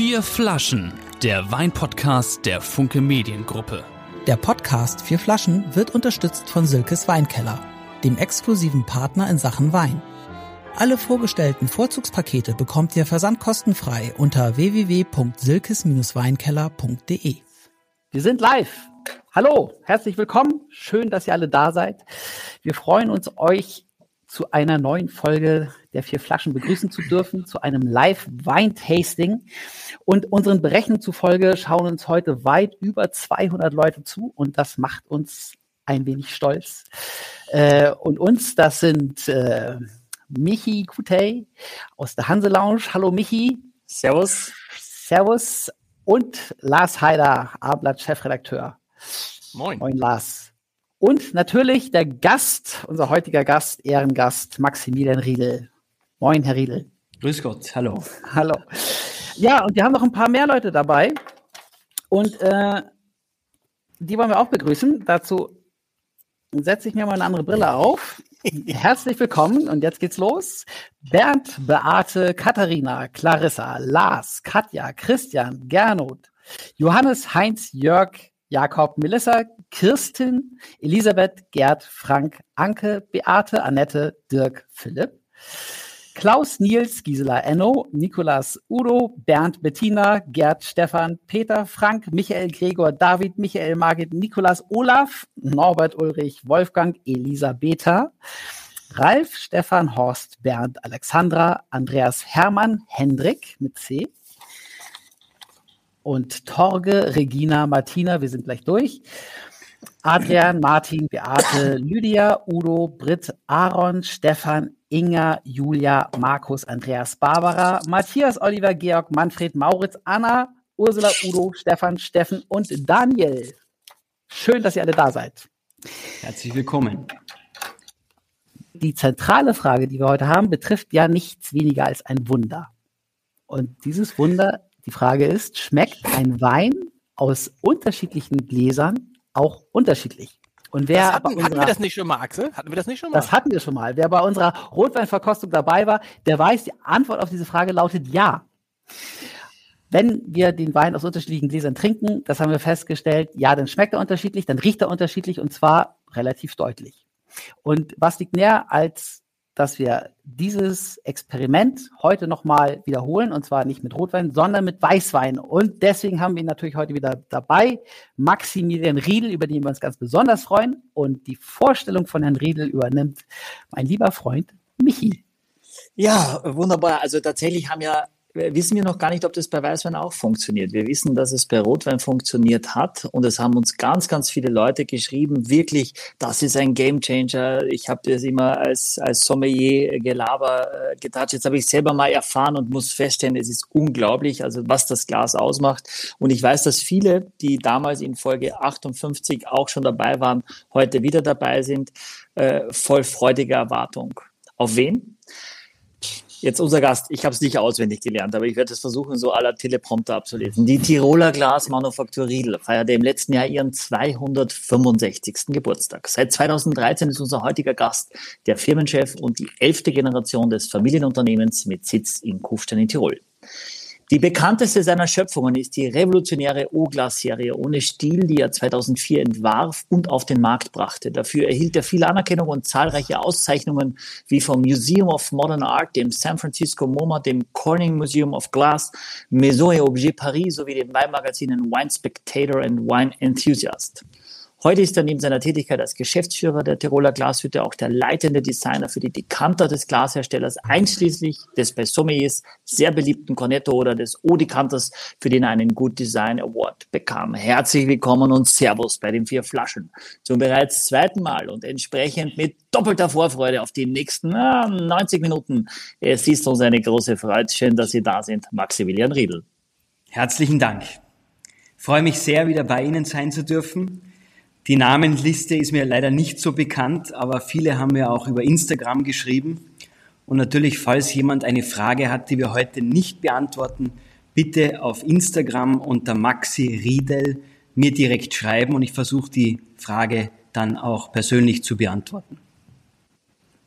Vier Flaschen, der Weinpodcast der Funke Mediengruppe. Der Podcast Vier Flaschen wird unterstützt von Silkes Weinkeller, dem exklusiven Partner in Sachen Wein. Alle vorgestellten Vorzugspakete bekommt ihr versandkostenfrei unter www.silkes-weinkeller.de. Wir sind live. Hallo, herzlich willkommen. Schön, dass ihr alle da seid. Wir freuen uns, euch zu einer neuen Folge der Vier Flaschen begrüßen zu dürfen, zu einem Live-Weintasting. Und unseren Berechnungen zufolge schauen uns heute weit über 200 Leute zu und das macht uns ein wenig stolz. Und uns, das sind Michi Kutey aus der Hanse Lounge. Hallo Michi. Servus. Servus. Und Lars Heider, A-Blatt-Chefredakteur. Moin. Moin Lars. Und natürlich der Gast, unser heutiger Gast, Ehrengast, Maximilian Riedel. Moin, Herr Riedel. Grüß Gott, hallo. Hallo. Ja, und wir haben noch ein paar mehr Leute dabei. Und die wollen wir auch begrüßen. Dazu setze ich mir mal eine andere Brille auf. Herzlich willkommen und jetzt geht's los. Bernd, Beate, Katharina, Clarissa, Lars, Katja, Christian, Gernot, Johannes, Heinz, Jörg, Jakob, Melissa, Kirstin, Elisabeth, Gerd, Frank, Anke, Beate, Annette, Dirk, Philipp, Klaus, Nils, Gisela, Enno, Nikolas, Udo, Bernd, Bettina, Gerd, Stefan, Peter, Frank, Michael, Gregor, David, Michael, Margit, Nikolas, Olaf, Norbert, Ulrich, Wolfgang, Elisabetha, Ralf, Stefan, Horst, Bernd, Alexandra, Andreas, Hermann, Hendrik mit C, und Torge, Regina, Martina, wir sind gleich durch. Adrian, Martin, Beate, Lydia, Udo, Britt, Aaron, Stefan, Inga, Julia, Markus, Andreas, Barbara, Matthias, Oliver, Georg, Manfred, Mauritz, Anna, Ursula, Udo, Stefan, Steffen und Daniel. Schön, dass ihr alle da seid. Herzlich willkommen. Die zentrale Frage, die wir heute haben, betrifft ja nichts weniger als ein Wunder. Und dieses Wunder, die Frage ist, schmeckt ein Wein aus unterschiedlichen Gläsern auch unterschiedlich? Und wer hatten wir das nicht schon mal, Axel? Hatten wir das nicht schon mal? Das hatten wir schon mal. Wer bei unserer Rotweinverkostung dabei war, der weiß, die Antwort auf diese Frage lautet ja. Wenn wir den Wein aus unterschiedlichen Gläsern trinken, das haben wir festgestellt, ja, dann schmeckt er unterschiedlich, dann riecht er unterschiedlich und zwar relativ deutlich. Und was liegt näher, als dass wir dieses Experiment heute nochmal wiederholen, und zwar nicht mit Rotwein, sondern mit Weißwein. Und deswegen haben wir ihn natürlich heute wieder dabei, Maximilian Riedel, über den wir uns ganz besonders freuen. Und die Vorstellung von Herrn Riedel übernimmt mein lieber Freund Michi. Ja, wunderbar. Also tatsächlich wissen wir noch gar nicht, ob das bei Weißwein auch funktioniert. Wir wissen, dass es bei Rotwein funktioniert hat und es haben uns ganz, ganz viele Leute geschrieben, wirklich, das ist ein Gamechanger. Ich habe das immer als Sommelier Gelaber gedacht. Jetzt habe ich es selber mal erfahren und muss feststellen, es ist unglaublich, also was das Glas ausmacht. Und ich weiß, dass viele, die damals in Folge 58 auch schon dabei waren, heute wieder dabei sind, voll freudiger Erwartung. Auf wen? Jetzt unser Gast, ich habe es nicht auswendig gelernt, aber ich werde es versuchen, so à la Teleprompter abzulesen. Die Tiroler Glasmanufaktur Riedel feierte im letzten Jahr ihren 265. Geburtstag. Seit 2013 ist unser heutiger Gast der Firmenchef und die 11. Generation des Familienunternehmens mit Sitz in Kufstein in Tirol. Die bekannteste seiner Schöpfungen ist die revolutionäre O-Glas-Serie ohne Stiel, die er 2004 entwarf und auf den Markt brachte. Dafür erhielt er viel Anerkennung und zahlreiche Auszeichnungen wie vom Museum of Modern Art, dem San Francisco MoMA, dem Corning Museum of Glass, Maison et Objet Paris sowie den Weinmagazinen Wine Spectator und Wine Enthusiast. Heute ist er neben seiner Tätigkeit als Geschäftsführer der Tiroler Glashütte auch der leitende Designer für die Dekanter des Glasherstellers, einschließlich des bei Sommeliers sehr beliebten Cornetto oder des Eau-Dekanters, für den er einen Good Design Award bekam. Herzlich willkommen und Servus bei den Vier Flaschen. Zum bereits zweiten Mal und entsprechend mit doppelter Vorfreude auf die nächsten 90 Minuten. Es ist uns eine große Freude. Schön, dass Sie da sind, Maximilian Riedel. Herzlichen Dank. Ich freue mich sehr, wieder bei Ihnen sein zu dürfen. Die Namenliste ist mir leider nicht so bekannt, aber viele haben mir auch über Instagram geschrieben. Und natürlich, falls jemand eine Frage hat, die wir heute nicht beantworten, bitte auf Instagram unter Maxi Riedel mir direkt schreiben und ich versuche die Frage dann auch persönlich zu beantworten.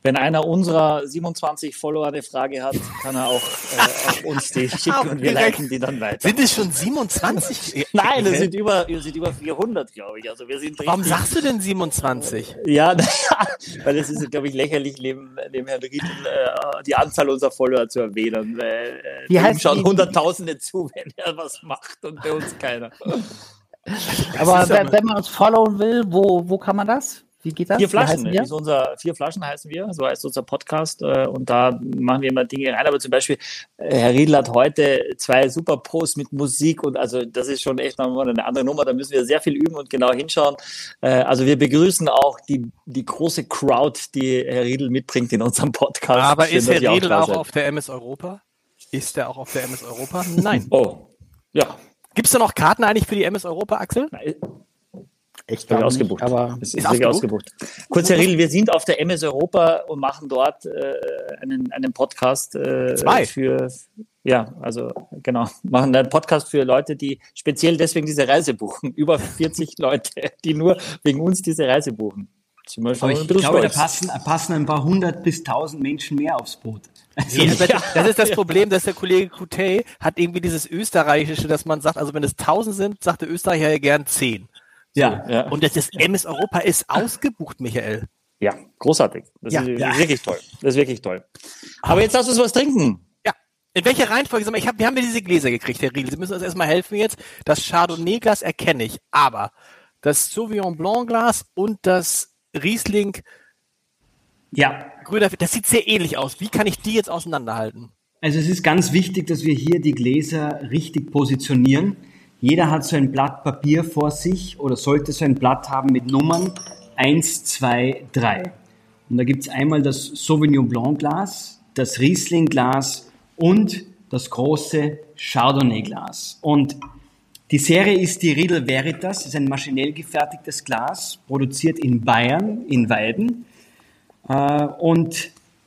Wenn einer unserer 27 Follower eine Frage hat, kann er auch uns die schicken und wir leiten die dann weiter. Sind es schon 27? Nein, es sind über 400, glaube ich. Also wir sind Warum sagst du denn 27? Ja, weil es ist, glaube ich, lächerlich, neben Herrn Riedl die Anzahl unserer Follower zu erwähnen. Wie Ihm heißt schauen die- Hunderttausende zu, wenn er was macht und bei uns keiner. Aber wenn man uns followen will, wo kann man das? Wie geht das? Vier Wie Flaschen, heißen wir? Vier Flaschen heißen wir, so heißt unser Podcast und da machen wir immer Dinge rein, aber zum Beispiel Herr Riedl hat heute 2 super Posts mit Musik und also das ist schon echt nochmal eine andere Nummer, da müssen wir sehr viel üben und genau hinschauen. Also wir begrüßen auch die große Crowd, die Herr Riedl mitbringt in unserem Podcast. Aber Schön, ist dass Herr ihr Riedl da auch seid. auf der MS Europa? Ist er auch auf der MS Europa? Nein. Oh, ja. Gibt es da noch Karten eigentlich für die MS Europa, Axel? Ich Habe glaube ich ausgebucht. nicht, aber Es Ist ist wirklich ausgebucht? ausgebucht. Kurz, Herr Riedl, wir sind auf der MS Europa und machen dort einen Podcast 2. machen einen Podcast für Leute, die speziell deswegen diese Reise buchen. Über 40 Leute, die nur wegen uns diese Reise buchen. Sind wir schon Aber ein ich bisschen glaube, da stolz. passen ein paar 100 bis 1000 Menschen mehr aufs Boot. Also, Das ist das Problem, dass der Kollege Coutet hat irgendwie dieses Österreichische, dass man sagt, also wenn es 1000 sind, sagt der Österreicher ja gern 10. ja. Ja. Und das MS Europa ist ausgebucht, Michael. Ja, großartig. Das ist wirklich toll. Das ist wirklich toll. Aber jetzt lass uns was trinken. Ja. In welcher Reihenfolge? Sag mal, wir haben ja diese Gläser gekriegt, Herr Riedl. Sie müssen uns erstmal helfen jetzt. Das Chardonnay-Glas erkenne ich, aber das Sauvignon Blanc-Glas und das Riesling Ja, Grüner, das sieht sehr ähnlich aus. Wie kann ich die jetzt auseinanderhalten? also es ist ganz wichtig, dass wir hier die Gläser richtig positionieren. Jeder hat so ein Blatt Papier vor sich oder sollte so ein Blatt haben mit Nummern 1, 2, 3. Und da gibt es einmal das Sauvignon Blanc Glas, das Riesling Glas und das große Chardonnay Glas. Und die Serie ist die Riedl Veritas, ist ein maschinell gefertigtes Glas, produziert in Bayern, in Weiden. Und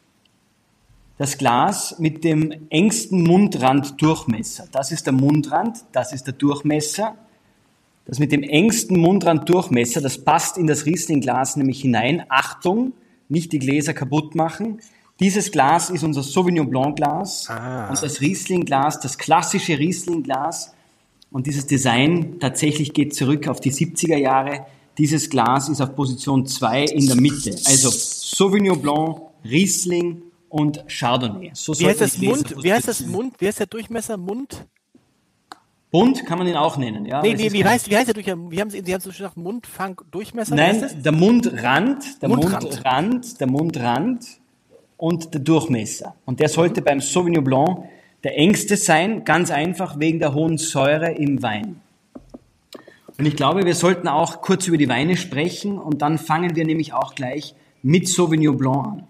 das Glas mit dem engsten Mundrand-Durchmesser. Das ist der Mundrand, das ist der Durchmesser. Das mit dem engsten Mundrand-Durchmesser, das passt in das Riesling-Glas nämlich hinein. Achtung, nicht die Gläser kaputt machen. Dieses Glas ist unser Sauvignon Blanc-Glas und das Riesling-Glas, das klassische Riesling-Glas. Und dieses Design tatsächlich geht zurück auf die 70er Jahre. Dieses Glas ist auf Position 2 in der Mitte. Also Sauvignon Blanc, Riesling und Chardonnay. So Wie heißt das sollten die Gläser Mund? Wie heißt das positioniert. Mund? Wie heißt der Durchmesser Mund? Bunt kann man ihn auch nennen. Ja, Nee, wie heißt der Durchmesser? Sie haben so schön gesagt, Mundfang, Durchmesser? Wie heißt Nein, das? der Mundrand, Mundrand. der Mundrand und der Durchmesser. Und der sollte beim Sauvignon Blanc der engste sein, ganz einfach wegen der hohen Säure im Wein. Und ich glaube, wir sollten auch kurz über die Weine sprechen und dann fangen wir nämlich auch gleich mit Sauvignon Blanc an.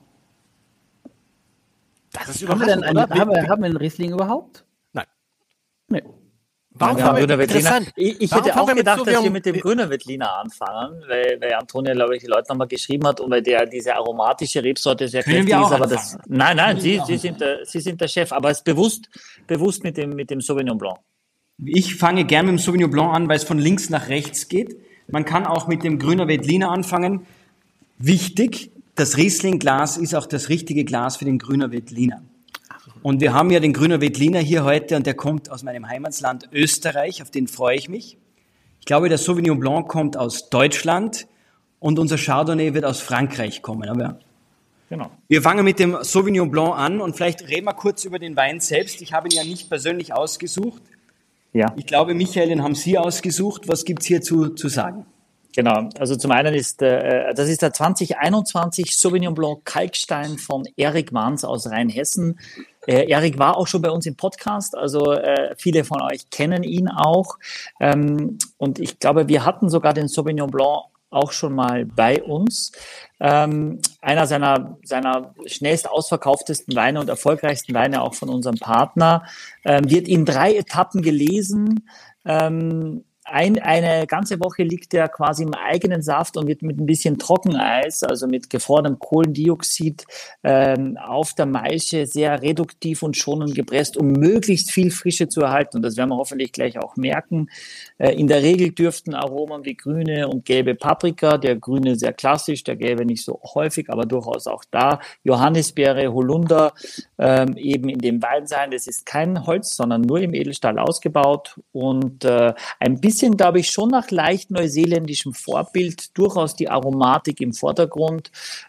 Das ist haben wir denn überraschend, oder? haben wir einen Riesling überhaupt? Nein. Nee. Warum Ja, fangen wir Grüner Veltliner. interessant? Ich Warum hätte fangen auch wir mit gedacht, dass Sauvignon- wir mit dem Grüner Veltliner anfangen, weil Antonia, glaube ich, die Leute nochmal geschrieben hat und weil der diese aromatische Rebsorte sehr Können kräftig wir ist. auch Aber das, nein, Sie auch sind der Chef, aber es ist bewusst mit dem Sauvignon Blanc. Ich fange gerne mit dem Sauvignon Blanc an, weil es von links nach rechts geht. Man kann auch mit dem Grüner Veltliner anfangen. Wichtig, das Riesling-Glas ist auch das richtige Glas für den Grüner Veltliner. Und wir haben ja den Grüner Veltliner hier heute und der kommt aus meinem Heimatland Österreich, auf den freue ich mich. Ich glaube, der Sauvignon Blanc kommt aus Deutschland und unser Chardonnay wird aus Frankreich kommen. Aber Genau. wir fangen mit dem Sauvignon Blanc an und vielleicht reden wir kurz über den Wein selbst. Ich habe ihn ja nicht persönlich ausgesucht. Ja. Ich glaube, Michael, den haben Sie ausgesucht. Was gibt's hierzu zu sagen? Genau, also zum einen ist, das ist der 2021 Sauvignon Blanc Kalkstein von Erik Manns aus Rheinhessen. Erik war auch schon bei uns im Podcast, also viele von euch kennen ihn auch. Und ich glaube, wir hatten sogar den Sauvignon Blanc auch schon mal bei uns. Einer seiner schnellst ausverkauftesten Weine und erfolgreichsten Weine auch von unserem Partner. Wird in 3 Etappen gelesen. eine ganze Woche liegt der quasi im eigenen Saft und wird mit ein bisschen Trockeneis, also mit gefrorenem Kohlendioxid, auf der Maische sehr reduktiv und schonend gepresst, um möglichst viel Frische zu erhalten. Und das werden wir hoffentlich gleich auch merken. In der Regel dürften Aromen wie grüne und gelbe Paprika, der grüne sehr klassisch, der gelbe nicht so häufig, aber durchaus auch da, Johannisbeere, Holunder eben in dem Wein sein. Das ist kein Holz, sondern nur im Edelstahl ausgebaut und ein bisschen, glaube ich, schon nach leicht neuseeländischem Vorbild, durchaus die Aromatik im Vordergrund.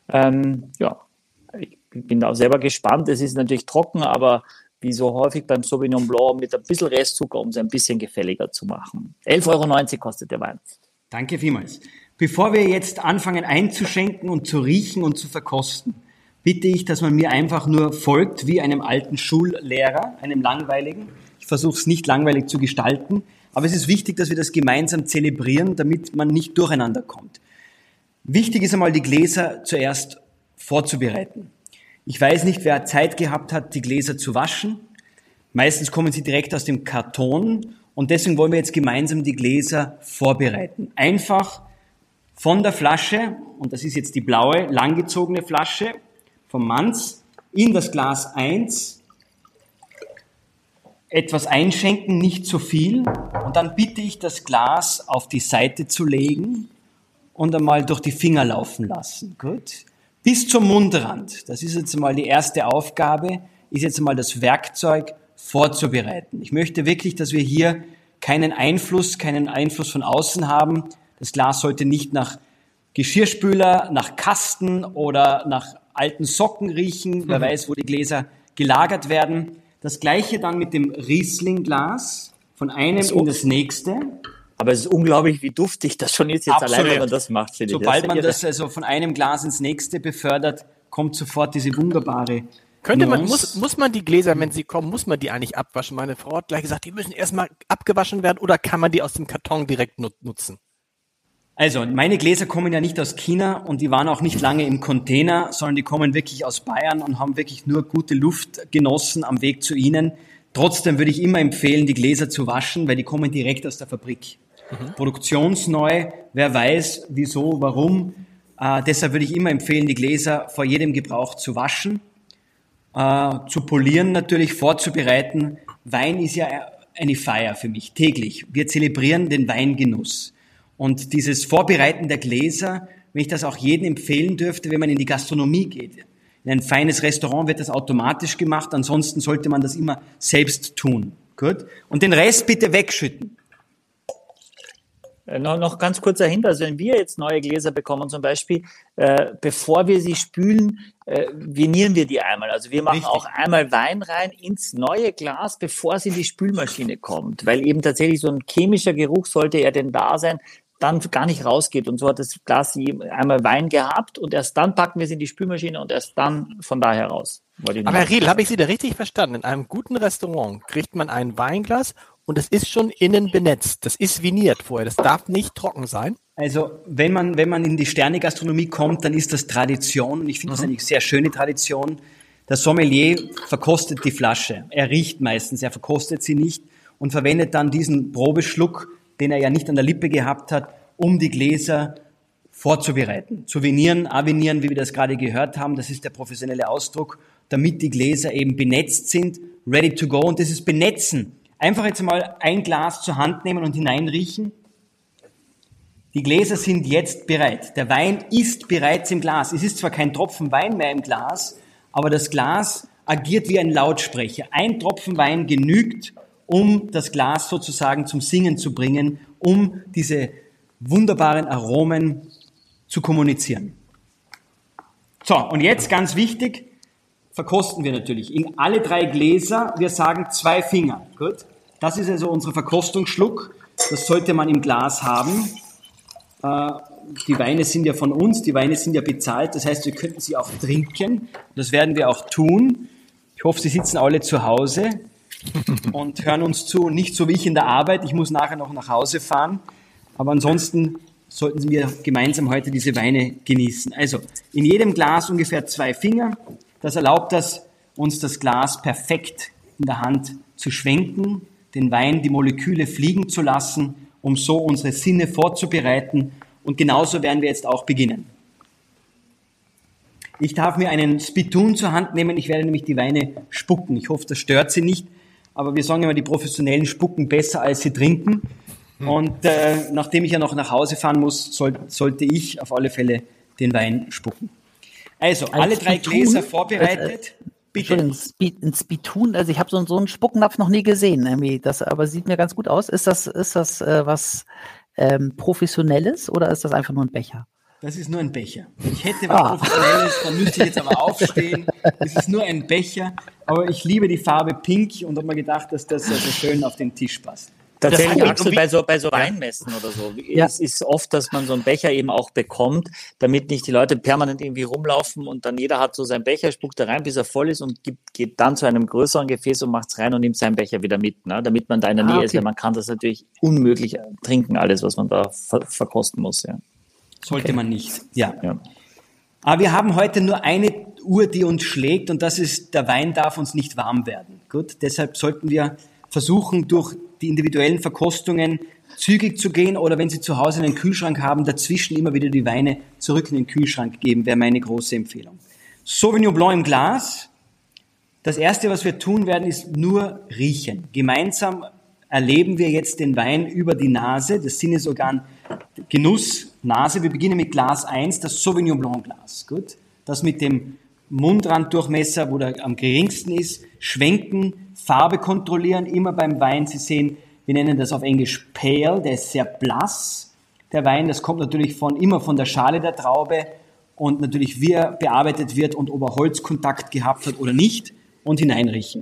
Ich bin da selber gespannt. Es ist natürlich trocken, aber wie so häufig beim Sauvignon Blanc mit ein bisschen Restzucker, um es ein bisschen gefälliger zu machen. 11,90 € kostet der Wein. Danke vielmals. Bevor wir jetzt anfangen einzuschenken und zu riechen und zu verkosten, bitte ich, dass man mir einfach nur folgt wie einem alten Schullehrer, einem langweiligen. Ich versuche es nicht langweilig zu gestalten, aber es ist wichtig, dass wir das gemeinsam zelebrieren, damit man nicht durcheinander kommt. Wichtig ist einmal, die Gläser zuerst vorzubereiten. Ich weiß nicht, wer Zeit gehabt hat, die Gläser zu waschen. Meistens kommen sie direkt aus dem Karton und deswegen wollen wir jetzt gemeinsam die Gläser vorbereiten. Einfach von der Flasche, und das ist jetzt die blaue, langgezogene Flasche vom Manz, in das Glas 1 etwas einschenken, nicht zu viel. Und dann bitte ich, das Glas auf die Seite zu legen und einmal durch die Finger laufen lassen. Gut. Bis zum Mundrand. Das ist jetzt einmal die erste Aufgabe, ist jetzt einmal das Werkzeug vorzubereiten. Ich möchte wirklich, dass wir hier keinen Einfluss von außen haben. Das Glas sollte nicht nach Geschirrspüler, nach Kasten oder nach alten Socken riechen. Wer weiß, wo die Gläser gelagert werden. Das Gleiche dann mit dem Riesling-Glas, von einem in das nächste. Aber es ist unglaublich, wie duftig das schon ist, jetzt Absolut. allein, wenn man das macht, finde ich. Sobald man das also von einem Glas ins nächste befördert, kommt sofort diese wunderbare muss man die Gläser, wenn sie kommen, muss man die eigentlich abwaschen? Meine Frau hat gleich gesagt, die müssen erstmal abgewaschen werden oder kann man die aus dem Karton direkt nutzen? Also, meine Gläser kommen ja nicht aus China und die waren auch nicht lange im Container, sondern die kommen wirklich aus Bayern und haben wirklich nur gute Luft genossen am Weg zu Ihnen. Trotzdem würde ich immer empfehlen, die Gläser zu waschen, weil die kommen direkt aus der Fabrik. Produktionsneu, wer weiß, wieso, warum. Deshalb würde ich immer empfehlen, die Gläser vor jedem Gebrauch zu waschen, zu polieren natürlich, vorzubereiten. Wein ist ja eine Feier für mich, täglich. Wir zelebrieren den Weingenuss. Und dieses Vorbereiten der Gläser, wenn ich das auch jedem empfehlen dürfte, wenn man in die Gastronomie geht. In ein feines Restaurant wird das automatisch gemacht, ansonsten sollte man das immer selbst tun. Gut? Und den Rest bitte wegschütten. Noch ganz kurzer Hinweis, wenn wir jetzt neue Gläser bekommen zum Beispiel, bevor wir sie spülen, vinieren wir die einmal. Also wir machen auch einmal Wein rein ins neue Glas, bevor es in die Spülmaschine kommt. Weil eben tatsächlich so ein chemischer Geruch, sollte er denn da sein, dann gar nicht rausgeht. Und so hat das Glas einmal Wein gehabt und erst dann packen wir es in die Spülmaschine und erst dann von daher raus. Aber Herr Riedl, habe ich Sie da richtig verstanden? In einem guten Restaurant kriegt man ein Weinglas und es ist schon innen benetzt. Das ist viniert vorher. Das darf nicht trocken sein. Also wenn man in die Sternegastronomie kommt, dann ist das Tradition. Und ich finde das eine sehr schöne Tradition. Der Sommelier verkostet die Flasche. Er riecht meistens, er verkostet sie nicht und verwendet dann diesen Probeschluck, den er ja nicht an der Lippe gehabt hat, um die Gläser vorzubereiten. Zu vinieren, avinieren, wie wir das gerade gehört haben, das ist der professionelle Ausdruck, damit die Gläser eben benetzt sind, ready to go. Und das ist Benetzen. Einfach jetzt mal ein Glas zur Hand nehmen und hineinriechen. Die Gläser sind jetzt bereit. Der Wein ist bereits im Glas. Es ist zwar kein Tropfen Wein mehr im Glas, aber das Glas agiert wie ein Lautsprecher. Ein Tropfen Wein genügt, um das Glas sozusagen zum Singen zu bringen, um diese wunderbaren Aromen zu kommunizieren. So, und jetzt ganz wichtig, verkosten wir natürlich in alle 3 Gläser, wir sagen 2 Finger. Gut? Das ist also unser Verkostungsschluck, das sollte man im Glas haben. Die Weine sind ja von uns, die Weine sind ja bezahlt, das heißt, wir könnten sie auch trinken, das werden wir auch tun. Ich hoffe, Sie sitzen alle zu Hause und hören uns zu, nicht so wie ich in der Arbeit, ich muss nachher noch nach Hause fahren, aber ansonsten sollten wir gemeinsam heute diese Weine genießen. Also in jedem Glas ungefähr 2 Finger, das erlaubt uns das Glas perfekt in der Hand zu schwenken, den Wein, die Moleküle fliegen zu lassen um so unsere Sinne vorzubereiten. Und genauso werden wir jetzt auch beginnen. Ich darf mir einen Spittoon zur Hand nehmen. Ich werde nämlich die Weine spucken. Ich hoffe, das stört Sie nicht. Aber wir sagen immer, die Professionellen spucken besser, als sie trinken. Und nachdem ich ja noch nach Hause fahren muss, sollte ich auf alle Fälle den Wein spucken. Also, alle 3 Gläser vorbereitet. Bitte. Ein Spittoon, also ich habe so einen Spucknapf noch nie gesehen, irgendwie. Das aber sieht mir ganz gut aus. Ist das was Professionelles oder ist das einfach nur ein Becher? Das ist nur ein Becher. Ich hätte was Professionelles, dann müsste ich jetzt aber aufstehen. Das ist nur ein Becher, aber ich liebe die Farbe Pink und habe mir gedacht, dass das also schön auf den Tisch passt. Tatsächlich, Axel, bei so Weinmessen oder so, es ist oft, dass man so einen Becher eben auch bekommt, damit nicht die Leute permanent irgendwie rumlaufen und dann jeder hat so seinen Becher, spuckt da rein, bis er voll ist und geht dann zu einem größeren Gefäß und macht's rein und nimmt seinen Becher wieder mit, ne? Damit man da in der Nähe ist, weil man kann das natürlich unmöglich trinken, alles, was man da verkosten muss. Ja. Sollte man nicht, ja. Aber wir haben heute nur eine Uhr, die uns schlägt und das ist, der Wein darf uns nicht warm werden. Gut, deshalb sollten wir versuchen, durch die individuellen Verkostungen zügig zu gehen oder wenn Sie zu Hause einen Kühlschrank haben, dazwischen immer wieder die Weine zurück in den Kühlschrank geben, wäre meine große Empfehlung. Sauvignon Blanc im Glas. Das Erste, was wir tun werden, ist nur riechen. Gemeinsam erleben wir jetzt den Wein über die Nase, das Sinnesorgan Genuss, Nase. Wir beginnen mit Glas 1, das Sauvignon Blanc Glas. Gut? Das mit dem Mundrandurchmesser, wo der am geringsten ist, schwenken, Farbe kontrollieren, immer beim Wein. Sie sehen, wir nennen das auf Englisch pale, der ist sehr blass, der Wein. Das kommt natürlich immer von der Schale der Traube und natürlich wie er bearbeitet wird und ob er Holzkontakt gehabt hat oder nicht und hineinriechen.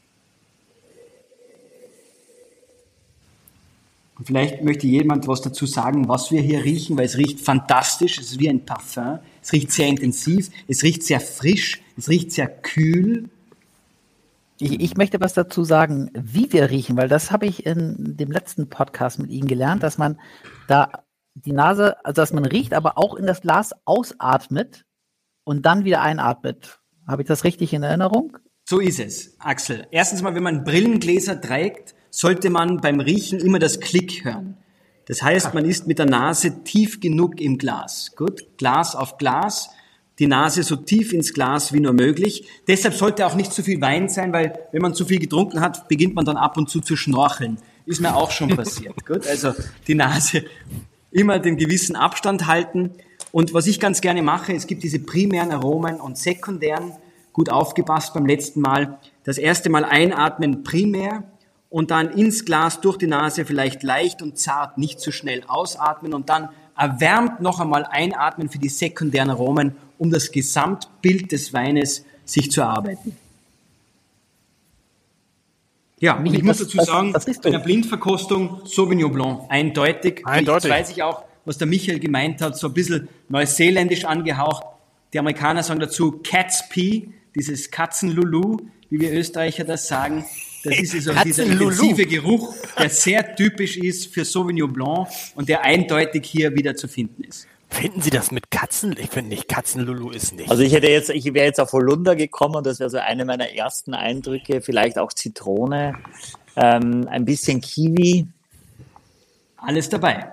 Und vielleicht möchte jemand was dazu sagen, was wir hier riechen, weil es riecht fantastisch, es ist wie ein Parfum, es riecht sehr intensiv, es riecht sehr frisch, es riecht sehr kühl. Ich möchte was dazu sagen, wie wir riechen, weil das habe ich in dem letzten Podcast mit Ihnen gelernt, dass man da die Nase, also dass man riecht, aber auch in das Glas ausatmet und dann wieder einatmet. Habe ich das richtig in Erinnerung? So ist es, Axel. Erstens mal, wenn man Brillengläser trägt, sollte man beim Riechen immer das Klick hören. Das heißt, man ist mit der Nase tief genug im Glas. Gut, Glas auf Glas, die Nase so tief ins Glas wie nur möglich. Deshalb sollte auch nicht zu viel Wein sein, weil wenn man zu viel getrunken hat, beginnt man dann ab und zu schnorcheln. Ist mir auch schon passiert. Gut, also die Nase immer den gewissen Abstand halten. Und was ich ganz gerne mache, es gibt diese primären Aromen und sekundären, gut aufgepasst beim letzten Mal. Das erste Mal einatmen primär und dann ins Glas durch die Nase vielleicht leicht und zart, nicht zu schnell ausatmen und dann erwärmt noch einmal einatmen für die sekundären Aromen, um das Gesamtbild des Weines sich zu erarbeiten. Ja, und ich muss dazu sagen, bei einer Blindverkostung Sauvignon Blanc, eindeutig. Jetzt weiß ich auch, was der Michael gemeint hat, so ein bisschen neuseeländisch angehaucht. Die Amerikaner sagen dazu Cat's Pee, dieses Katzenlulu, wie wir Österreicher das sagen. Das ist also dieser intensive Geruch, der sehr typisch ist für Sauvignon Blanc und der eindeutig hier wieder zu finden ist. Finden Sie das mit Katzen? Ich finde nicht, Katzenlulu ist nicht. Also ich wäre jetzt auf Holunder gekommen und das wäre so eine meiner ersten Eindrücke, vielleicht auch Zitrone, ein bisschen Kiwi. Alles dabei.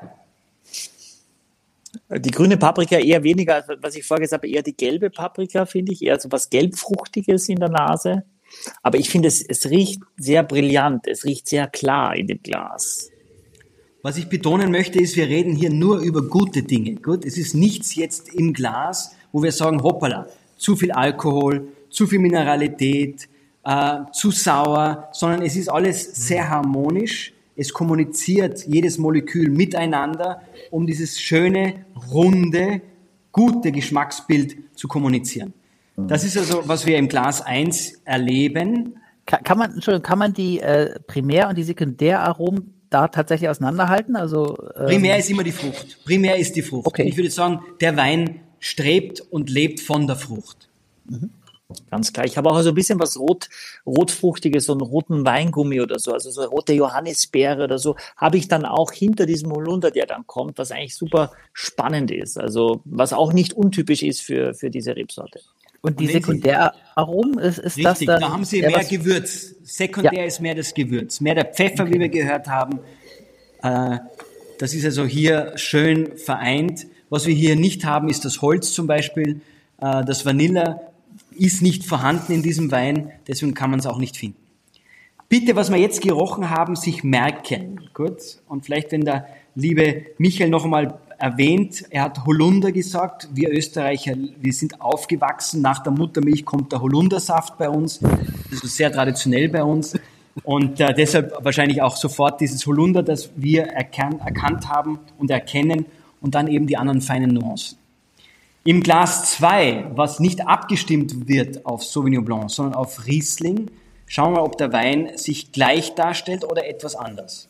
Die grüne Paprika eher weniger, was ich vorher gesagt habe, eher die gelbe Paprika, finde ich, eher so was Gelbfruchtiges in der Nase. Aber ich finde, es riecht sehr brillant, es riecht sehr klar in dem Glas. Was ich betonen möchte, ist, wir reden hier nur über gute Dinge. Gut, es ist nichts jetzt im Glas, wo wir sagen, hoppala, zu viel Alkohol, zu viel Mineralität, zu sauer, sondern es ist alles sehr harmonisch. Es kommuniziert jedes Molekül miteinander, um dieses schöne, runde, gute Geschmacksbild zu kommunizieren. Das ist also, was wir im Glas 1 erleben. Kann man die Primär- und die Sekundäraromen da tatsächlich auseinanderhalten? Also Primär ist immer die Frucht. Primär ist die Frucht. Okay. Ich würde sagen, der Wein strebt und lebt von der Frucht. Mhm. Ganz klar. Ich habe auch so ein bisschen was Rotfruchtiges, so einen roten Weingummi oder so, also so eine rote Johannisbeere oder so, habe ich dann auch hinter diesem Holunder, der dann kommt, was eigentlich super spannend ist. Also was auch nicht untypisch ist für diese Rebsorte. Und die Sekundäraromen, ist richtig, das dann... da haben Sie mehr Gewürz. Sekundär ist mehr das Gewürz. Mehr der Pfeffer, wie wir gehört haben. Das ist also hier schön vereint. Was wir hier nicht haben, ist das Holz zum Beispiel. Das Vanilla ist nicht vorhanden in diesem Wein, deswegen kann man es auch nicht finden. Bitte, was wir jetzt gerochen haben, sich merken. Gut. Und vielleicht, wenn der liebe Michael noch einmal erwähnt, er hat Holunder gesagt. Wir Österreicher, wir sind aufgewachsen. Nach der Muttermilch kommt der Holundersaft bei uns. Das ist sehr traditionell bei uns. Und deshalb wahrscheinlich auch sofort dieses Holunder, das wir erkannt haben und erkennen und dann eben die anderen feinen Nuancen. Im Glas 2, was nicht abgestimmt wird auf Sauvignon Blanc, sondern auf Riesling, schauen wir, ob der Wein sich gleich darstellt oder etwas anders.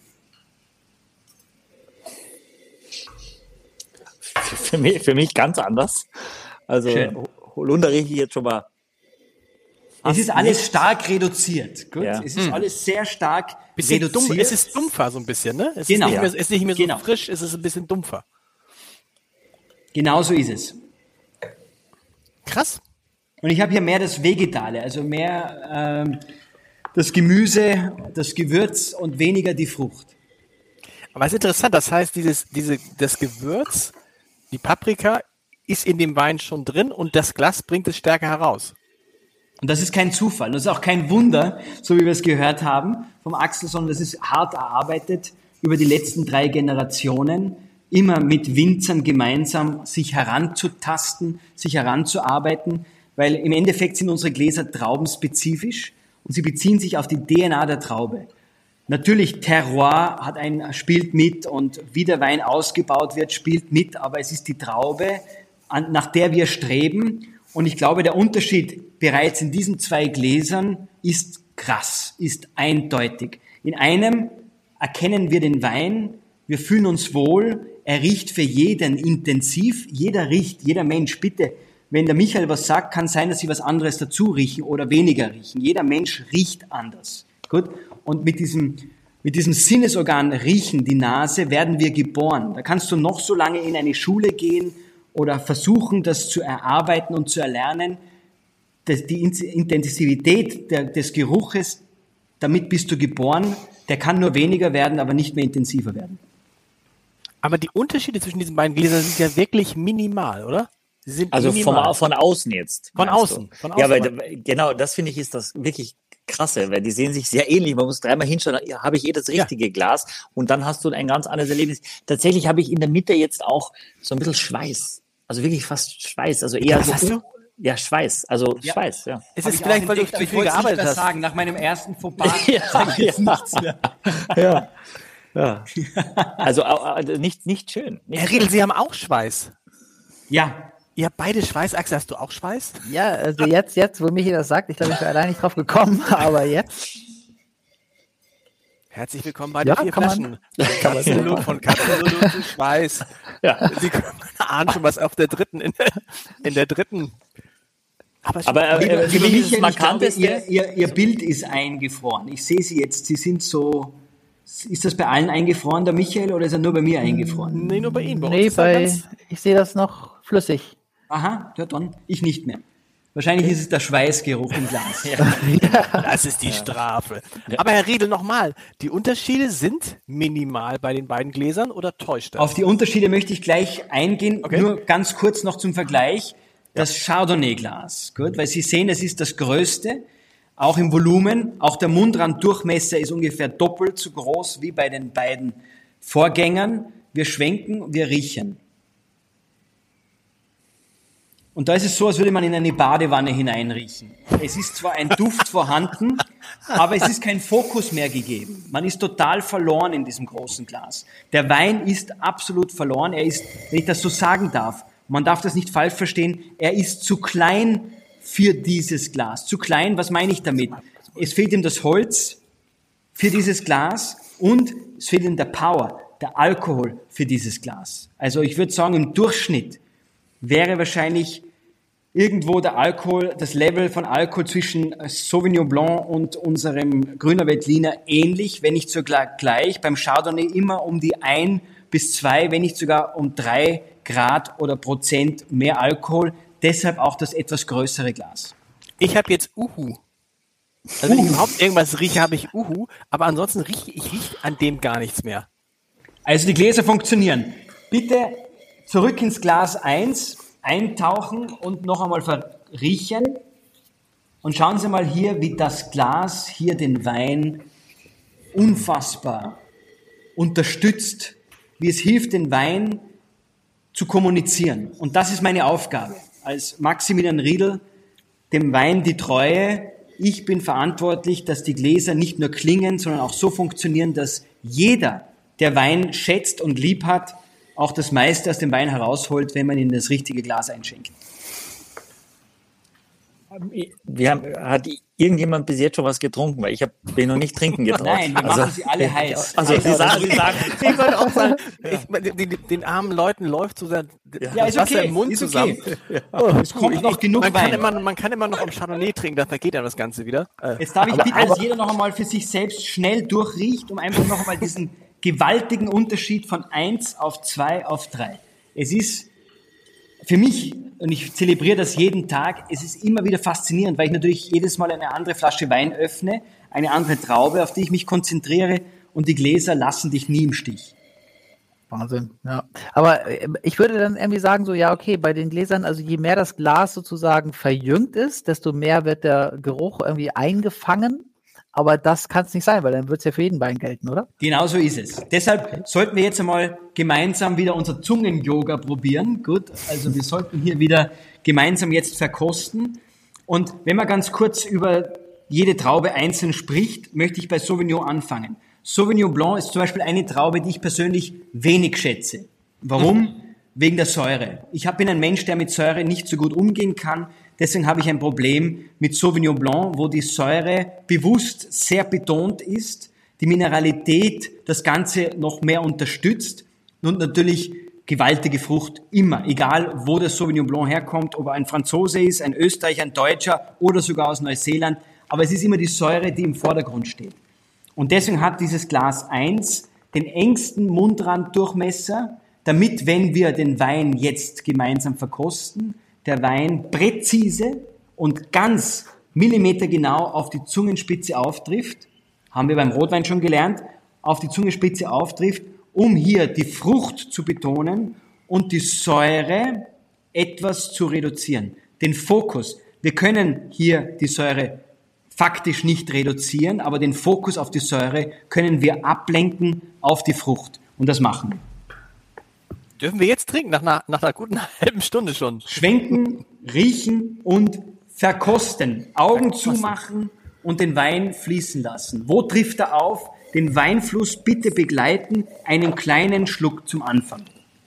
Für mich ganz anders. Also Schön. Holunder rieche ich jetzt schon mal. Es ist alles stark reduziert. Gut? Ja. Es ist alles sehr stark Bisschen reduziert. dumm, es ist dumpfer so ein bisschen, ne? Es Genau. ist nicht mehr so Genau. frisch, es ist ein bisschen dumpfer. Genau so ist es. Krass. Und ich habe hier mehr das Vegetale, also mehr das Gemüse, das Gewürz und weniger die Frucht. Aber es ist interessant, das heißt, das Gewürz, die Paprika, ist in dem Wein schon drin und das Glas bringt es stärker heraus. Und das ist kein Zufall, das ist auch kein Wunder, so wie wir es gehört haben vom Axel, sondern das ist hart erarbeitet über die letzten 3 Generationen, immer mit Winzern gemeinsam sich heranzutasten, sich heranzuarbeiten, weil im Endeffekt sind unsere Gläser traubenspezifisch und sie beziehen sich auf die DNA der Traube. Natürlich, Terroir spielt mit und wie der Wein ausgebaut wird, spielt mit, aber es ist die Traube, nach der wir streben. Und ich glaube, der Unterschied bereits in diesen 2 Gläsern ist krass, ist eindeutig. In einem erkennen wir den Wein, wir fühlen uns wohl, er riecht für jeden intensiv, jeder riecht, jeder Mensch, bitte, wenn der Michael was sagt, kann sein, dass sie was anderes dazu riechen oder weniger riechen. Jeder Mensch riecht anders. Gut? Und mit diesem Sinnesorgan Riechen, die Nase, werden wir geboren. Da kannst du noch so lange in eine Schule gehen oder versuchen, das zu erarbeiten und zu erlernen. Die Intensivität des Geruches, damit bist du geboren, der kann nur weniger werden, aber nicht mehr intensiver werden. Aber die Unterschiede zwischen diesen beiden Gläsern sind ja wirklich minimal, oder? Sie sind Also minimal. von außen jetzt. Von meinst außen. du? Von außen. Ja, weil genau, das finde ich ist das wirklich krasse, weil die sehen sich sehr ähnlich. Man muss 3-mal hinschauen, habe ich das richtige Glas und dann hast du ein ganz anderes Erlebnis. Tatsächlich habe ich in der Mitte jetzt auch so ein bisschen Schweiß. Also wirklich fast Schweiß. Also eher Was so. hast du? Ja, Schweiß. Also Schweiß, ja. Es Hab ist ich vielleicht, auch weil du entdeckt, aber zu ich viel wollte es nicht gearbeitet mehr hast. sagen. Nach meinem ersten Fauxpas Ja, sage ich jetzt ja. nichts mehr. Ja. Ja. Also nicht schön. Nicht Herr Riedl, Sie haben auch Schweiß. Ja, Ihr habt beide Schweiß. Axel, hast du auch Schweiß? Ja, also jetzt, wo Michi das sagt, ich glaube, ich wäre allein nicht drauf gekommen, aber jetzt. Herzlich willkommen bei Ja, den 4 kann man- Flaschen. Katzenblut von Katzenblut zu Schweiß. Ja. Sie ahnen schon was auf der dritten, in der dritten. Aber Lieber für mich ist es Michael, ich markant, glaube, ihr Bild ist eingefroren. Ich sehe Sie jetzt, Sie sind so... Ist das bei allen eingefroren, der Michael, oder ist er nur bei mir eingefroren? Nee, nur bei Ihnen. Bei uns Nee, ist er ganz, ich sehe das noch flüssig. Aha, ja dann, ich nicht mehr. Wahrscheinlich ist es der Schweißgeruch im Glas. das ist die Strafe. Aber Herr Riedl, nochmal. Die Unterschiede sind minimal bei den beiden Gläsern oder täuscht das? Auf die Unterschiede möchte ich gleich eingehen. Okay. Nur ganz kurz noch zum Vergleich. Das Chardonnay-Glas, gut, weil Sie sehen, es ist das größte, auch im Volumen. Auch der Mundrand-Durchmesser ist ungefähr doppelt so groß wie bei den beiden Vorgängern. Wir schwenken, wir riechen. Und da ist es so, als würde man in eine Badewanne hineinriechen. Es ist zwar ein Duft vorhanden, aber es ist kein Fokus mehr gegeben. Man ist total verloren in diesem großen Glas. Der Wein ist absolut verloren. Er ist, wenn ich das so sagen darf, man darf das nicht falsch verstehen, er ist zu klein für dieses Glas. Zu klein, was meine ich damit? Es fehlt ihm das Holz für dieses Glas und es fehlt ihm der Power, der Alkohol für dieses Glas. Also ich würde sagen, im Durchschnitt wäre wahrscheinlich irgendwo der Alkohol, das Level von Alkohol zwischen Sauvignon Blanc und unserem Grüner Veltliner ähnlich, wenn nicht sogar gleich. Beim Chardonnay immer um die 1 bis 2, wenn nicht sogar um 3 Grad oder Prozent mehr Alkohol. Deshalb auch das etwas größere Glas. Ich habe jetzt Uhu. Also wenn ich überhaupt irgendwas rieche, habe ich Uhu. Aber ansonsten rieche ich an dem gar nichts mehr. Also die Gläser funktionieren. Bitte zurück ins Glas 1, eintauchen und noch einmal verriechen. Und schauen Sie mal hier, wie das Glas hier den Wein unfassbar unterstützt, wie es hilft, den Wein zu kommunizieren. Und das ist meine Aufgabe als Maximilian Riedl, dem Wein die Treue. Ich bin verantwortlich, dass die Gläser nicht nur klingen, sondern auch so funktionieren, dass jeder, der Wein schätzt und lieb hat, auch das meiste aus dem Wein herausholt, wenn man ihn in das richtige Glas einschenkt. Hat irgendjemand bis jetzt schon was getrunken? Weil ich bin noch nicht trinken getraut. Nein, wir machen sie alle heiß. Also Sie sagen, Ich wollte auch sagen, den armen Leuten läuft so das Wasser im Mund zusammen. Es kommt noch genug Wein. Man kann immer noch am Chardonnay trinken, da vergeht dann das Ganze wieder. Jetzt darf ich bitten, dass jeder noch einmal für sich selbst schnell durchriecht, um einfach noch einmal diesen gewaltigen Unterschied von 1 auf 2 auf 3. Es ist für mich, und ich zelebriere das jeden Tag, es ist immer wieder faszinierend, weil ich natürlich jedes Mal eine andere Flasche Wein öffne, eine andere Traube, auf die ich mich konzentriere, und die Gläser lassen dich nie im Stich. Wahnsinn, ja. Aber ich würde dann irgendwie sagen, so, ja, okay, bei den Gläsern, also je mehr das Glas sozusagen verjüngt ist, desto mehr wird der Geruch irgendwie eingefangen. Aber das kann es nicht sein, weil dann wird es ja für jeden Wein gelten, oder? Genau so ist es. Deshalb sollten wir jetzt einmal gemeinsam wieder unser Zungen-Yoga probieren. Gut, also wir sollten hier wieder gemeinsam jetzt verkosten. Und wenn man ganz kurz über jede Traube einzeln spricht, möchte ich bei Sauvignon anfangen. Sauvignon Blanc ist zum Beispiel eine Traube, die ich persönlich wenig schätze. Warum? Wegen der Säure. Ich bin ein Mensch, der mit Säure nicht so gut umgehen kann. Deswegen habe ich ein Problem mit Sauvignon Blanc, wo die Säure bewusst sehr betont ist, die Mineralität das Ganze noch mehr unterstützt und natürlich gewaltige Frucht immer, egal wo der Sauvignon Blanc herkommt, ob er ein Franzose ist, ein Österreicher, ein Deutscher oder sogar aus Neuseeland. Aber es ist immer die Säure, die im Vordergrund steht. Und deswegen hat dieses Glas 1 den engsten Mundrandurchmesser, damit, wenn wir den Wein jetzt gemeinsam verkosten, der Wein präzise und ganz millimetergenau auf die Zungenspitze auftrifft, haben wir beim Rotwein schon gelernt, auf die Zungenspitze auftrifft, um hier die Frucht zu betonen und die Säure etwas zu reduzieren. Den Fokus. Wir können hier die Säure faktisch nicht reduzieren, aber den Fokus auf die Säure können wir ablenken auf die Frucht. Und das machen wir. Dürfen wir jetzt trinken, nach einer guten halben Stunde schon? Schwenken, riechen und verkosten. Augen zumachen und den Wein fließen lassen. Wo trifft er auf? Den Weinfluss bitte begleiten, einen kleinen Schluck zum Anfang.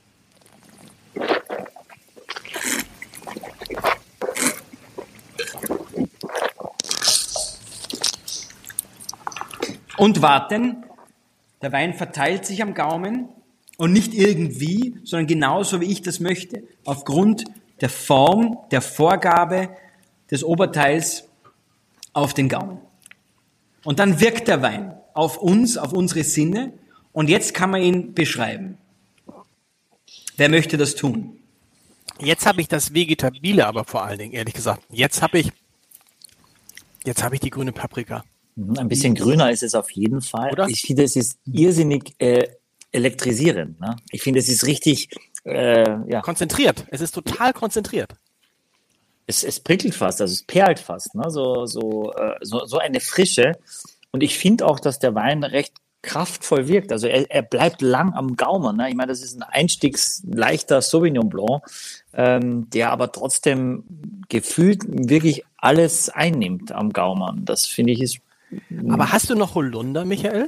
Und warten. Der Wein verteilt sich am Gaumen. Und nicht irgendwie, sondern genauso, wie ich das möchte. Aufgrund der Form, der Vorgabe des Oberteils auf den Gaumen. Und dann wirkt der Wein auf uns, auf unsere Sinne. Und jetzt kann man ihn beschreiben. Wer möchte das tun? Jetzt habe ich das Vegetabile, aber vor allen Dingen, ehrlich gesagt, jetzt habe ich die grüne Paprika. Ein bisschen grüner ist es auf jeden Fall. Oder? Ich finde, es ist irrsinnig elektrisierend. Ne? Ich finde, es ist richtig konzentriert. Es ist total konzentriert. Es prickelt fast, also es perlt fast. Ne? So eine Frische. Und ich finde auch, dass der Wein recht kraftvoll wirkt. Also er bleibt lang am Gaumen. Ne? Ich meine, das ist ein einstiegsleichter Sauvignon Blanc, der aber trotzdem gefühlt wirklich alles einnimmt am Gaumen. Das finde ich ist. Aber hast du noch Holunder, Michael?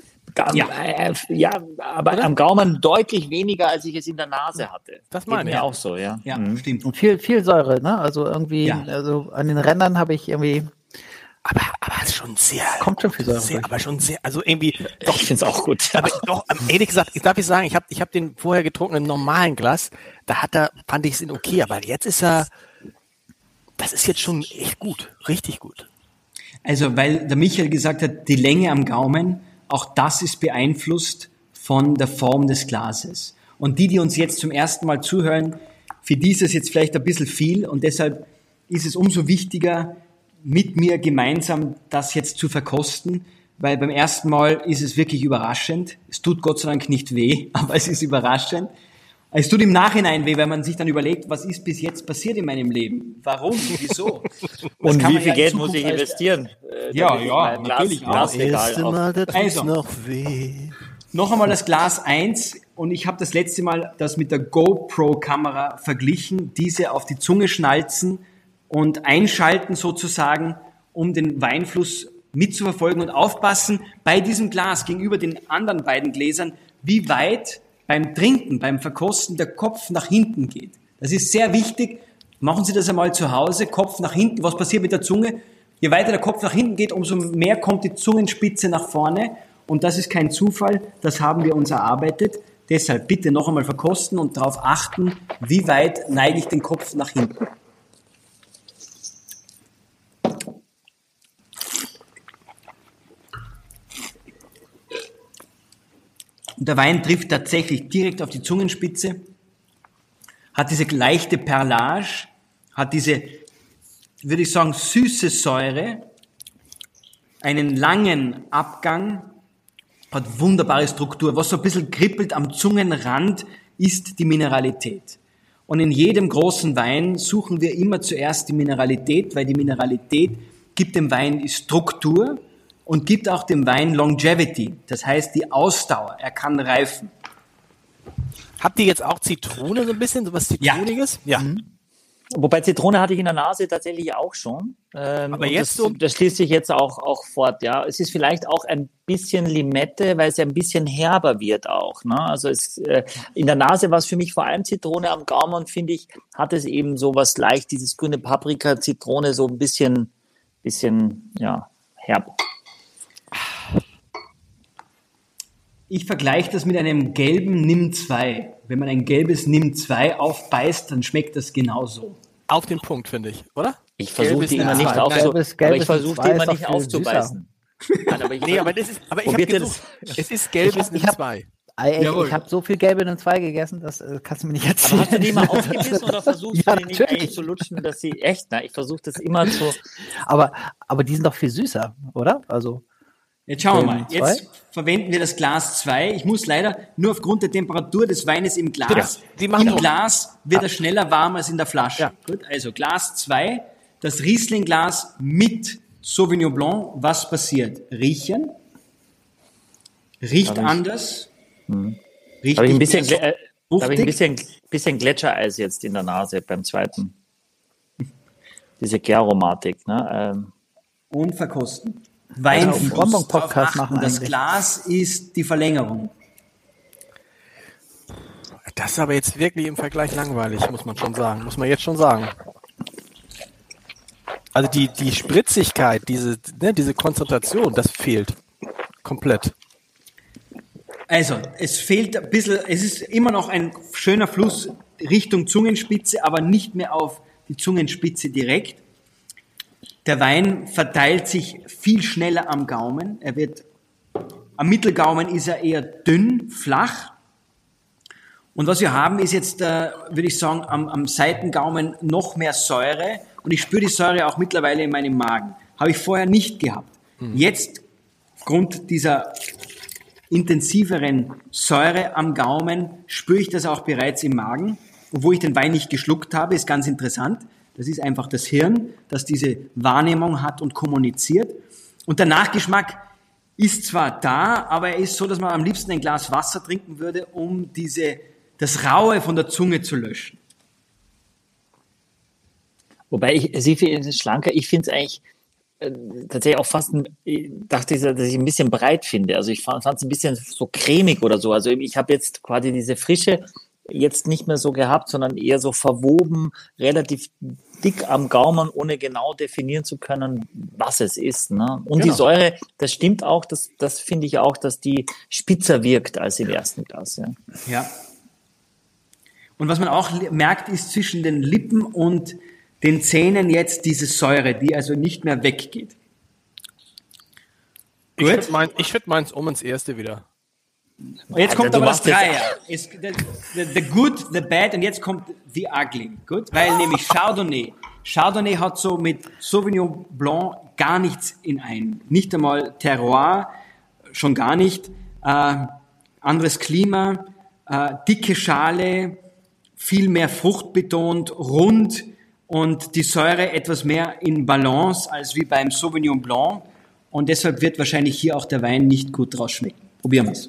Aber oder? Am Gaumen deutlich weniger, als ich es in der Nase hatte. Das meine ich auch so, ja. Ja, stimmt. Und viel Säure, ne? Also irgendwie, also an den Rändern habe ich irgendwie. Aber es ist schon sehr. Kommt schon viel Säure. Aber schon sehr, also irgendwie. Doch, ich finde es auch gut. Aber doch, ehrlich gesagt, darf ich sagen, ich hab den vorher getrunken im normalen Glas. Fand ich es okay, aber jetzt ist das ist jetzt schon echt gut. Richtig gut. Also, weil der Michael gesagt hat, die Länge am Gaumen, auch das ist beeinflusst von der Form des Glases. Und die uns jetzt zum ersten Mal zuhören, für die ist es jetzt vielleicht ein bisschen viel und deshalb ist es umso wichtiger, mit mir gemeinsam das jetzt zu verkosten, weil beim ersten Mal ist es wirklich überraschend. Es tut Gott sei Dank nicht weh, aber es ist überraschend. Es tut im Nachhinein weh, wenn man sich dann überlegt, was ist bis jetzt passiert in meinem Leben? Warum? Wieso? Und wie viel Geld muss ich investieren? Ja, natürlich auch. Also, noch weh. Noch einmal das Glas 1 und ich habe das letzte Mal das mit der GoPro-Kamera verglichen, diese auf die Zunge schnalzen und einschalten sozusagen, um den Weinfluss mitzuverfolgen und aufpassen bei diesem Glas gegenüber den anderen beiden Gläsern, wie weit beim Trinken, beim Verkosten der Kopf nach hinten geht. Das ist sehr wichtig. Machen Sie das einmal zu Hause, Kopf nach hinten. Was passiert mit der Zunge? Je weiter der Kopf nach hinten geht, umso mehr kommt die Zungenspitze nach vorne. Und das ist kein Zufall, das haben wir uns erarbeitet. Deshalb bitte noch einmal verkosten und darauf achten, wie weit neige ich den Kopf nach hinten. Und der Wein trifft tatsächlich direkt auf die Zungenspitze, hat diese leichte Perlage, hat diese, würde ich sagen, süße Säure, einen langen Abgang, hat wunderbare Struktur. Was so ein bisschen kribbelt am Zungenrand, ist die Mineralität. Und in jedem großen Wein suchen wir immer zuerst die Mineralität, weil die Mineralität gibt dem Wein die Struktur und gibt auch dem Wein Longevity, das heißt die Ausdauer. Er kann reifen. Habt ihr jetzt auch Zitrone so ein bisschen, sowas Zitroniges? Ja. Wobei Zitrone hatte ich in der Nase tatsächlich auch schon. Aber jetzt das schließt sich jetzt auch fort, ja. Es ist vielleicht auch ein bisschen Limette, weil es ja ein bisschen herber wird auch, ne? Also in der Nase war es für mich vor allem Zitrone, am Gaumen, finde ich, hat es eben so was leicht, dieses grüne Paprika, Zitrone, so ein bisschen, ja, herb. Ich vergleiche das mit einem gelben Nimm 2. Wenn man ein gelbes Nimm 2 aufbeißt, dann schmeckt das genauso. Auf den Punkt, finde ich, oder? Ich versuche die immer nicht aufzubeißen. Nein, aber ich habe gesucht. Es ist gelbes Nimm 2. Ich habe so viel gelbe Nimm 2 gegessen, das kannst du mir nicht erzählen. Aber hast du die mal aufgebissen oder versuchst du die nicht eigentlich zu lutschen, dass sie echt, ich versuche das immer zu... Aber die sind doch viel süßer, oder? Also... Jetzt schauen wir mal. Jetzt verwenden wir das Glas 2. Ich muss leider nur aufgrund der Temperatur des Weines im Glas. Im Glas wird er schneller warm als in der Flasche. Ja. Gut, also Glas 2, das Riesling-Glas mit Sauvignon Blanc. Was passiert? Riechen. Riecht anders. Riecht habe ich ein bisschen Gletschereis jetzt in der Nase beim zweiten. Diese Gäraromatik. Ne? Und verkosten. Weinfluss, Podcast machen. Das Glas ist die Verlängerung. Das ist aber jetzt wirklich im Vergleich langweilig, muss man jetzt schon sagen. Also die Spritzigkeit, diese Konzentration, das fehlt komplett. Also, es fehlt ein bisschen, es ist immer noch ein schöner Fluss Richtung Zungenspitze, aber nicht mehr auf die Zungenspitze direkt. Der Wein verteilt sich viel schneller am Gaumen. Am Mittelgaumen ist er eher dünn, flach. Und was wir haben, ist jetzt, würde ich sagen, am Seitengaumen noch mehr Säure. Und ich spüre die Säure auch mittlerweile in meinem Magen. Habe ich vorher nicht gehabt. Jetzt, aufgrund dieser intensiveren Säure am Gaumen, spüre ich das auch bereits im Magen. Obwohl ich den Wein nicht geschluckt habe, ist ganz interessant. Das ist einfach das Hirn, das diese Wahrnehmung hat und kommuniziert. Und der Nachgeschmack ist zwar da, aber er ist so, dass man am liebsten ein Glas Wasser trinken würde, um das Raue von der Zunge zu löschen. Wobei Sie finden es schlanker. Ich finde es eigentlich tatsächlich auch fast, dachte ich, dass ich ein bisschen breit finde. Also ich fand es ein bisschen so cremig oder so. Also ich habe jetzt quasi diese Frische jetzt nicht mehr so gehabt, sondern eher so verwoben, relativ dick am Gaumen, ohne genau definieren zu können, was es ist. Ne? Und Die Säure, das stimmt auch, das finde ich auch, dass die spitzer wirkt als im ersten Glas. Ja. Und was man auch merkt, ist zwischen den Lippen und den Zähnen jetzt diese Säure, die also nicht mehr weggeht. Ich würde meins ins erste wieder. Und jetzt kommt aber das Dreier. The good, the bad und jetzt kommt the ugly. Gut? Weil nämlich Chardonnay Chardonnay hat so mit Sauvignon Blanc gar nichts in einem. Nicht einmal Terroir, schon gar nicht. Anderes Klima, dicke Schale, viel mehr fruchtbetont, rund und die Säure etwas mehr in Balance als wie beim Sauvignon Blanc. Und deshalb wird wahrscheinlich hier auch der Wein nicht gut draus schmecken. Probieren wir es.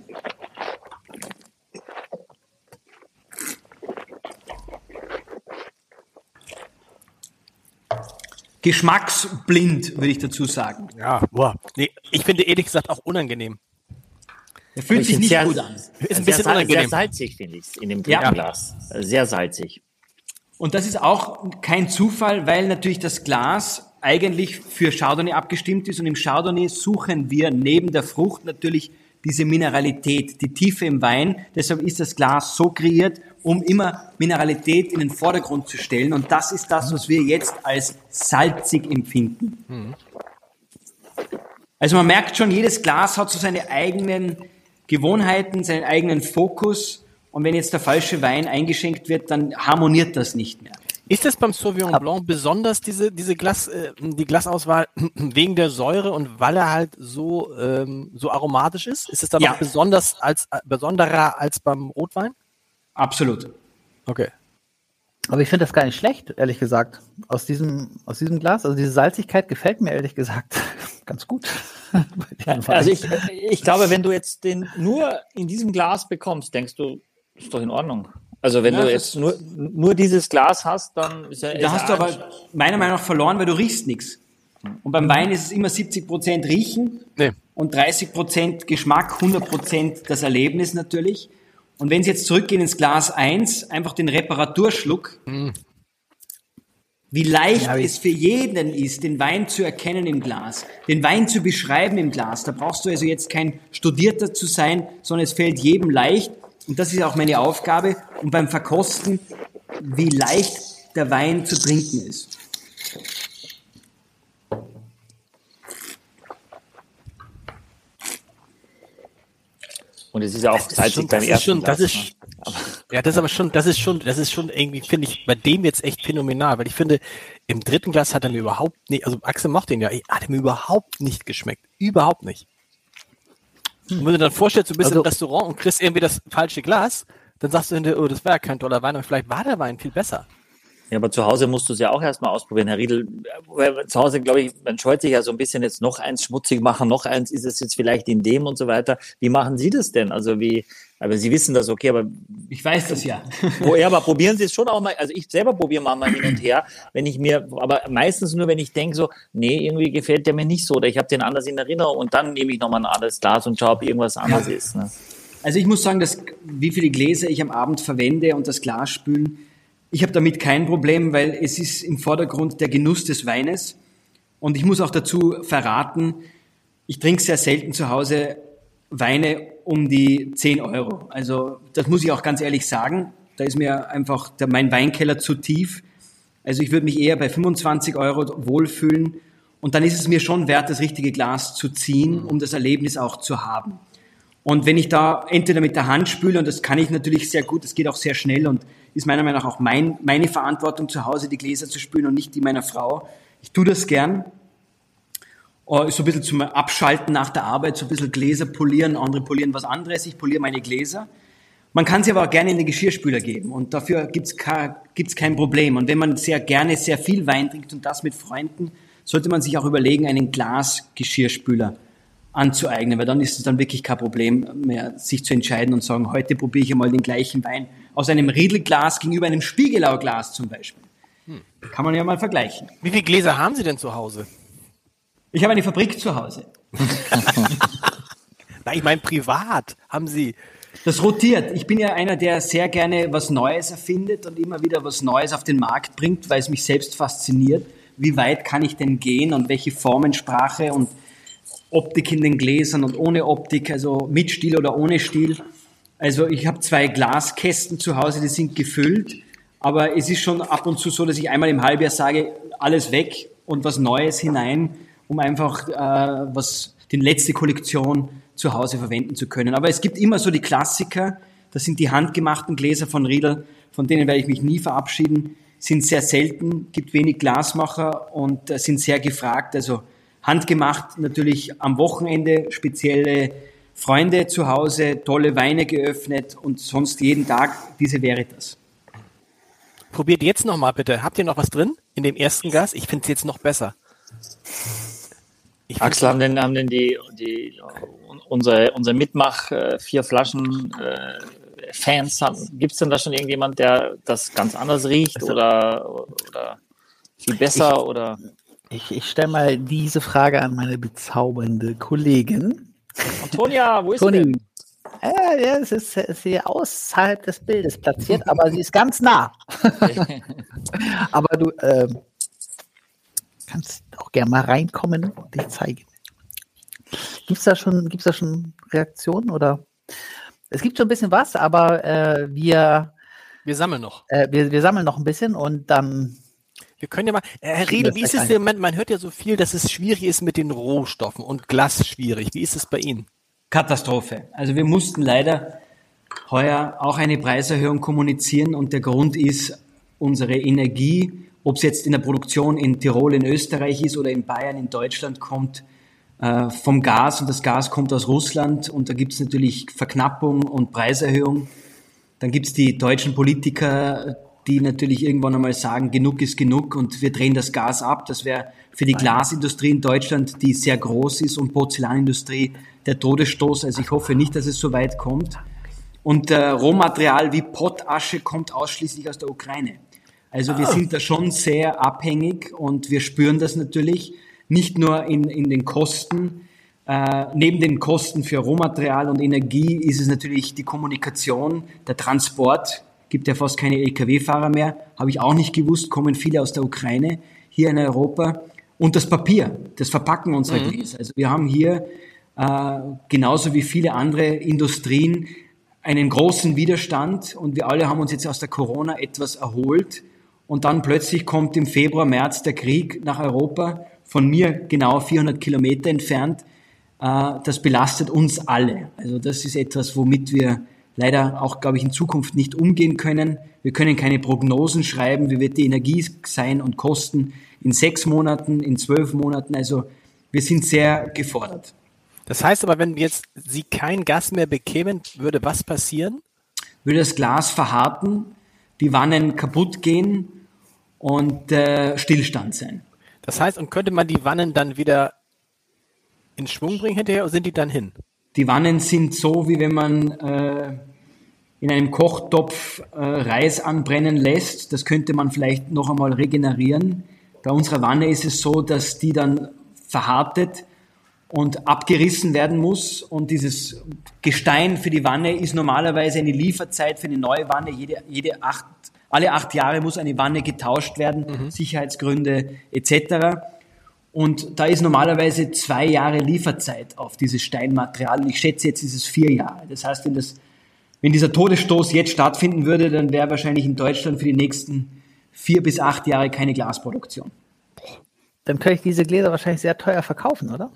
Geschmacksblind, würde ich dazu sagen. Ja, boah. Nee, ich finde ehrlich gesagt auch unangenehm. Er fühlt sich nicht sehr, gut an. Ist ein bisschen unangenehm. Sehr salzig, finde ich, in dem dritten Glas. Sehr salzig. Und das ist auch kein Zufall, weil natürlich das Glas eigentlich für Chardonnay abgestimmt ist. Und im Chardonnay suchen wir neben der Frucht natürlich diese Mineralität, die Tiefe im Wein. Deshalb ist das Glas so kreiert, um immer Mineralität in den Vordergrund zu stellen. Und das ist das, was wir jetzt als salzig empfinden. Also man merkt schon, jedes Glas hat so seine eigenen Gewohnheiten, seinen eigenen Fokus. Und wenn jetzt der falsche Wein eingeschenkt wird, dann harmoniert das nicht mehr. Ist es beim Sauvignon Blanc besonders die Glasauswahl wegen der Säure und weil er halt so aromatisch ist? Ist es dann noch besonderer als beim Rotwein? Absolut. Okay. Aber ich finde das gar nicht schlecht, ehrlich gesagt, aus diesem Glas. Also diese Salzigkeit gefällt mir ehrlich gesagt ganz gut. Also ich glaube, wenn du jetzt den nur in diesem Glas bekommst, denkst du, ist doch in Ordnung. Also wenn du jetzt nur dieses Glas hast, dann ist ja... Da hast du aber meiner Meinung nach verloren, weil du riechst nichts. Und beim Wein ist es immer 70% Riechen und 30% Geschmack, 100% das Erlebnis natürlich. Und wenn Sie jetzt zurückgehen ins Glas 1, einfach den Reparaturschluck, wie leicht es für jeden ist, den Wein zu erkennen im Glas, den Wein zu beschreiben im Glas. Da brauchst du also jetzt kein Studierter zu sein, sondern es fällt jedem leicht. Und das ist auch meine Aufgabe. Und beim Verkosten, wie leicht der Wein zu trinken ist. Und es ist ja auch salzig beim ersten Glas. Das ist schon irgendwie, finde ich, bei dem jetzt echt phänomenal, weil ich finde, im dritten Glas hat er mir überhaupt nicht, also Axel mochte ihn ja, hat er mir überhaupt nicht geschmeckt. Überhaupt nicht. Und wenn du dann vorstellst, du bist im Restaurant und kriegst irgendwie das falsche Glas, dann sagst du hinterher, oh, das war ja kein toller Wein, aber vielleicht war der Wein viel besser. Ja, aber zu Hause musst du es ja auch erstmal ausprobieren, Herr Riedl. Zu Hause, glaube ich, man scheut sich ja so ein bisschen jetzt noch eins schmutzig machen, noch eins ist es jetzt vielleicht in dem und so weiter. Wie machen Sie das denn? Also aber Sie wissen das, okay, aber... Ich weiß das ja. Aber probieren Sie es schon auch mal, also ich selber probiere mal hin und her, aber meistens nur, wenn ich denke so, nee, irgendwie gefällt der mir nicht so oder ich habe den anders in Erinnerung und dann nehme ich nochmal ein anderes Glas und schaue, ob irgendwas anders ist. Ne? Also ich muss sagen, wie viele Gläser ich am Abend verwende und das Glas spülen, ich habe damit kein Problem, weil es ist im Vordergrund der Genuss des Weines. Und ich muss auch dazu verraten, ich trinke sehr selten zu Hause Weine um die 10 Euro. Also das muss ich auch ganz ehrlich sagen. Da ist mir einfach mein Weinkeller zu tief. Also ich würde mich eher bei 25 Euro wohlfühlen. Und dann ist es mir schon wert, das richtige Glas zu ziehen, um das Erlebnis auch zu haben. Und wenn ich da entweder mit der Hand spüle, und das kann ich natürlich sehr gut, das geht auch sehr schnell und ist meiner Meinung nach auch meine Verantwortung zu Hause, die Gläser zu spülen und nicht die meiner Frau. Ich tue das gern. So ein bisschen zum Abschalten nach der Arbeit, so ein bisschen Gläser polieren, andere polieren was anderes. Ich poliere meine Gläser. Man kann sie aber auch gerne in den Geschirrspüler geben und dafür gibt's kein Problem. Und wenn man sehr gerne sehr viel Wein trinkt und das mit Freunden, sollte man sich auch überlegen, einen Glas-Geschirrspüler anzueignen, weil dann ist es dann wirklich kein Problem mehr, sich zu entscheiden und sagen, heute probiere ich einmal den gleichen Wein aus einem Riedelglas gegenüber einem Spiegelau-Glas zum Beispiel. Kann man ja mal vergleichen. Wie viele Gläser haben Sie denn zu Hause? Ich habe eine Fabrik zu Hause. Nein, ich meine privat haben Sie... Das rotiert. Ich bin ja einer, der sehr gerne was Neues erfindet und immer wieder was Neues auf den Markt bringt, weil es mich selbst fasziniert. Wie weit kann ich denn gehen und welche Formensprache und Optik in den Gläsern und ohne Optik, also mit Stiel oder ohne Stiel. Also ich habe 2 Glaskästen zu Hause, die sind gefüllt, aber es ist schon ab und zu so, dass ich einmal im Halbjahr sage, alles weg und was Neues hinein, um einfach die letzte Kollektion zu Hause verwenden zu können. Aber es gibt immer so die Klassiker, das sind die handgemachten Gläser von Riedl, von denen werde ich mich nie verabschieden. sind sehr selten, gibt wenig Glasmacher und sind sehr gefragt. Also handgemacht natürlich am Wochenende, spezielle Freunde zu Hause, tolle Weine geöffnet und sonst jeden Tag diese Veritas. Probiert jetzt nochmal bitte. Habt ihr noch was drin in dem ersten Glas? Ich finde es jetzt noch besser. Axel, haben denn unser Mitmach 4 Flaschen Fans, gibt es denn da schon irgendjemand, der das ganz anders riecht oder viel besser? Ich stelle mal diese Frage an meine bezaubernde Kollegin. Antonia, wo ist sie Toni. denn? Ja, es ist hier außerhalb des Bildes platziert, aber sie ist ganz nah. Aber du kannst auch gerne mal reinkommen und dich zeigen. Gibt's da schon Reaktionen oder? Es gibt schon ein bisschen was, aber wir sammeln noch. Wir sammeln noch ein bisschen und dann. Wir können ja mal, Herr Riedel, wie ist es denn im Moment? Man hört ja so viel, dass es schwierig ist mit den Rohstoffen und Glas schwierig. Wie ist es bei Ihnen? Katastrophe. Also wir mussten leider heuer auch eine Preiserhöhung kommunizieren und der Grund ist, unsere Energie, ob es jetzt in der Produktion in Tirol, in Österreich ist oder in Bayern, in Deutschland, kommt vom Gas und das Gas kommt aus Russland und da gibt es natürlich Verknappung und Preiserhöhung. Dann gibt es die deutschen Politiker, die natürlich irgendwann einmal sagen, genug ist genug und wir drehen das Gas ab. Das wäre für die Glasindustrie in Deutschland, die sehr groß ist, und Porzellanindustrie der Todesstoß. Also ich hoffe nicht, dass es so weit kommt. Und Rohmaterial wie Pottasche kommt ausschließlich aus der Ukraine. Also wir sind da schon sehr abhängig und wir spüren das natürlich nicht nur in den Kosten. Neben den Kosten für Rohmaterial und Energie ist es natürlich die Kommunikation, der Transport. Gibt ja fast keine LKW-Fahrer mehr, habe ich auch nicht gewusst, kommen viele aus der Ukraine hier in Europa. Und das Papier, das Verpacken unserer Gläser. Also wir haben hier genauso wie viele andere Industrien einen großen Widerstand und wir alle haben uns jetzt aus der Corona etwas erholt und dann plötzlich kommt im Februar, März der Krieg nach Europa, von mir genau 400 Kilometer entfernt. Das belastet uns alle. Also das ist etwas, womit wir leider auch, glaube ich, in Zukunft nicht umgehen können. Wir können keine Prognosen schreiben, wie wird die Energie sein und kosten in 6 Monaten, in 12 Monaten. Also wir sind sehr gefordert. Das heißt aber, wenn jetzt Sie kein Gas mehr bekämen, würde was passieren? Würde das Glas verhärten, die Wannen kaputt gehen und Stillstand sein. Das heißt, und könnte man die Wannen dann wieder in Schwung bringen hinterher oder sind die dann hin? Die Wannen sind so, wie wenn man in einem Kochtopf Reis anbrennen lässt. Das könnte man vielleicht noch einmal regenerieren. Bei unserer Wanne ist es so, dass die dann verhärtet und abgerissen werden muss. Und dieses Gestein für die Wanne ist normalerweise eine Lieferzeit für eine neue Wanne. Alle 8 Jahre muss eine Wanne getauscht werden, Sicherheitsgründe etc. Und da ist normalerweise 2 Jahre Lieferzeit auf dieses Steinmaterial. Und ich schätze, jetzt ist es 4 Jahre. Das heißt, wenn dieser Todesstoß jetzt stattfinden würde, dann wäre wahrscheinlich in Deutschland für die nächsten 4 bis 8 Jahre keine Glasproduktion. Dann könnte ich diese Gläser wahrscheinlich sehr teuer verkaufen, oder?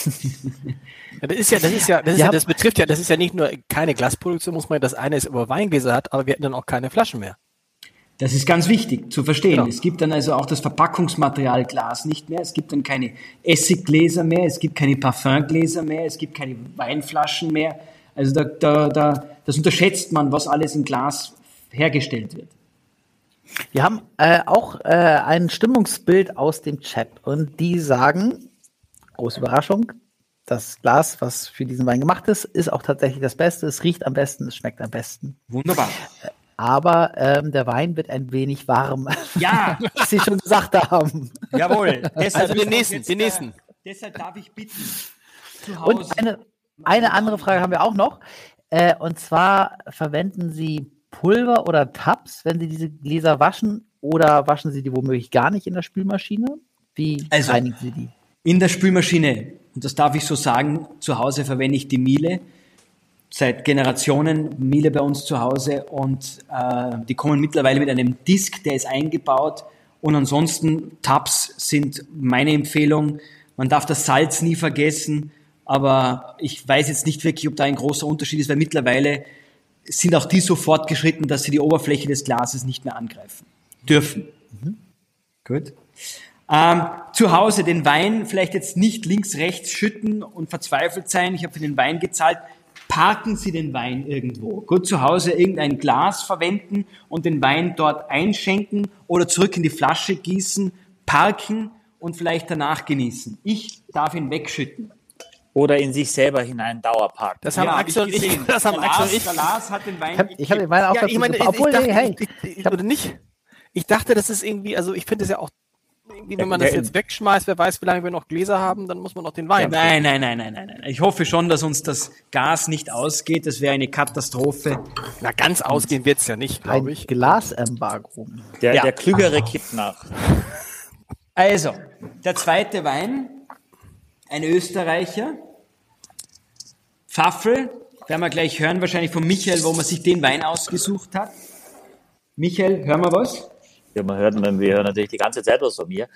Das betrifft ja, das ist ja nicht nur keine Glasproduktion, muss man, das eine ist über Weingläser hat, aber wir hätten dann auch keine Flaschen mehr. Das ist ganz wichtig zu verstehen. Genau. Es gibt dann also auch das Verpackungsmaterial Glas nicht mehr. Es gibt dann keine Essiggläser mehr. Es gibt keine Parfümgläser mehr. Es gibt keine Weinflaschen mehr. Also das unterschätzt man, was alles in Glas hergestellt wird. Wir haben auch ein Stimmungsbild aus dem Chat und die sagen, große Überraschung, das Glas, was für diesen Wein gemacht ist, ist auch tatsächlich das Beste. Es riecht am besten, es schmeckt am besten. Wunderbar. Aber der Wein wird ein wenig warm. Ja, was Sie schon gesagt haben. jawohl. Also den nächsten. Deshalb darf ich bitten, zu Hause. Und eine andere Frage haben wir auch noch. Und zwar, verwenden Sie Pulver oder Tabs, wenn Sie diese Gläser waschen? Oder waschen Sie die womöglich gar nicht in der Spülmaschine? Wie reinigen Sie die? In der Spülmaschine, und das darf ich so sagen, zu Hause verwende ich die Miele. Seit Generationen Miele bei uns zu Hause und die kommen mittlerweile mit einem Disk, der ist eingebaut und ansonsten Tabs sind meine Empfehlung. Man darf das Salz nie vergessen, aber ich weiß jetzt nicht wirklich, ob da ein großer Unterschied ist, weil mittlerweile sind auch die so fortgeschritten, dass sie die Oberfläche des Glases nicht mehr angreifen dürfen. Gut. Zu Hause den Wein vielleicht jetzt nicht links, rechts schütten und verzweifelt sein. Ich habe für den Wein gezahlt. Parken Sie den Wein irgendwo. Gut, zu Hause irgendein Glas verwenden und den Wein dort einschenken oder zurück in die Flasche gießen, parken und vielleicht danach genießen. Ich darf ihn wegschütten. Oder in sich selber hinein Dauerpark. Das haben Axel und ich. Der Lars hat den Wein. Ich habe den Wein auch dazu Ich dachte, das ist irgendwie, also ich finde es ja auch, irgendwie, wenn man das jetzt wegschmeißt, wer weiß, wie lange wir noch Gläser haben, dann muss man noch den Wein. Nein. Ich hoffe schon, dass uns das Gas nicht ausgeht. Das wäre eine Katastrophe. Na, ganz ausgehen wird's ja nicht, glaube ich. Ein Glasembargo. Der Klügere kippt nach. Also, der zweite Wein, ein Österreicher, Pfaffel, werden wir gleich hören, wahrscheinlich von Michael, wo man sich den Wein ausgesucht hat. Michael, hören wir was? Ja, wir hören natürlich die ganze Zeit was von mir.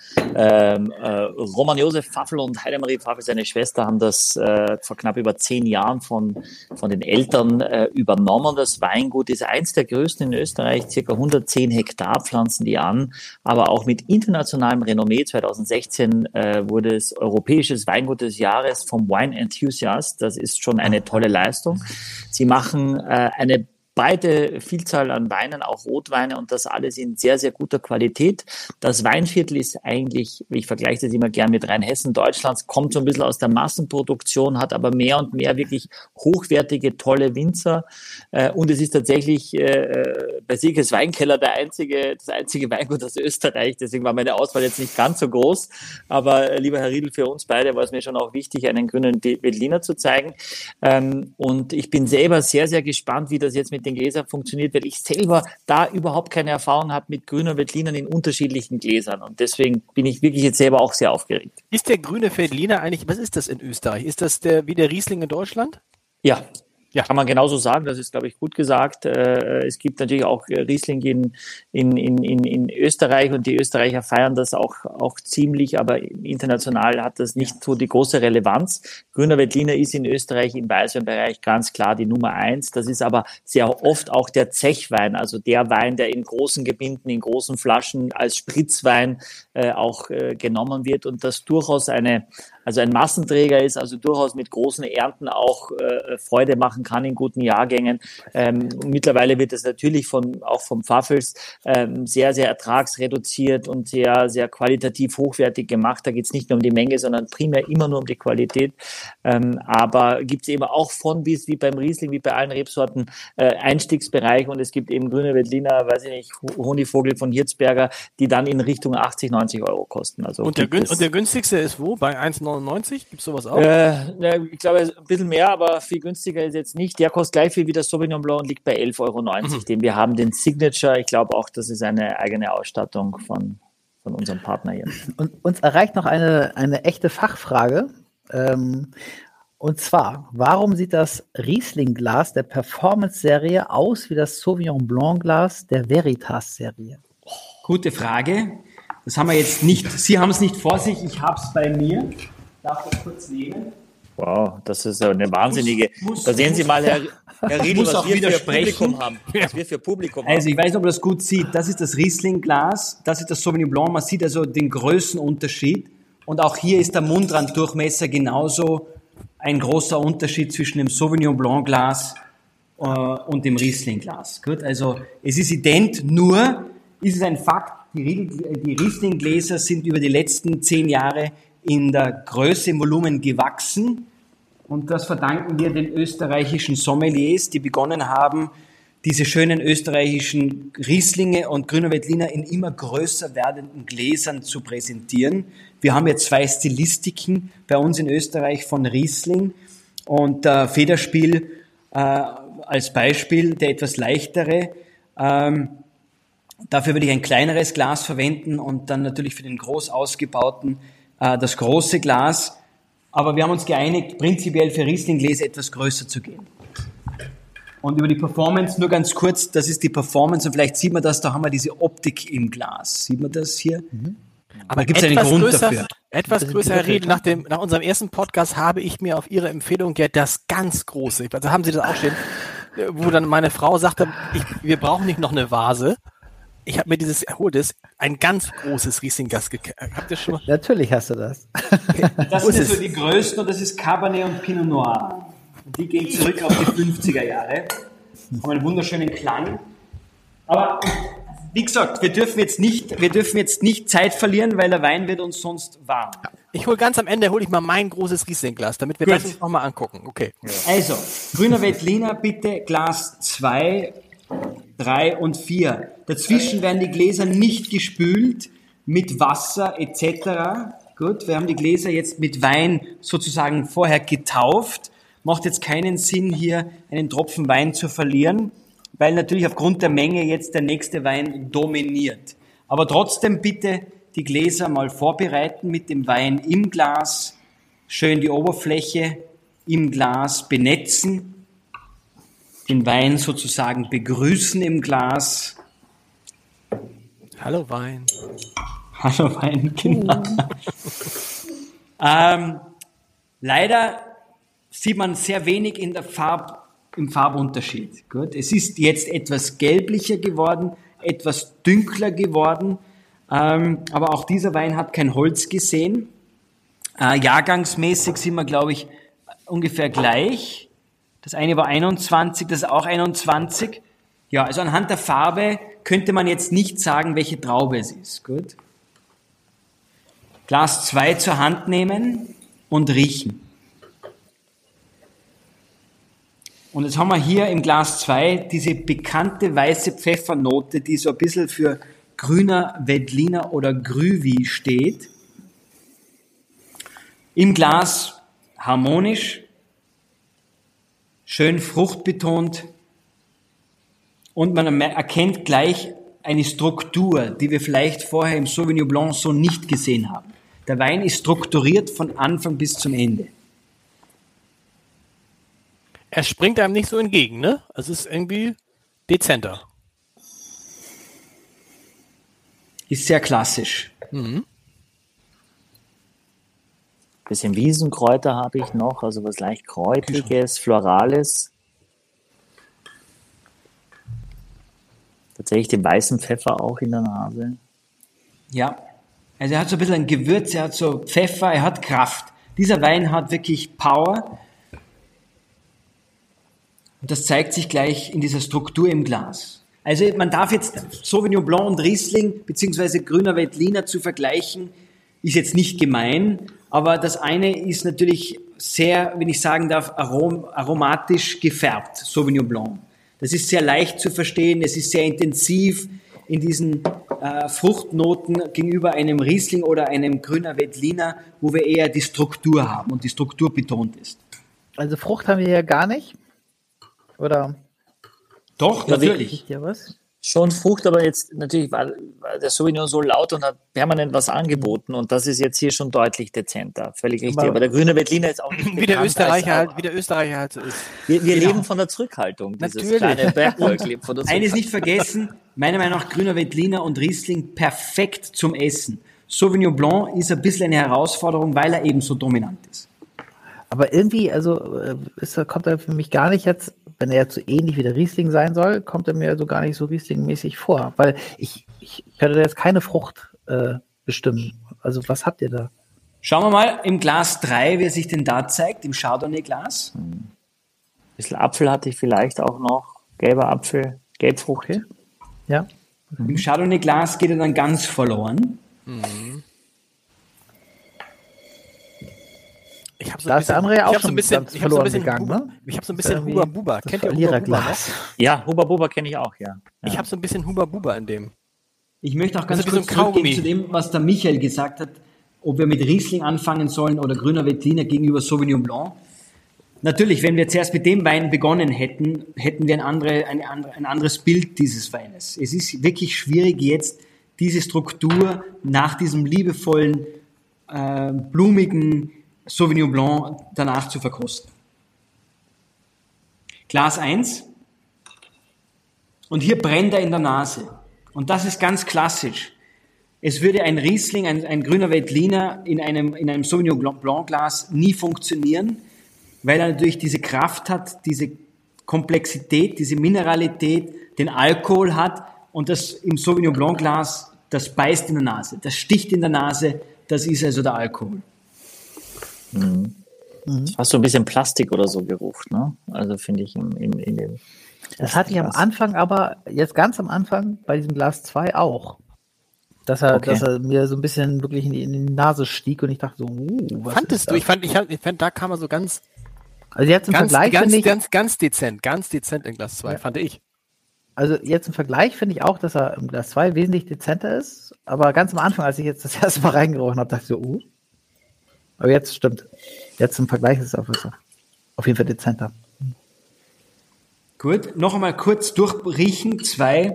Roman Josef Pfaffel und Heidemarie Pfaffel, seine Schwester, haben das vor knapp über 10 Jahren von den Eltern übernommen. Das Weingut ist eins der größten in Österreich, circa 110 Hektar pflanzen die an, aber auch mit internationalem Renommee. 2016 wurde es Europäisches Weingut des Jahres vom Wine Enthusiast. Das ist schon eine tolle Leistung. Sie machen eine breite Vielzahl an Weinen, auch Rotweine, und das alles in sehr, sehr guter Qualität. Das Weinviertel ist eigentlich, ich vergleiche das immer gern mit Rheinhessen Deutschlands, kommt so ein bisschen aus der Massenproduktion, hat aber mehr und mehr wirklich hochwertige, tolle Winzer. Und es ist tatsächlich bei Silkes Weinkeller das einzige Weingut aus Österreich. Deswegen war meine Auswahl jetzt nicht ganz so groß. Aber lieber Herr Riedl, für uns beide war es mir schon auch wichtig, einen grünen Veltliner zu zeigen. Und ich bin selber sehr, sehr gespannt, wie das jetzt mit den Gläsern funktioniert, weil ich selber da überhaupt keine Erfahrung habe mit grünen Veltlinern in unterschiedlichen Gläsern. Und deswegen bin ich wirklich jetzt selber auch sehr aufgeregt. Ist der grüne Veltliner eigentlich, was ist das in Österreich? Ist das wie der Riesling in Deutschland? Ja. Kann man genauso sagen, das ist, glaube ich, gut gesagt. Es gibt natürlich auch Riesling in Österreich und die Österreicher feiern das auch ziemlich, aber international hat das nicht so die große Relevanz. Grüner Veltliner ist in Österreich im Weißweinbereich ganz klar die Nummer 1. Das ist aber sehr oft auch der Zechwein, also der Wein, der in großen Gebinden, in großen Flaschen als Spritzwein auch genommen wird und das durchaus ein Massenträger ist, also durchaus mit großen Ernten auch Freude machen kann in guten Jahrgängen. Mittlerweile wird es natürlich auch vom Pfaffels sehr, sehr ertragsreduziert und sehr, sehr qualitativ hochwertig gemacht. Da geht es nicht nur um die Menge, sondern primär immer nur um die Qualität. Aber gibt es eben auch von bis, wie beim Riesling, wie bei allen Rebsorten, Einstiegsbereich, und es gibt eben grüne Veltliner, weiß ich nicht, Honigvogel von Hirzberger, die dann in Richtung 80, 90 Euro kosten. Also und der günstigste ist wo? Bei 1,99? Gibt es sowas auch? Ich glaube, ein bisschen mehr, aber viel günstiger ist jetzt nicht. Der kostet gleich viel wie der Sauvignon Blanc und liegt bei 11,90 Euro. Den wir haben, den Signature. Ich glaube auch, das ist eine eigene Ausstattung von unserem Partner hier. Und uns erreicht noch eine echte Fachfrage. Und zwar, warum sieht das Riesling-Glas der Performance-Serie aus wie das Sauvignon Blanc-Glas der Veritas-Serie? Gute Frage. Das haben wir jetzt nicht. Sie haben es nicht vor sich, ich habe es bei mir. Darf das kurz nehmen? Wow, das ist eine wahnsinnige. Da sehen Sie mal, Herr Riedl, was wir für Publikum haben. Was wir für Publikum haben. Also ich weiß nicht, ob man das gut sieht. Das ist das Riesling-Glas, das ist das Sauvignon Blanc. Man sieht also den Größenunterschied. Und auch hier ist der Mundrandurchmesser genauso ein großer Unterschied zwischen dem Sauvignon Blanc-Glas und dem Riesling-Glas. Gut, also es ist ident, nur ist es ein Fakt, die Riesling-Gläser sind über die letzten 10 Jahre in der Größe, im Volumen gewachsen. Und das verdanken wir den österreichischen Sommeliers, die begonnen haben, diese schönen österreichischen Rieslinge und Grüner Veltliner in immer größer werdenden Gläsern zu präsentieren. Wir haben jetzt 2 Stilistiken bei uns in Österreich von Riesling und Federspiel als Beispiel, der etwas leichtere. Dafür würde ich ein kleineres Glas verwenden und dann natürlich für den groß ausgebauten das große Glas. Aber wir haben uns geeinigt, prinzipiell für Riesling-Gläser etwas größer zu gehen. Und über die Performance nur ganz kurz, das ist die Performance und vielleicht sieht man das, da haben wir diese Optik im Glas. Sieht man das hier? Mhm. Aber gibt es einen Grund dafür? Etwas größer, Herr Riedl, nach unserem ersten Podcast habe ich mir auf Ihre Empfehlung ja das ganz große, also haben Sie das auch stehen, wo dann meine Frau sagte, wir brauchen nicht noch eine Vase, Ich habe mir dieses erholtes, ein ganz großes Riesling-Glas gekauft. Habt ihr schon mal? Natürlich hast du das. Das sind so die größten und das ist Cabernet und Pinot Noir. Und die gehen zurück auf die 50er Jahre. Haben einen wunderschönen Klang. Aber wie gesagt, wir dürfen jetzt nicht Zeit verlieren, weil der Wein wird uns sonst warm. Ich hole ganz am Ende mal mein großes Riesling-Glas, damit wir das uns nochmal angucken. Okay. Also, grüner Veltliner bitte Glas 2, 3 und 4. Dazwischen werden die Gläser nicht gespült mit Wasser etc. Gut, wir haben die Gläser jetzt mit Wein sozusagen vorher getauft. Macht jetzt keinen Sinn, hier einen Tropfen Wein zu verlieren, weil natürlich aufgrund der Menge jetzt der nächste Wein dominiert. Aber trotzdem bitte die Gläser mal vorbereiten mit dem Wein im Glas, schön die Oberfläche im Glas benetzen, den Wein sozusagen begrüßen im Glas. Hallo Wein. Hallo Wein, genau. Leider sieht man sehr wenig im Farbunterschied. Gut. Es ist jetzt etwas gelblicher geworden, etwas dünkler geworden, aber auch dieser Wein hat kein Holz gesehen. Jahrgangsmäßig sind wir, glaube ich, ungefähr gleich. Das eine war 21, das ist auch 21. Ja, also anhand der Farbe könnte man jetzt nicht sagen, welche Traube es ist. Gut. Glas 2 zur Hand nehmen und riechen. Und jetzt haben wir hier im Glas 2 diese bekannte weiße Pfeffernote, die so ein bisschen für grüner Veltliner oder Grüvi steht. Im Glas harmonisch, schön fruchtbetont und man erkennt gleich eine Struktur, die wir vielleicht vorher im Sauvignon Blanc so nicht gesehen haben. Der Wein ist strukturiert von Anfang bis zum Ende. Er springt einem nicht so entgegen, ne? Es ist irgendwie dezenter. Ist sehr klassisch. Mhm. Bisschen Wiesenkräuter habe ich noch, also was leicht Kräutriges, Florales. Tatsächlich den weißen Pfeffer auch in der Nase. Ja, also er hat so ein bisschen ein Gewürz, er hat so Pfeffer, er hat Kraft. Dieser Wein hat wirklich Power. Und das zeigt sich gleich in dieser Struktur im Glas. Also man darf jetzt Sauvignon Blanc und Riesling beziehungsweise grüner Veltliner zu vergleichen, ist jetzt nicht gemein, aber das eine ist natürlich sehr, wenn ich sagen darf, aromatisch gefärbt, Sauvignon Blanc. Das ist sehr leicht zu verstehen, es ist sehr intensiv in diesen Fruchtnoten gegenüber einem Riesling oder einem grüner Veltliner, wo wir eher die Struktur haben und die Struktur betont ist. Also Frucht haben wir ja gar nicht. Oder? Doch, ja, natürlich. Ja, was? Schon Frucht, aber jetzt natürlich war der Sauvignon so laut und hat permanent was angeboten und das ist jetzt hier schon deutlich dezenter. Völlig richtig. Aber der grüne Veltliner ist auch nicht wie der Österreicher halt so ist. Wir leben von der Zurückhaltung. Dieses kleine Bergvolk lebt von der Zurückhaltung. Eines nicht vergessen, meiner Meinung nach grüner Veltliner und Riesling perfekt zum Essen. Sauvignon Blanc ist ein bisschen eine Herausforderung, weil er eben so dominant ist. Aber irgendwie, kommt er für mich gar nicht jetzt, wenn er jetzt so ähnlich wie der Riesling sein soll, kommt er mir so gar nicht so Riesling-mäßig vor. Weil ich könnte da jetzt keine Frucht bestimmen. Also was habt ihr da? Schauen wir mal im Glas 3, wie er sich denn da zeigt, im Chardonnay-Glas. Ein bisschen Apfel hatte ich vielleicht auch noch. Gelber Apfel, Gelbfrucht. Okay. Ja. Im Chardonnay-Glas geht er dann ganz verloren. Mhm. Da ist der andere ja auch schon verloren gegangen, ne? Ich habe so ein bisschen Huba Buba. Kennt ihr Huba Buba? Ja, Huba Buba kenne ich auch, ja. Ich habe so ein bisschen Huba Buba in dem. Ich möchte auch ganz kurz zurückgehen zu dem, was der Michael gesagt hat, ob wir mit Riesling anfangen sollen oder grüner Veltliner gegenüber Sauvignon Blanc. Natürlich, wenn wir zuerst mit dem Wein begonnen hätten, hätten wir ein anderes Bild dieses Weines. Es ist wirklich schwierig jetzt, diese Struktur nach diesem liebevollen, blumigen Sauvignon Blanc danach zu verkosten. Glas 1. Und hier brennt er in der Nase. Und das ist ganz klassisch. Es würde ein Riesling, ein grüner Veltliner in einem Sauvignon Blanc Glas nie funktionieren, weil er natürlich diese Kraft hat, diese Komplexität, diese Mineralität, den Alkohol hat, und das im Sauvignon Blanc Glas, das beißt in der Nase, das sticht in der Nase, das ist also der Alkohol. Hast so ein bisschen Plastik oder so Geruch, ne? Also finde ich in dem. Das hatte ich am Anfang, aber jetzt ganz am Anfang bei diesem Glas 2 auch. Dass er mir so ein bisschen wirklich in die Nase stieg und ich dachte so, was Fandest du? Ich fand, da kam er so ganz also jetzt im Vergleich finde ich, ganz dezent in Glas 2, fand ich. also jetzt im Vergleich finde ich auch, dass er im Glas 2 wesentlich dezenter ist, aber ganz am Anfang, als ich jetzt das erste Mal reingerochen habe, dachte ich so, aber jetzt stimmt. Jetzt im Vergleich ist es auf jeden Fall dezenter. Gut, noch einmal kurz durchriechen, 2,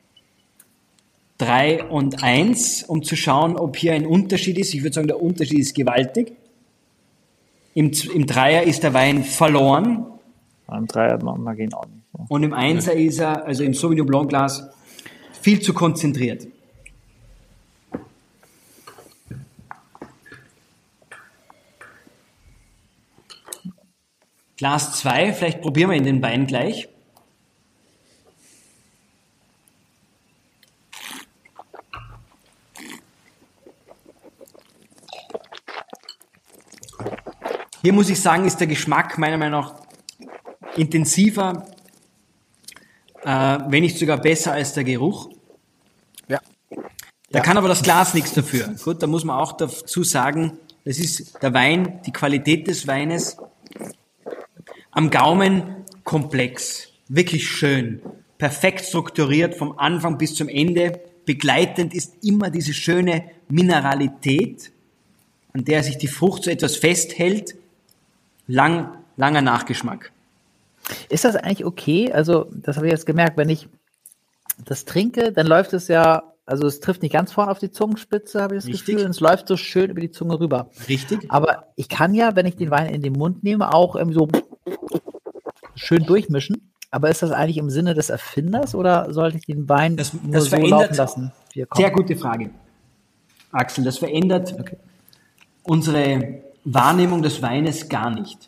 3 und 1, um zu schauen, ob hier ein Unterschied ist. Ich würde sagen, der Unterschied ist gewaltig. Im Dreier ist der Wein verloren. Im Dreier mag ich ihn auch nicht. Ja. Und im Einser ist er, also im Sauvignon Blanc Glas, viel zu konzentriert. Glas 2, vielleicht probieren wir in den Wein gleich. Hier muss ich sagen, ist der Geschmack meiner Meinung nach intensiver, wenn nicht sogar besser als der Geruch. Ja. Da kann aber das Glas nichts dafür. Gut, da muss man auch dazu sagen, das ist der Wein, die Qualität des Weines, am Gaumen komplex, wirklich schön, perfekt strukturiert vom Anfang bis zum Ende. Begleitend ist immer diese schöne Mineralität, an der sich die Frucht so etwas festhält. Langer Nachgeschmack. Ist das eigentlich okay? Also, das habe ich jetzt gemerkt, wenn ich das trinke, dann läuft es ja, also es trifft nicht ganz vorne auf die Zungenspitze, habe ich das Richtig. Gefühl, und es läuft so schön über die Zunge rüber. Richtig. Aber ich kann ja, wenn ich den Wein in den Mund nehme, auch irgendwie so schön durchmischen. Aber ist das eigentlich im Sinne des Erfinders oder sollte ich den Wein Das nur so verändert- laufen lassen, wie er kommt? Sehr gute Frage. Axel, das verändert unsere Wahrnehmung des Weines gar nicht.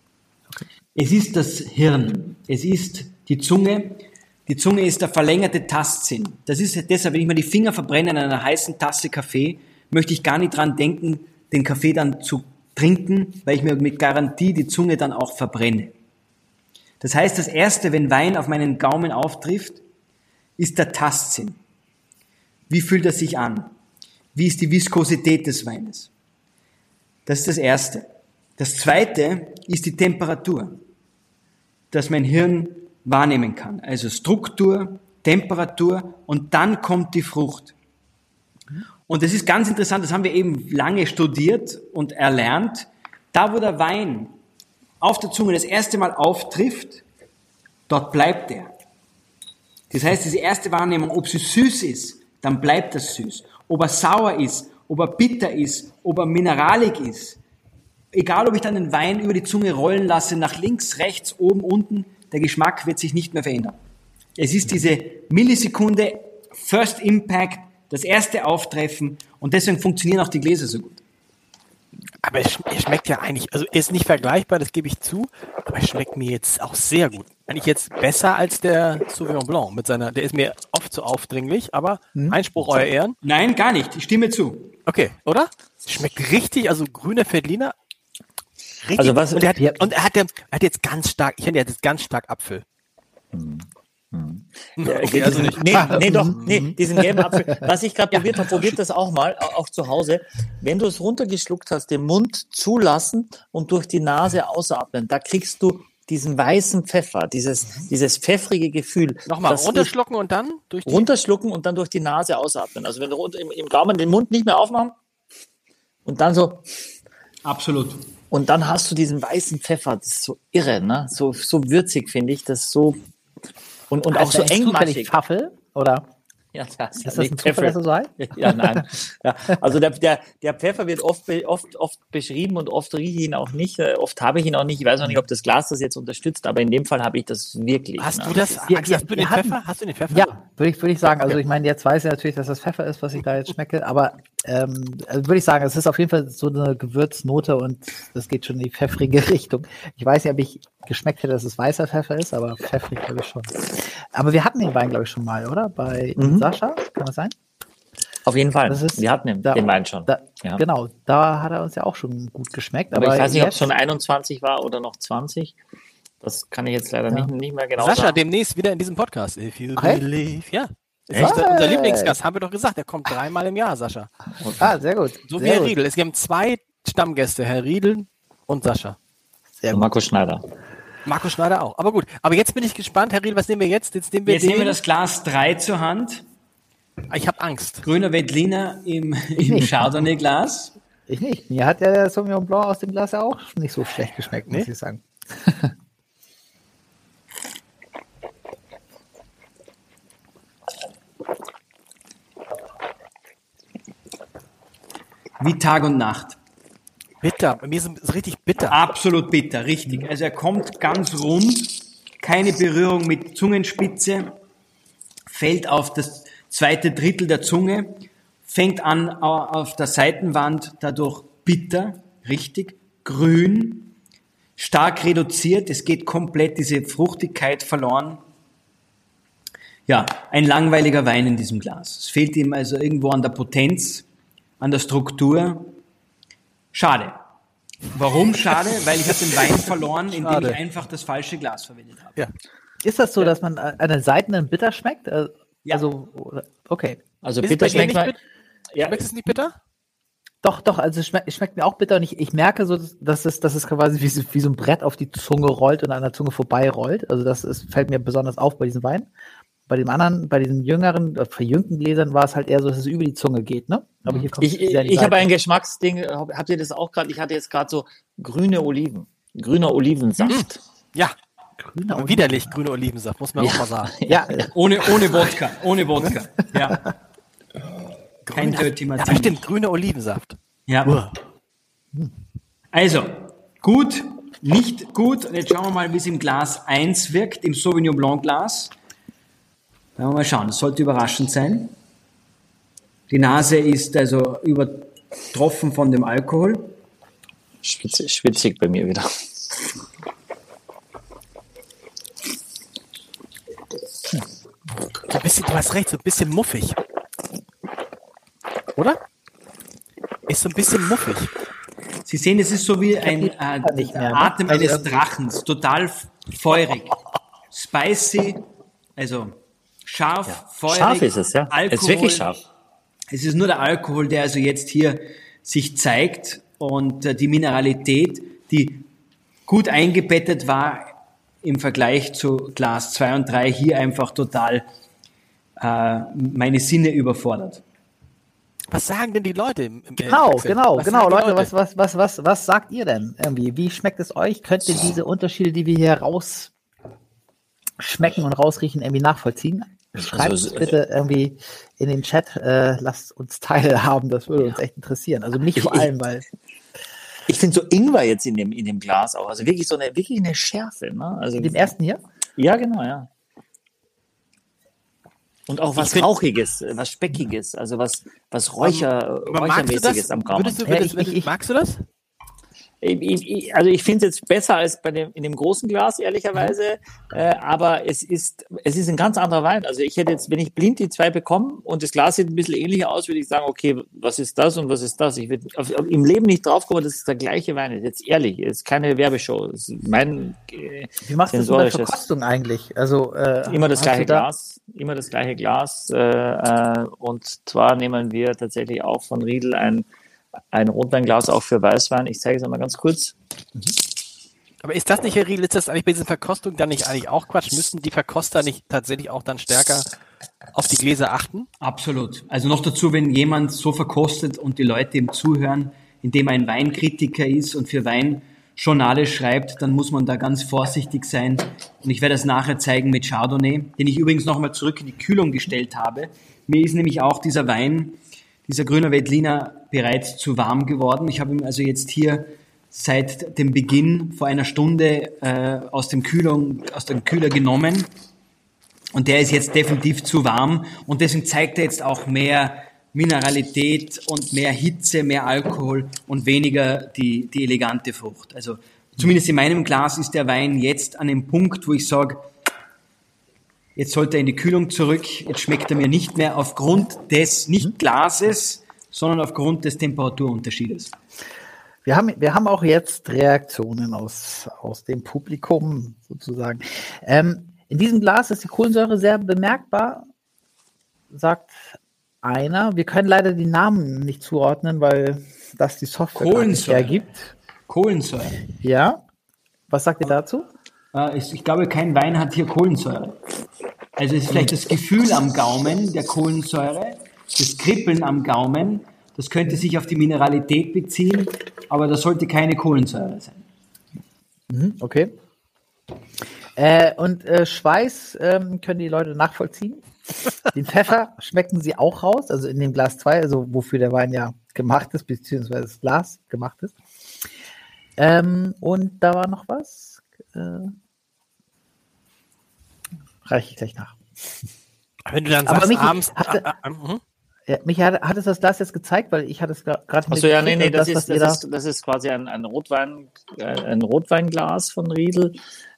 Es ist das Hirn, es ist die Zunge. Die Zunge ist der verlängerte Tastsinn. Das ist deshalb, wenn ich mir die Finger verbrenne in einer heißen Tasse Kaffee, möchte ich gar nicht dran denken, den Kaffee dann zu trinken, weil ich mir mit Garantie die Zunge dann auch verbrenne. Das heißt, das Erste, wenn Wein auf meinen Gaumen auftrifft, ist der Tastsinn. Wie fühlt er sich an? Wie ist die Viskosität des Weines? Das ist das Erste. Das Zweite ist die Temperatur, dass mein Hirn wahrnehmen kann. Also Struktur, Temperatur und dann kommt die Frucht. Und das ist ganz interessant, das haben wir eben lange studiert und erlernt. Da, wo der Wein auf der Zunge das erste Mal auftrifft, dort bleibt er. Das heißt, diese erste Wahrnehmung, ob sie süß ist, dann bleibt das süß. Ob er sauer ist, ob er bitter ist, ob er mineralig ist. Egal, ob ich dann den Wein über die Zunge rollen lasse, nach links, rechts, oben, unten, der Geschmack wird sich nicht mehr verändern. Es ist diese Millisekunde, First Impact, das erste Auftreffen und deswegen funktionieren auch die Gläser so gut. Aber es schmeckt ja eigentlich, also ist nicht vergleichbar, das gebe ich zu, aber es schmeckt mir jetzt auch sehr gut. Eigentlich jetzt besser als der Sauvignon Blanc mit seiner, der ist mir oft zu aufdringlich, aber Einspruch, euer Ehren. Nein, gar nicht, ich stimme zu. Okay, oder? Schmeckt richtig, also grüner Veltliner. Richtig. Also was- und er hat jetzt ganz stark, ich finde, er hat jetzt ganz stark Apfel. Okay, also nicht. Diesen gelben Apfel. Was ich gerade probiert habe, probiert das auch mal, auch zu Hause. Wenn du es runtergeschluckt hast, den Mund zulassen und durch die Nase ausatmen, da kriegst du diesen weißen Pfeffer, dieses pfeffrige Gefühl. Nochmal Das runterschlucken und dann durch die... runterschlucken und dann durch die Nase ausatmen. Also wenn du im Gaumen den Mund nicht mehr aufmachen und dann so, Absolut. und dann hast du diesen weißen Pfeffer. Das ist so irre, ne? So würzig, finde ich. Das ist so, und auch so engmaschig. Pfaffel, oder? Ja, das Ist das ein Zufall, dass das so heißt? Ja, nein. Ja, also der Pfeffer wird oft beschrieben und oft rieche ich ihn auch nicht. Oft habe ich ihn auch nicht. Ich weiß auch nicht, ob das Glas das jetzt unterstützt, aber in dem Fall habe ich das wirklich. Hast ne? du das? Wir- Axel, hast du wir den hatten- Pfeffer? Hast du den Pfeffer? Ja, würde ich sagen. Also ich meine, jetzt weiß ich natürlich, dass das Pfeffer ist, was ich da jetzt schmecke, aber Also würde ich sagen, es ist auf jeden Fall so eine Gewürznote und das geht schon in die pfeffrige Richtung. Ich weiß nicht, ob ich geschmeckt hätte, dass es weißer Pfeffer ist, aber pfeffrig glaube ich schon. Aber wir hatten den Wein, glaube ich, schon mal, oder? Bei Sascha, kann das sein? Auf jeden Fall. Wir hatten den Wein schon. Ja. Genau, da hat er uns ja auch schon gut geschmeckt. Aber ich weiß nicht, ob es schon 21 war oder noch 20. Das kann ich jetzt leider nicht mehr genau Sascha, sagen. demnächst wieder in diesem Podcast. If you Okay. believe. Ja. Echt? Unser Lieblingsgast, haben wir doch gesagt, der kommt 3-mal im Jahr, Sascha. Sehr gut. So wie sehr Herr gut. Riedel. Es gibt 2 Stammgäste, Herr Riedel und Sascha. Sehr Und gut. Markus Schneider. Markus Schneider auch. Aber gut, aber jetzt bin ich gespannt, Herr Riedel, was nehmen wir jetzt? Jetzt nehmen wir das Glas 3 zur Hand. Ich habe Angst. Grüner Veltliner im nicht. Chardonnay-Glas. Ich nicht. Mir hat der Sauvignon Blanc aus dem Glas ja auch nicht so schlecht geschmeckt, muss Nee? ich sagen. Wie Tag und Nacht. Bitter. Bei mir ist es richtig bitter. Absolut bitter, richtig. Also er kommt ganz rund, keine Berührung mit Zungenspitze, fällt auf das zweite Drittel der Zunge, fängt an auf der Seitenwand dadurch bitter, richtig, grün, stark reduziert, es geht komplett diese Fruchtigkeit verloren. Ja, ein langweiliger Wein in diesem Glas. Es fehlt ihm also irgendwo an der Potenz, an der Struktur. Schade. Warum schade? Weil ich habe den Wein verloren, indem Schade. ich einfach das falsche Glas verwendet habe. Ja. Ist das so, dass man an den Seiten bitter schmeckt? Ja. Also, okay. Also Ist bitter bei dir schmeckt nicht man. bitter? Ja, Schmeckt es nicht bitter? Doch, also es schmeckt mir auch bitter und ich merke so, dass es quasi wie so ein Brett auf die Zunge rollt und an der Zunge vorbei rollt. Also fällt mir besonders auf bei diesem Wein. Bei dem anderen, bei diesen jüngeren, verjüngten Gläsern war es halt eher so, dass es über die Zunge geht, ne? Aber hier kommt es sehr an die ich habe Seite. ein Geschmacksding. Habt ihr das auch gerade? Ich hatte jetzt gerade so grüner Olivensaft. Ja. Grüner Aber widerlich, grüner Olivensaft, muss man auch mal sagen. Ja, Ohne Wodka, ohne Wodka. Ja. Kein Dirty Ja, Martini. bestimmt, grüner Olivensaft. Ja. Also, gut, nicht gut. Und jetzt schauen wir mal, wie es im Glas 1 wirkt, im Sauvignon Blanc Glas. Werden wir mal schauen, das sollte überraschend sein. Die Nase ist also übertroffen von dem Alkohol. Schwitzig bei mir wieder. So ein bisschen, du hast recht, so ein bisschen muffig. Oder? Ist so ein bisschen muffig. Sie sehen, es ist so wie ein nicht mehr, ne? Atem Also eines irgendwie- Drachens, total feurig, spicy, also scharf, feurig. Scharf ist es, ja. Alkohol. Es ist wirklich scharf. Es ist nur der Alkohol, der also jetzt hier sich zeigt und die Mineralität, die gut eingebettet war im Vergleich zu Glas 2 und 3, hier einfach total meine Sinne überfordert. Was sagen denn die Leute? Genau, Was genau, sagen die Leute, was sagt ihr denn irgendwie? Wie schmeckt es euch? Könnt ihr diese Unterschiede, die wir hier rausschmecken und rausriechen, irgendwie nachvollziehen? Schreibt Also, es bitte irgendwie in den Chat, lasst uns teilhaben, das würde uns echt interessieren. Also nicht vor allem, weil Ich finde so Ingwer jetzt in dem Glas auch, also wirklich wirklich eine Schärfe, ne? Also in dem ersten hier, ja, genau, ja. Und auch was Rauchiges, was Speckiges, also was Aber magst du Räuchermäßiges das? am Gaumen. Magst du das? Also ich finde es jetzt besser als in dem großen Glas, ehrlicherweise. Aber es ist ein ganz anderer Wein. Also ich hätte jetzt, wenn ich blind die 2 bekomme und das Glas sieht ein bisschen ähnlicher aus, würde ich sagen, okay, was ist das und was ist das? Ich würde im Leben nicht draufkommen, dass es der gleiche Wein ist. Jetzt ehrlich, es ist keine Werbeshow. Es ist mein wie machst du das mit der sensorisches. Verkostung eigentlich? Also Immer das hast gleiche du da- Glas, und zwar nehmen wir tatsächlich auch von Riedel ein Rotweinglas auch für Weißwein. Ich zeige es einmal ganz kurz. Aber ist das nicht, Herr Riedel, ist das eigentlich bei diesen Verkostungen dann nicht eigentlich auch Quatsch? Müssen die Verkoster nicht tatsächlich auch dann stärker auf die Gläser achten? Absolut. Also noch dazu, wenn jemand so verkostet und die Leute ihm zuhören, indem er ein Weinkritiker ist und für Weinjournale schreibt, dann muss man da ganz vorsichtig sein. Und ich werde das nachher zeigen mit Chardonnay, den ich übrigens nochmal zurück in die Kühlung gestellt habe. Mir ist nämlich auch dieser Wein, dieser grüner Veltliner, bereits zu warm geworden. Ich habe ihn also jetzt hier seit dem Beginn vor einer Stunde aus dem Kühler genommen. Und der ist jetzt definitiv zu warm und deswegen zeigt er jetzt auch mehr Mineralität und mehr Hitze, mehr Alkohol und weniger die elegante Frucht. Also zumindest in meinem Glas ist der Wein jetzt an dem Punkt, wo ich sage, jetzt sollte er in die Kühlung zurück, jetzt schmeckt er mir nicht mehr aufgrund des, nicht Glases, sondern aufgrund des Temperaturunterschiedes. Wir haben auch jetzt Reaktionen aus dem Publikum sozusagen. In diesem Glas ist die Kohlensäure sehr bemerkbar, sagt einer. Wir können leider die Namen nicht zuordnen, weil das die Software nicht hergibt. Kohlensäure. Ja. Was sagt ihr dazu? Ich glaube, kein Wein hat hier Kohlensäure. Also es ist vielleicht das Gefühl am Gaumen der Kohlensäure, das Kribbeln am Gaumen, das könnte sich auf die Mineralität beziehen, aber das sollte keine Kohlensäure sein. Okay. Und Schweiß können die Leute nachvollziehen. Den Pfeffer schmecken sie auch raus, also in dem Glas 2, also wofür der Wein ja gemacht ist, beziehungsweise das Glas gemacht ist. Und da war noch was. Reiche ich gleich nach. Wenn du dann sagst, Michi, abends... Michi, hat es das Glas jetzt gezeigt, weil ich hatte es gerade nicht. Achso, ja, nee, das ist quasi ein Rotweinglas von Riedel.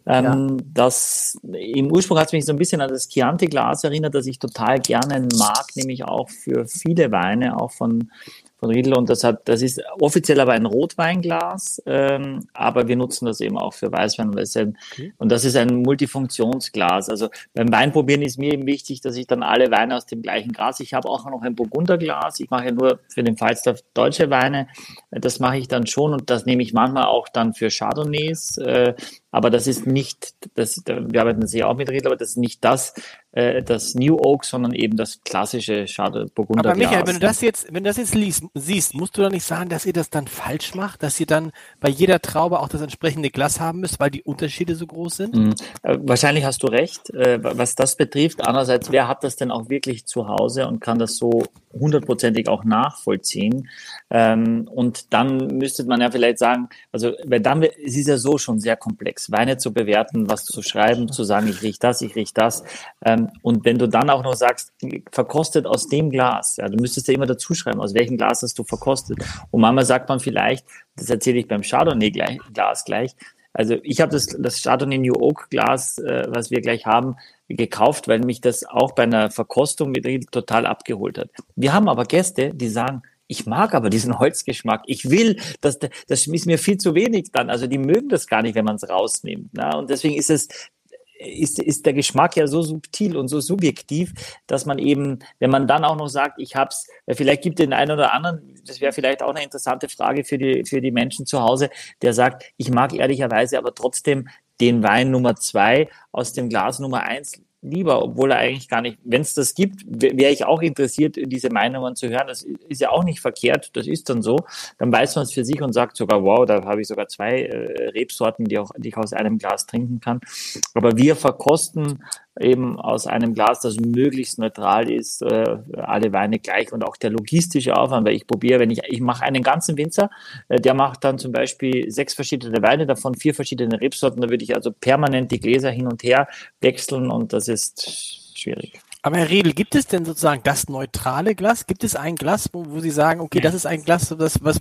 Das im Ursprung hat es mich so ein bisschen an das Chianti-Glas erinnert, das ich total gerne mag, nämlich auch für viele Weine, auch von Riedel. Und das ist offiziell aber ein Rotweinglas, aber wir nutzen das eben auch für Weißwein. Und das ist ein Multifunktionsglas. Also beim Weinprobieren ist mir eben wichtig, dass ich dann alle Weine aus dem gleichen Glas. Ich habe auch noch ein Burgunderglas. Ich mache ja nur für den Falstaff deutsche Weine. Das mache ich dann schon und das nehme ich manchmal auch dann für Chardonnays. Aber das ist nicht, wir arbeiten das ja auch mit Riedel, aber das ist nicht das New Oak, sondern eben das klassische Burgunderglas. Aber Michael, wenn du das jetzt siehst, musst du doch nicht sagen, dass ihr das dann falsch macht, dass ihr dann bei jeder Traube auch das entsprechende Glas haben müsst, weil die Unterschiede so groß sind? Wahrscheinlich hast du recht, was das betrifft. Andererseits, wer hat das denn auch wirklich zu Hause und kann das so 100%ig auch nachvollziehen? Und dann müsste man ja vielleicht sagen, also, es ist ja so schon sehr komplex, Weine zu bewerten, was zu schreiben, zu sagen, ich rieche das. Und wenn du dann auch noch sagst, verkostet aus dem Glas, ja, du müsstest ja immer dazu schreiben, aus welchem Glas hast du verkostet. Und manchmal sagt man vielleicht, das erzähle ich beim Chardonnay-Glas gleich, also ich habe das Chardonnay New Oak Glas, was wir gleich haben, gekauft, weil mich das auch bei einer Verkostung mit Riedel total abgeholt hat. Wir haben aber Gäste, die sagen, ich mag aber diesen Holzgeschmack. Ich will, das ist mir viel zu wenig dann. Also die mögen das gar nicht, wenn man es rausnimmt. Na? Und deswegen ist der Geschmack ja so subtil und so subjektiv, dass man eben, wenn man dann auch noch sagt, vielleicht gibt es den einen oder anderen, das wäre vielleicht auch eine interessante Frage für die Menschen zu Hause, der sagt, ich mag ehrlicherweise aber trotzdem den Wein Nummer 2 aus dem Glas Nummer 1 lieber, obwohl er eigentlich gar nicht, wenn es das gibt, wäre ich auch interessiert, diese Meinungen zu hören. Das ist ja auch nicht verkehrt, das ist dann so. Dann weiß man es für sich und sagt sogar, wow, da habe ich sogar 2 Rebsorten, die ich aus einem Glas trinken kann. Aber wir verkosten eben aus einem Glas, das möglichst neutral ist, alle Weine gleich und auch der logistische Aufwand, weil ich mache einen ganzen Winzer, der macht dann zum Beispiel 6 verschiedene Weine, davon 4 verschiedene Rebsorten, da würde ich also permanent die Gläser hin und her wechseln und das ist schwierig. Aber Herr Riedel, gibt es denn sozusagen das neutrale Glas? Gibt es ein Glas, wo Sie sagen, okay, das ist ein Glas,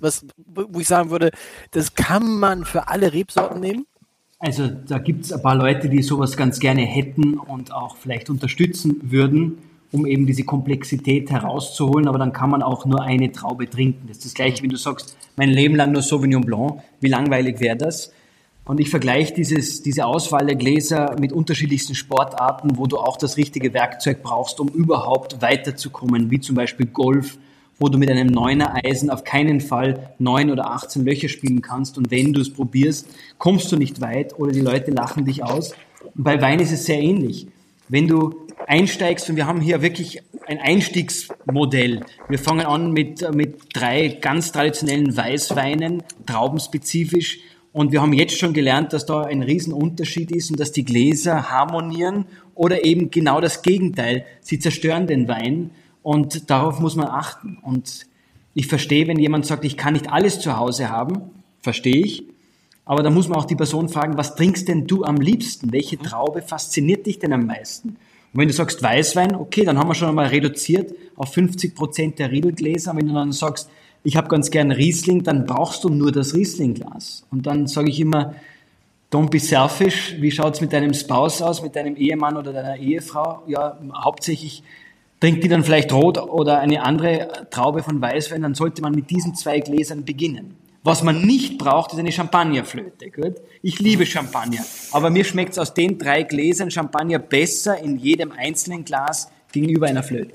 wo ich sagen würde, das kann man für alle Rebsorten nehmen? Also da gibt es ein paar Leute, die sowas ganz gerne hätten und auch vielleicht unterstützen würden, um eben diese Komplexität herauszuholen, aber dann kann man auch nur eine Traube trinken. Das ist das Gleiche, wenn du sagst, mein Leben lang nur Sauvignon Blanc, wie langweilig wäre das? Und ich vergleiche diese Auswahl der Gläser mit unterschiedlichsten Sportarten, wo du auch das richtige Werkzeug brauchst, um überhaupt weiterzukommen, wie zum Beispiel Golf, wo du mit einem 9er Eisen auf keinen Fall 9 oder 18 Löcher spielen kannst. Und wenn du es probierst, kommst du nicht weit oder die Leute lachen dich aus. Und bei Wein ist es sehr ähnlich. Wenn du einsteigst, und wir haben hier wirklich ein Einstiegsmodell. Wir fangen an mit 3 ganz traditionellen Weißweinen, traubenspezifisch. Und wir haben jetzt schon gelernt, dass da ein Riesenunterschied ist und dass die Gläser harmonieren oder eben genau das Gegenteil. Sie zerstören den Wein. Und darauf muss man achten. Und ich verstehe, wenn jemand sagt, ich kann nicht alles zu Hause haben, verstehe ich. Aber da muss man auch die Person fragen, was trinkst denn du am liebsten? Welche Traube fasziniert dich denn am meisten? Und wenn du sagst Weißwein, okay, dann haben wir schon einmal reduziert auf 50% der Riedelgläser. Wenn du dann sagst, ich habe ganz gern Riesling, dann brauchst du nur das Rieslingglas. Und dann sage ich immer, don't be selfish. Wie schaut's mit deinem Spouse aus, mit deinem Ehemann oder deiner Ehefrau? Ja, hauptsächlich trinkt die dann vielleicht Rot oder eine andere Traube von Weißwein, dann sollte man mit diesen 2 Gläsern beginnen. Was man nicht braucht, ist eine Champagnerflöte. Gut? Ich liebe Champagner, aber mir schmeckt es aus den 3 Gläsern Champagner besser in jedem einzelnen Glas gegenüber einer Flöte.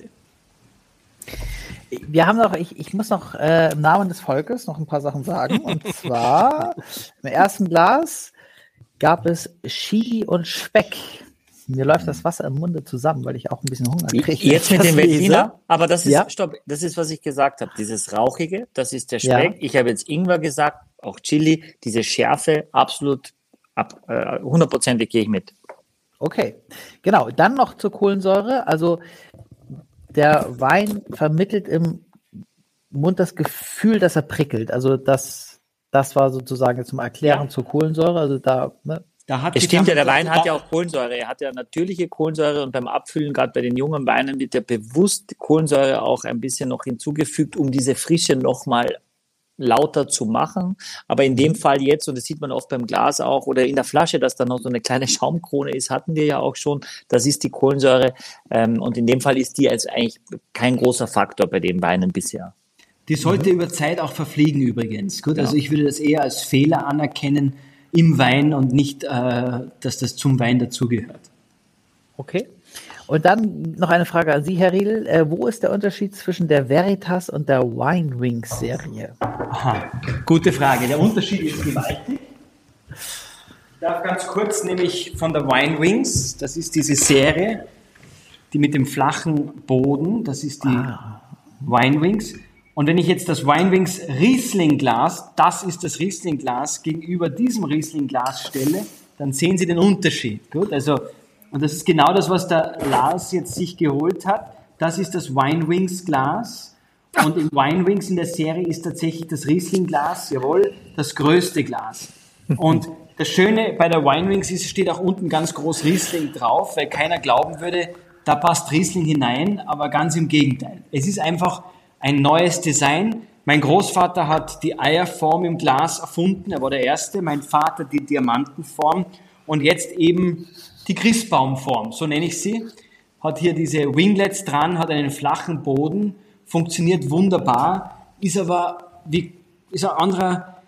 Wir haben noch, ich muss noch im Namen des Volkes noch ein paar Sachen sagen. Und zwar im ersten Glas gab es Chili und Speck. Mir läuft das Wasser im Munde zusammen, weil ich auch ein bisschen Hunger kriege. Jetzt mit dem Veltliner, aber das ist, ja. Stopp, das ist, was ich gesagt habe. Dieses Rauchige, das ist der Speck. Ja. Ich habe jetzt Ingwer gesagt, auch Chili, diese Schärfe, absolut 100%ig gehe ich mit. Okay, genau. Dann noch zur Kohlensäure. Also der Wein vermittelt im Mund das Gefühl, dass er prickelt. Also das war sozusagen jetzt zum Erklären zur Kohlensäure. Also da, ne? Es stimmt ja, der Wein hat ja auch Kohlensäure. Er hat ja natürliche Kohlensäure und beim Abfüllen, gerade bei den jungen Weinen, wird ja bewusst Kohlensäure auch ein bisschen noch hinzugefügt, um diese Frische nochmal lauter zu machen. Aber in dem Fall jetzt, und das sieht man oft beim Glas auch oder in der Flasche, dass da noch so eine kleine Schaumkrone ist, hatten wir ja auch schon. Das ist die Kohlensäure. Und in dem Fall ist die also eigentlich kein großer Faktor bei den Weinen bisher. Die sollte über Zeit auch verfliegen übrigens. Gut, also ich würde das eher als Fehler anerkennen im Wein und nicht, dass das zum Wein dazugehört. Okay. Und dann noch eine Frage an Sie, Herr Riedl. Wo ist der Unterschied zwischen der Veritas und der Wine Wings Serie? Aha, gute Frage. Der Unterschied ist gewaltig. Ich darf ganz kurz nämlich von der Wine Wings, das ist diese Serie, die mit dem flachen Boden, das ist die Wine Wings. Und wenn ich jetzt das Wine Wings Riesling-Glas, das ist das Riesling-Glas, gegenüber diesem Riesling-Glas stelle, dann sehen Sie den Unterschied. Gut, also, und das ist genau das, was der Lars jetzt sich geholt hat. Das ist das Wine Wings Glas. Und im Wine Wings in der Serie ist tatsächlich das Riesling-Glas, jawohl, das größte Glas. Und das Schöne bei der Wine Wings ist, es steht auch unten ganz groß Riesling drauf, weil keiner glauben würde, da passt Riesling hinein, aber ganz im Gegenteil. Es ist einfach ein neues Design. Mein Großvater hat die Eierform im Glas erfunden, er war der Erste. Mein Vater die Diamantenform und jetzt eben die Christbaumform, so nenne ich sie. Hat hier diese Winglets dran, hat einen flachen Boden, funktioniert wunderbar, ist aber ist ein anderer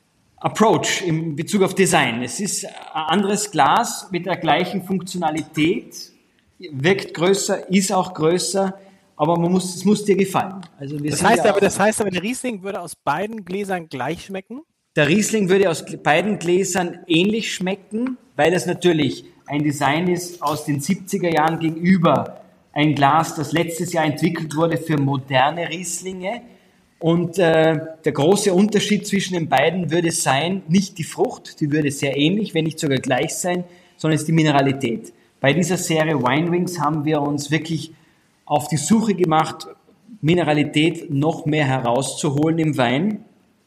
Approach in Bezug auf Design. Es ist ein anderes Glas mit der gleichen Funktionalität, wirkt größer, ist auch größer, aber es muss dir gefallen. Also das heißt aber, der Riesling würde aus beiden Gläsern gleich schmecken? Der Riesling würde aus beiden Gläsern ähnlich schmecken, weil es natürlich ein Design ist aus den 70er Jahren gegenüber ein Glas, das letztes Jahr entwickelt wurde für moderne Rieslinge. Und der große Unterschied zwischen den beiden würde sein, nicht die Frucht, die würde sehr ähnlich, wenn nicht sogar gleich sein, sondern es ist die Mineralität. Bei dieser Serie Wine Wings haben wir uns wirklich auf die Suche gemacht, Mineralität noch mehr herauszuholen im Wein,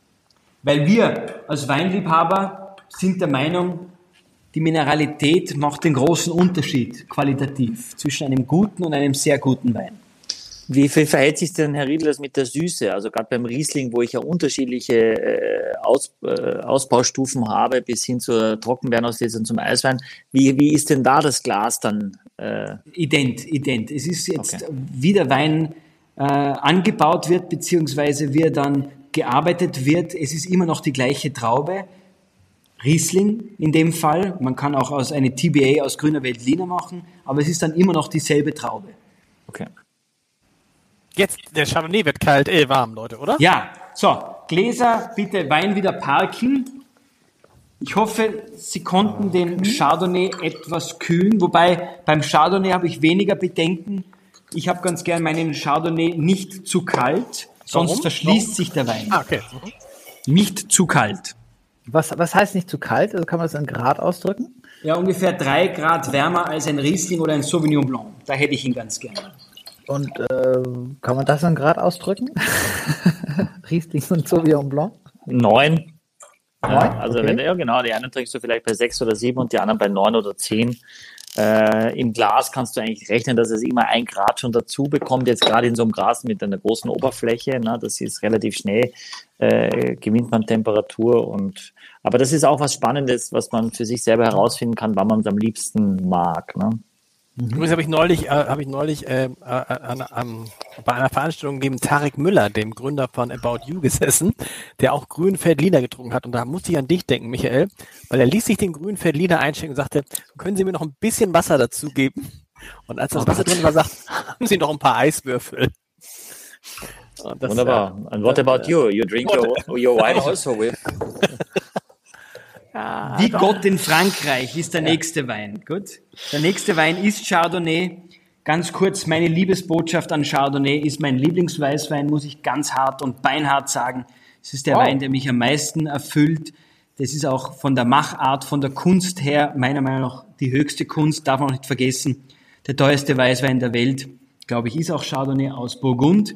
weil wir als Weinliebhaber sind der Meinung, die Mineralität macht den großen Unterschied qualitativ zwischen einem guten und einem sehr guten Wein. Wie viel verhält sich denn, Herr Riedl, das mit der Süße? Also gerade beim Riesling, wo ich ja unterschiedliche Ausbaustufen habe, bis hin zur Trockenbeerenauslese und zum Eiswein. Wie ist denn da das Glas dann? Ident. Es ist jetzt, wie der Wein angebaut wird, beziehungsweise wie er dann gearbeitet wird. Es ist immer noch die gleiche Traube. Riesling in dem Fall. Man kann auch aus eine TBA aus grüner Veltliner machen, aber es ist dann immer noch dieselbe Traube. Okay. Jetzt, der Chardonnay wird warm, Leute, oder? Ja, so, Gläser, bitte Wein wieder parken. Ich hoffe, Sie konnten den Chardonnay etwas kühlen, wobei beim Chardonnay habe ich weniger Bedenken. Ich habe ganz gern meinen Chardonnay nicht zu kalt, sonst verschließt sich der Wein. Okay. Nicht zu kalt. Was heißt nicht zu kalt? Also kann man das in Grad ausdrücken? Ja, ungefähr 3 Grad wärmer als ein Riesling oder ein Sauvignon Blanc. Da hätte ich ihn ganz gerne. Und kann man das in Grad ausdrücken? Riesling und Sauvignon Blanc? 9. Ja, also okay. genau, die einen trinkst du vielleicht bei 6 oder 7 und die anderen bei 9 oder 10. Im Glas kannst du eigentlich rechnen, dass es immer 1 Grad schon dazu bekommt, jetzt gerade in so einem Glas mit einer großen Oberfläche, ne, das ist relativ schnell, gewinnt man Temperatur aber das ist auch was Spannendes, was man für sich selber herausfinden kann, wann man es am liebsten mag, ne. Übrigens habe ich neulich bei einer Veranstaltung neben Tarek Müller, dem Gründer von About You, gesessen, der auch grünen Veltliner getrunken hat. Und da musste ich an dich denken, Michael, weil er ließ sich den grünen Veltliner einschenken und sagte, können Sie mir noch ein bisschen Wasser dazu geben? Und als das Wasser drin war, sagt, haben Sie noch ein paar Eiswürfel. Das, wunderbar. And what about you? You drink your wine also with? Wie Gott in Frankreich ist der nächste Wein. Gut. Der nächste Wein ist Chardonnay. Ganz kurz, meine Liebesbotschaft an Chardonnay ist mein Lieblingsweißwein, muss ich ganz hart und beinhart sagen. Es ist der Wein, der mich am meisten erfüllt. Das ist auch von der Machart, von der Kunst her, meiner Meinung nach die höchste Kunst, darf man auch nicht vergessen. Der teuerste Weißwein der Welt, glaube ich, ist auch Chardonnay aus Burgund.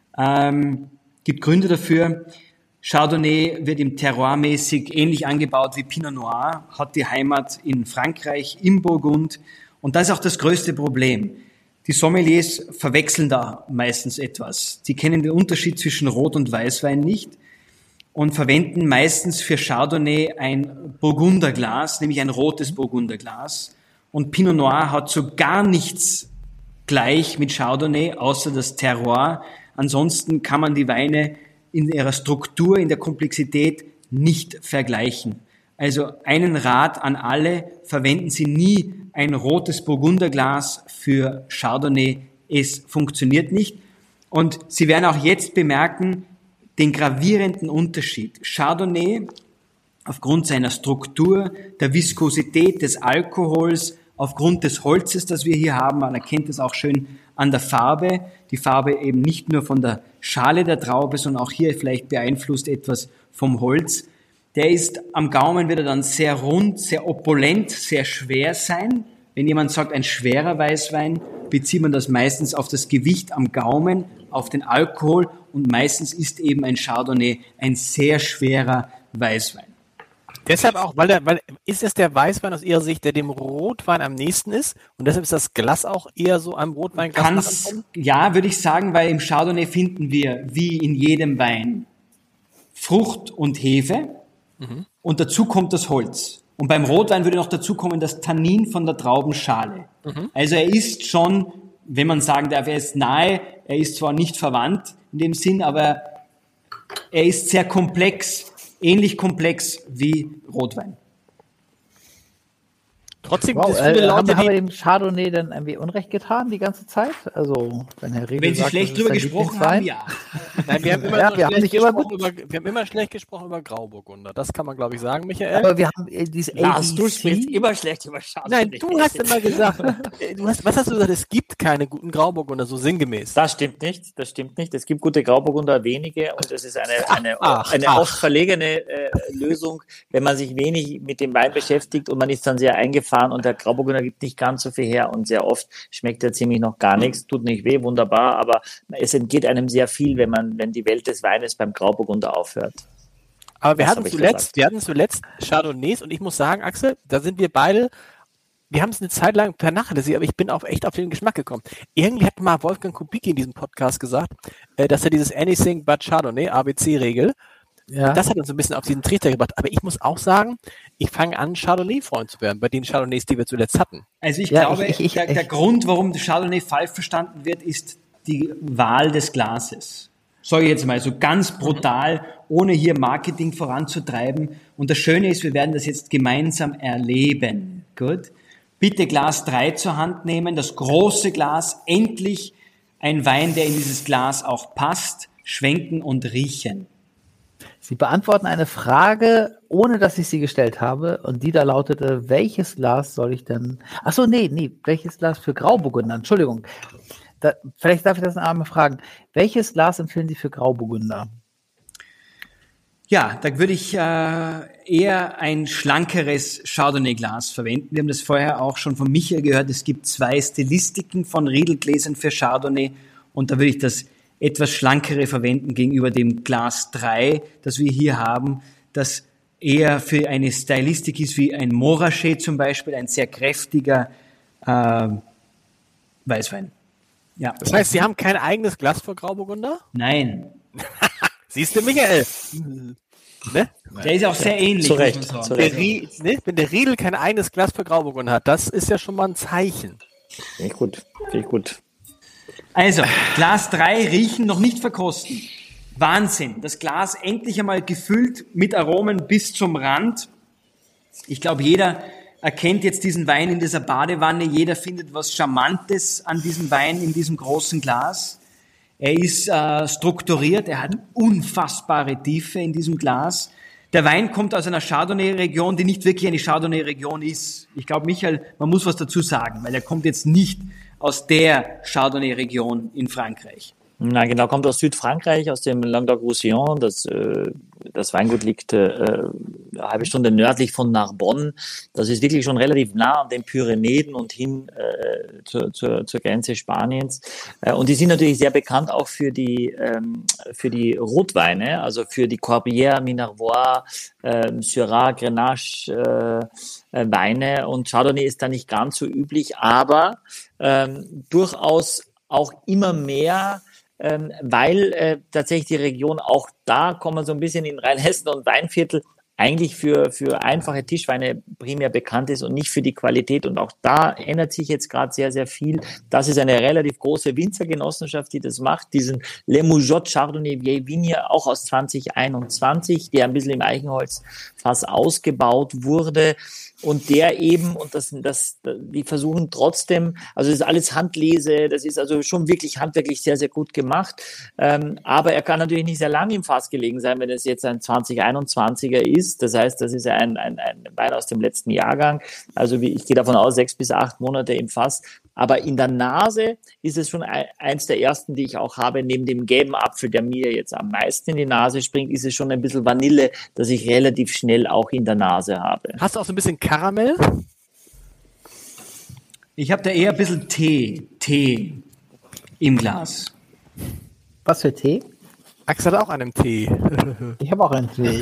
Gibt Gründe dafür. Chardonnay wird im Terroir mäßig ähnlich angebaut wie Pinot Noir, hat die Heimat in Frankreich, im Burgund. Und das ist auch das größte Problem. Die Sommeliers verwechseln da meistens etwas. Die kennen den Unterschied zwischen Rot- und Weißwein nicht und verwenden meistens für Chardonnay ein Burgunderglas, nämlich ein rotes Burgunderglas. Und Pinot Noir hat so gar nichts gleich mit Chardonnay, außer das Terroir. Ansonsten kann man die Weine in ihrer Struktur, in der Komplexität nicht vergleichen. Also einen Rat an alle, verwenden Sie nie ein rotes Burgunderglas für Chardonnay. Es funktioniert nicht. Und Sie werden auch jetzt bemerken, den gravierenden Unterschied. Chardonnay, aufgrund seiner Struktur, der Viskosität des Alkohols, aufgrund des Holzes, das wir hier haben, man erkennt es auch schön an der Farbe, die Farbe eben nicht nur von der Schale der Traube, sondern auch hier vielleicht beeinflusst etwas vom Holz. Der ist am Gaumen, wird er dann sehr rund, sehr opulent, sehr schwer sein. Wenn jemand sagt, ein schwerer Weißwein, bezieht man das meistens auf das Gewicht am Gaumen, auf den Alkohol und meistens ist eben ein Chardonnay ein sehr schwerer Weißwein. Deshalb auch, weil ist es der Weißwein aus Ihrer Sicht, der dem Rotwein am nächsten ist? Und deshalb ist das Glas auch eher so am Rotweinglas? Ja, würde ich sagen, weil im Chardonnay finden wir, wie in jedem Wein, Frucht und Hefe und dazu kommt das Holz. Und beim Rotwein würde noch dazu kommen das Tannin von der Traubenschale. Also er ist schon, wenn man sagen darf, er ist nahe, er ist zwar nicht verwandt in dem Sinn, aber er ist sehr komplex. Ähnlich komplex wie Rotwein. Trotzdem, wow, haben wir dem Chardonnay dann irgendwie Unrecht getan die ganze Zeit? Also, wenn Sie schlecht drüber gesprochen haben, ja. Nein, wir haben immer schlecht gesprochen über Grauburgunder. Das kann man, glaube ich, sagen, Michael. Aber wir haben dieses Lars, du sprichst immer schlecht über Chardonnay. Nein, du hast immer gesagt, was hast du gesagt? Es gibt keine guten Grauburgunder, so sinngemäß. Das stimmt nicht. Es gibt gute Grauburgunder, wenige, und es ist eine oft verlegene Lösung, wenn man sich wenig mit dem Wein beschäftigt und man ist dann sehr eingefahren und der Grauburgunder gibt nicht ganz so viel her und sehr oft schmeckt er ziemlich noch gar nichts, tut nicht weh, wunderbar, aber es entgeht einem sehr viel, wenn die Welt des Weines beim Grauburgunder aufhört. Aber wir hatten zuletzt Chardonnays und ich muss sagen, Axel, da sind wir beide, wir haben es eine Zeit lang vernachlässigt, aber ich bin echt auf den Geschmack gekommen. Irgendwie hat mal Wolfgang Kubicki in diesem Podcast gesagt, dass er dieses Anything but Chardonnay, ABC-Regel, das hat uns ein bisschen auf diesen Trichter gebracht. Aber ich muss auch sagen, ich fange an, Chardonnay-Freund zu werden, bei den Chardonnays, die wir zuletzt hatten. Also ich glaube, der Grund, warum Chardonnay falsch verstanden wird, ist die Wahl des Glases. Sage ich jetzt mal so ganz brutal, ohne hier Marketing voranzutreiben. Und das Schöne ist, wir werden das jetzt gemeinsam erleben. Gut? Bitte Glas 3 zur Hand nehmen, das große Glas, endlich ein Wein, der in dieses Glas auch passt, schwenken und riechen. Sie beantworten eine Frage, ohne dass ich sie gestellt habe, und die da lautete, welches Glas soll ich denn, welches Glas für Grauburgunder, Entschuldigung, vielleicht darf ich das einmal fragen, welches Glas empfehlen Sie für Grauburgunder? Ja, da würde ich eher ein schlankeres Chardonnay-Glas verwenden. Wir haben das vorher auch schon von Michael gehört, es gibt 2 Stilistiken von Riedelgläsern für Chardonnay und da würde ich das etwas schlankere verwenden gegenüber dem Glas 3, das wir hier haben, das eher für eine Stylistik ist wie ein Montrachet zum Beispiel, ein sehr kräftiger Weißwein. Ja. Das heißt, Sie haben kein eigenes Glas für Grauburgunder? Nein. Siehst du, Michael? Ne? Der ist ja auch sehr ähnlich. Zu Recht, muss man zu sagen. Recht. Wenn der Riedel kein eigenes Glas für Grauburgunder hat, das ist ja schon mal ein Zeichen. Finde ich gut. Also, Glas 3 riechen, noch nicht verkosten. Wahnsinn. Das Glas endlich einmal gefüllt mit Aromen bis zum Rand. Ich glaube, jeder erkennt jetzt diesen Wein in dieser Badewanne. Jeder findet was Charmantes an diesem Wein in diesem großen Glas. Er ist strukturiert. Er hat unfassbare Tiefe in diesem Glas. Der Wein kommt aus einer Chardonnay-Region, die nicht wirklich eine Chardonnay-Region ist. Ich glaube, Michael, man muss was dazu sagen, weil er kommt jetzt nicht aus der Chardonnay-Region in Frankreich. Na genau, kommt aus Südfrankreich, aus dem Languedoc-Roussillon. Das Weingut liegt eine halbe Stunde nördlich von Narbonne. Das ist wirklich schon relativ nah an den Pyrenäen und hin zur Grenze Spaniens. Und die sind natürlich sehr bekannt auch für die Rotweine, also für die Corbière, Minervois, Syrah, Grenache Weine. Und Chardonnay ist da nicht ganz so üblich, aber durchaus auch immer mehr, weil tatsächlich die Region auch da, kommen wir so ein bisschen in Rheinhessen und Weinviertel, eigentlich für einfache Tischweine primär bekannt ist und nicht für die Qualität. Und auch da ändert sich jetzt gerade sehr, sehr viel. Das ist eine relativ große Winzergenossenschaft, die das macht. Diesen Le Moujotte Chardonnay Vieille Vigne, auch aus 2021, der ein bisschen im Eichenholzfass ausgebaut wurde. Und der eben, und die versuchen trotzdem, also das ist alles Handlese, das ist also schon wirklich handwerklich sehr, sehr gut gemacht. Aber er kann natürlich nicht sehr lange im Fass gelegen sein, wenn es jetzt ein 2021er ist. Das heißt, das ist ein Wein aus dem letzten Jahrgang. Also ich gehe davon aus, 6 bis 8 Monate im Fass. Aber in der Nase ist es schon eins der ersten, die ich auch habe. Neben dem gelben Apfel, der mir jetzt am meisten in die Nase springt, ist es schon ein bisschen Vanille, das ich relativ schnell auch in der Nase habe. Hast du auch so ein bisschen Karamell? Ich habe da eher ein bisschen Tee im Glas. Was für Tee? Axel hat auch einen Tee. Ich habe auch einen Tee.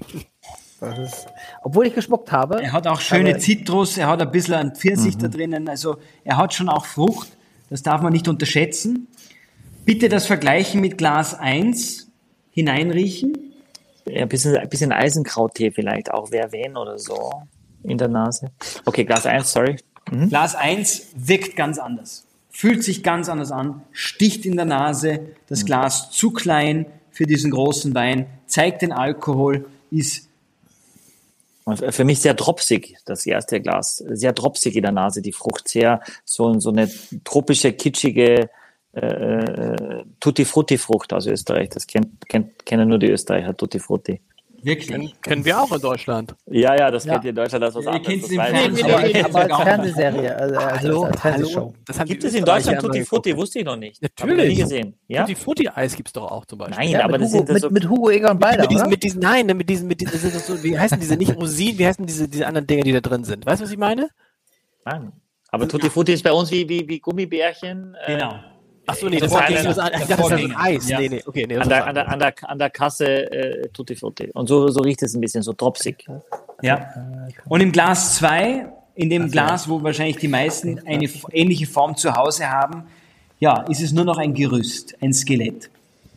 Obwohl ich gespuckt habe. Er hat auch schöne Zitrus, er hat ein bisschen an Pfirsich da drinnen, also er hat schon auch Frucht, das darf man nicht unterschätzen. Bitte das vergleichen mit Glas 1, hineinriechen. Ja, ein bisschen Eisenkrauttee vielleicht, auch Verveine oder so in der Nase. Okay, Glas 1, sorry. Glas 1 wirkt ganz anders, fühlt sich ganz anders an, sticht in der Nase, das Glas zu klein für diesen großen Wein, zeigt den Alkohol, ist für mich sehr dropsig, das erste Glas. Sehr dropsig in der Nase, die Frucht. Sehr so eine tropische, kitschige Tutti-Frutti-Frucht aus Österreich. Das kennen nur die Österreicher, Tutti-Frutti. wirklich. Kennen wir auch in Deutschland. Ja, das kennt ihr in Deutschland, das ist was Ihr anderes. kennt Das es im weiß ich. Fernsehen. Aber als Fernsehserie, also als Fernsehshow. Das haben Gibt die es in Österreicher Deutschland immer Tutti-Frutti? geguckt. Wusste ich noch nicht. Natürlich. Hab ich noch nie gesehen. Ja? Tutti-Frutti-Eis gibt es doch auch zum Beispiel. Nein, Ja, aber mit das Hugo, sind so... mit Hugo Egon Balder, oder? Das sind doch so, wie heißen diese, nicht Rosinen, wie heißen diese anderen Dinger, die da drin sind? Weißt du, was ich meine? Nein. Aber Tutti-Frutti ist bei uns wie Gummibärchen. Genau. Ach so, nee, das Das war ist nicht einer- so, ich dachte, das ist ein Eis. Ja. Nee, okay, nee, das an, ist der, was an, der, anderes. an der Kasse Tutti-Frutti. Und so riecht es ein bisschen, so dropsig. Ja. Und im Glas 2, in dem Glas, wo wahrscheinlich die meisten eine ähnliche Form zu Hause haben, ja, ist es nur noch ein Gerüst, ein Skelett.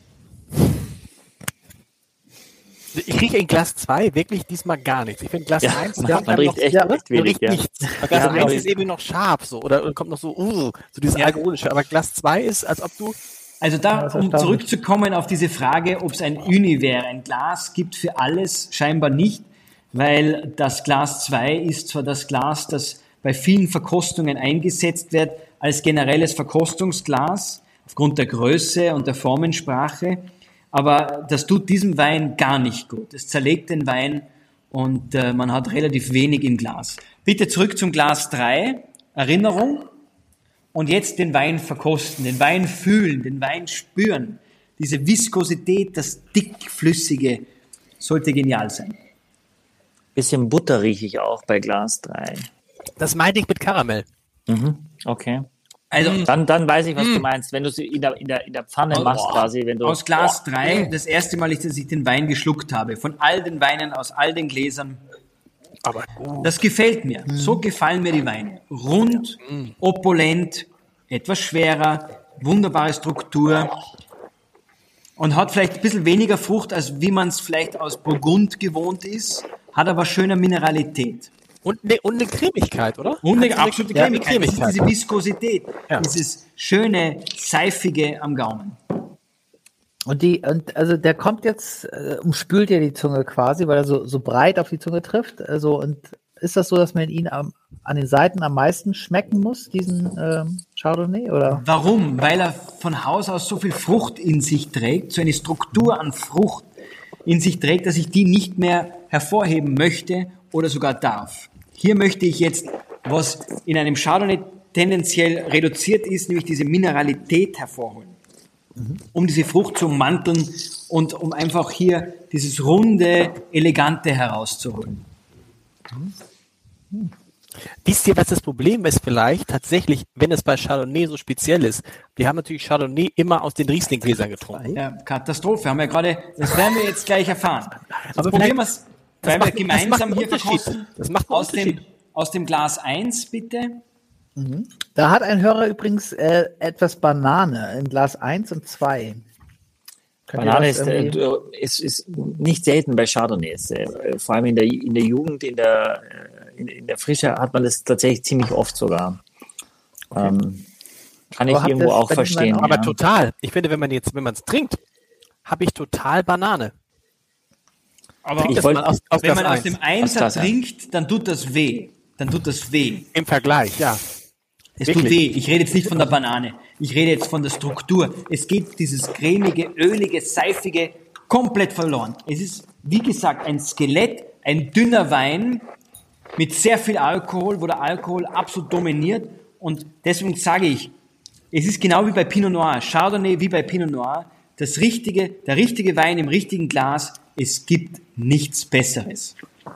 Ich rieche in Glas 2 wirklich diesmal gar nichts. Ich finde Glas Ja, 1 man riecht echt man wenig, riecht ja. nichts. Glas Ja, 1 ja. ist irgendwie noch scharf so oder kommt noch so dieses alkoholische. Aber Glas 2 ist, als ob du Also da, das ist um erstaunlich. zurückzukommen auf diese Frage, ob es ein Uni wäre. Ein Glas gibt für alles scheinbar nicht, weil das Glas 2 ist zwar das Glas, das bei vielen Verkostungen eingesetzt wird, als generelles Verkostungsglas, aufgrund der Größe und der Formensprache, aber das tut diesem Wein gar nicht gut. Es zerlegt den Wein und man hat relativ wenig im Glas. Bitte zurück zum Glas 3, Erinnerung. Und jetzt den Wein verkosten, den Wein fühlen, den Wein spüren. Diese Viskosität, das dickflüssige, sollte genial sein. Bisschen Butter rieche ich auch bei Glas 3. das meinte ich mit Karamell. Okay. Also Dann weiß ich, was du meinst. Wenn du sie in der Pfanne machst quasi. Wenn du, aus Glas 3, das erste Mal, dass ich den Wein geschluckt habe, von all den Weinen aus all den Gläsern, Aber gut. Das gefällt mir. So gefallen mir die Weine. Rund, opulent, etwas schwerer, wunderbare Struktur und hat vielleicht ein bisschen weniger Frucht, als wie man es vielleicht aus Burgund gewohnt ist, hat aber schöne Mineralität. Und eine Cremigkeit, oder? Und eine Hat absolute eine Cremigkeit. Das ist diese Viskosität, Ja. dieses schöne, seifige am Gaumen. Also der kommt jetzt, umspült ja die Zunge quasi, weil er so breit auf die Zunge trifft. Also, und ist das so, dass man ihn an den Seiten am meisten schmecken muss, diesen Chardonnay? Oder? Warum? Weil er von Haus aus so viel Frucht in sich trägt, so eine Struktur an Frucht in sich trägt, dass ich die nicht mehr hervorheben möchte oder sogar darf. Hier möchte ich jetzt, was in einem Chardonnay tendenziell reduziert ist, nämlich diese Mineralität hervorholen, um diese Frucht zu ummanteln und um einfach hier dieses runde, elegante herauszuholen. Wisst ihr, was das Problem ist vielleicht tatsächlich, wenn es bei Chardonnay so speziell ist? Wir haben natürlich Chardonnay immer aus den Riesling-Gläsern getrunken. Ja, Katastrophe, haben wir gerade, das werden wir jetzt gleich erfahren. Aber probieren wir es, weil wir macht gemeinsam einen hier Unterschied. verkosten. Das macht einen Unterschied. Aus dem Glas 1, bitte. Da hat ein Hörer übrigens etwas Banane in Glas 1 und 2. Banane ist nicht selten bei Chardonnays. Vor allem in der Jugend, in der Frische hat man das tatsächlich ziemlich oft sogar. Kann ich irgendwo auch verstehen. Aber ja. total. Ich finde, wenn man es trinkt, habe ich total Banane. Aber wenn man aus dem Einser trinkt, dann tut das weh. Im Vergleich, ja. Es Wirklich? tut weh. Ich rede jetzt nicht von der Banane. Ich rede jetzt von der Struktur. Es geht dieses cremige, ölige, seifige komplett verloren. Es ist, wie gesagt, ein Skelett, ein dünner Wein mit sehr viel Alkohol, wo der Alkohol absolut dominiert. Und deswegen sage ich, es ist genau wie bei Pinot Noir, Chardonnay wie bei Pinot Noir, der richtige Wein im richtigen Glas. Es gibt nichts Besseres.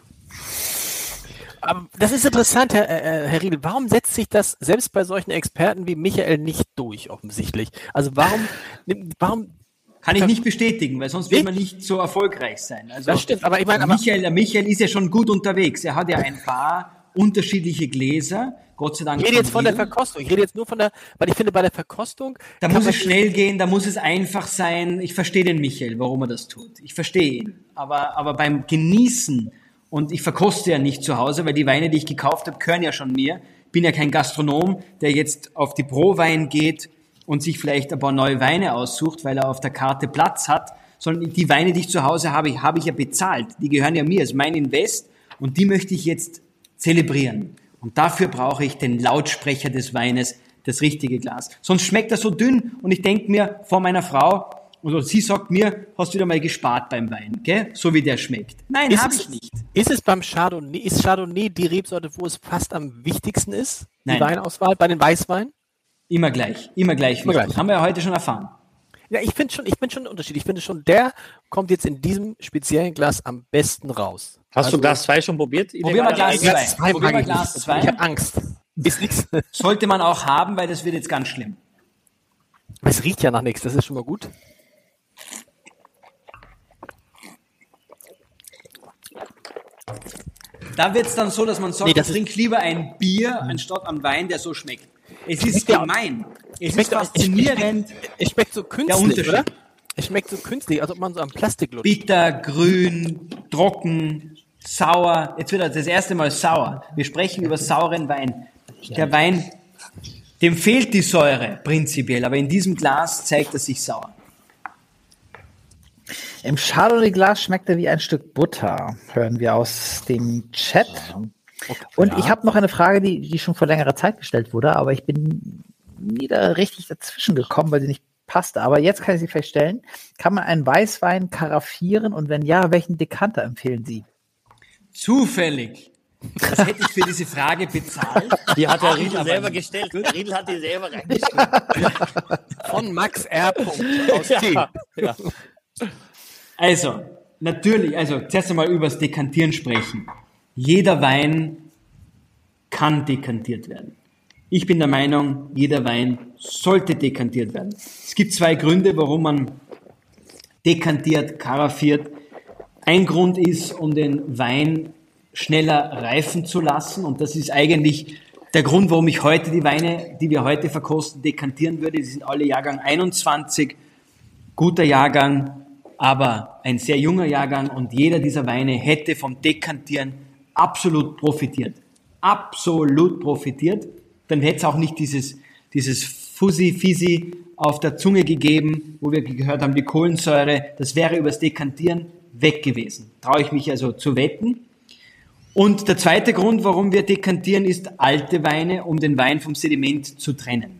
Aber das ist interessant, Herr Riedel. Warum setzt sich das selbst bei solchen Experten wie Michael nicht durch, offensichtlich? Also warum Kann ich nicht bestätigen, weil sonst wird man nicht so erfolgreich sein. Also das stimmt, aber ich meine, der Michael ist ja schon gut unterwegs. Er hat ja ein paar unterschiedliche Gläser, Gott sei Dank. ich rede jetzt von der Verkostung. Ich rede jetzt nur weil ich finde, bei der Verkostung. Da muss es schnell gehen, da muss es einfach sein. Ich verstehe den Michael, warum er das tut. Ich verstehe ihn. Aber beim Genießen, und ich verkoste ja nicht zu Hause, weil die Weine, die ich gekauft habe, gehören ja schon mir. Ich bin ja kein Gastronom, der jetzt auf die Pro-Wein geht und sich vielleicht ein paar neue Weine aussucht, weil er auf der Karte Platz hat, sondern die Weine, die ich zu Hause habe, habe ich ja bezahlt. Die gehören ja mir, es ist mein Invest und die möchte ich jetzt zelebrieren. Und dafür brauche ich den Lautsprecher des Weines, das richtige Glas. Sonst schmeckt er so dünn und ich denke mir vor meiner Frau, oder sie sagt mir, hast wieder mal gespart beim Wein, gell? So wie der schmeckt. Nein, habe ich nicht. Ist es beim Chardonnay, ist Chardonnay die Rebsorte, wo es fast am wichtigsten ist? Nein. Die Weinauswahl bei den Weißweinen? Immer gleich. Haben wir ja heute schon erfahren. Ja, ich finde schon einen Unterschied. Ich finde schon, der kommt jetzt in diesem speziellen Glas am besten raus. Hast du Glas 2 schon probiert? Probieren wir Glas 2. Probieren wir Glas 2. Ich habe Angst. Ist nichts. Sollte man auch haben, weil das wird jetzt ganz schlimm. Es riecht ja nach nichts, das ist schon mal gut. Da wird es dann so, dass man sagt, Nee, ich trinke lieber ein Bier anstatt am Wein, der so schmeckt. Es ist gemein. Es ist faszinierend. Es schmeckt so künstlich, Unterschied. oder? Es schmeckt so künstlich, als ob man so am Plastik lutscht. Bitter, grün, trocken, sauer. Jetzt wird er das erste Mal sauer. Wir sprechen über sauren Wein. Der Wein, dem fehlt die Säure prinzipiell, aber in diesem Glas zeigt er sich sauer. Im Chardonnay-Glas schmeckt er wie ein Stück Butter, hören wir aus dem Chat. Und ich habe noch eine Frage, die schon vor längerer Zeit gestellt wurde, aber ich bin nie da richtig dazwischen gekommen, weil sie nicht passte. Aber jetzt kann ich sie vielleicht stellen. Kann man einen Weißwein karaffieren und wenn ja, welchen Dekanter empfehlen Sie? Zufällig. Das hätte ich für diese Frage bezahlt. Die hat der Riedel selber gestellt. Der Riedel hat die selber reingestellt. Von Max R. aus T. Ja. Also, natürlich, zuerst einmal über das Dekantieren sprechen. Jeder Wein kann dekantiert werden. Ich bin der Meinung, jeder Wein sollte dekantiert werden. Es gibt 2 Gründe, warum man dekantiert, karaffiert. Ein Grund ist, um den Wein schneller reifen zu lassen. Und das ist eigentlich der Grund, warum ich heute die Weine, die wir heute verkosten, dekantieren würde. Die sind alle Jahrgang 21, guter Jahrgang, aber ein sehr junger Jahrgang. Und jeder dieser Weine hätte vom Dekantieren absolut profitiert. Absolut profitiert. Dann hätte es auch nicht dieses Fussi-Fisi auf der Zunge gegeben, wo wir gehört haben, die Kohlensäure. Das wäre übers Dekantieren weg gewesen. Traue ich mich also zu wetten. Und der zweite Grund, warum wir dekantieren, ist alte Weine, um den Wein vom Sediment zu trennen.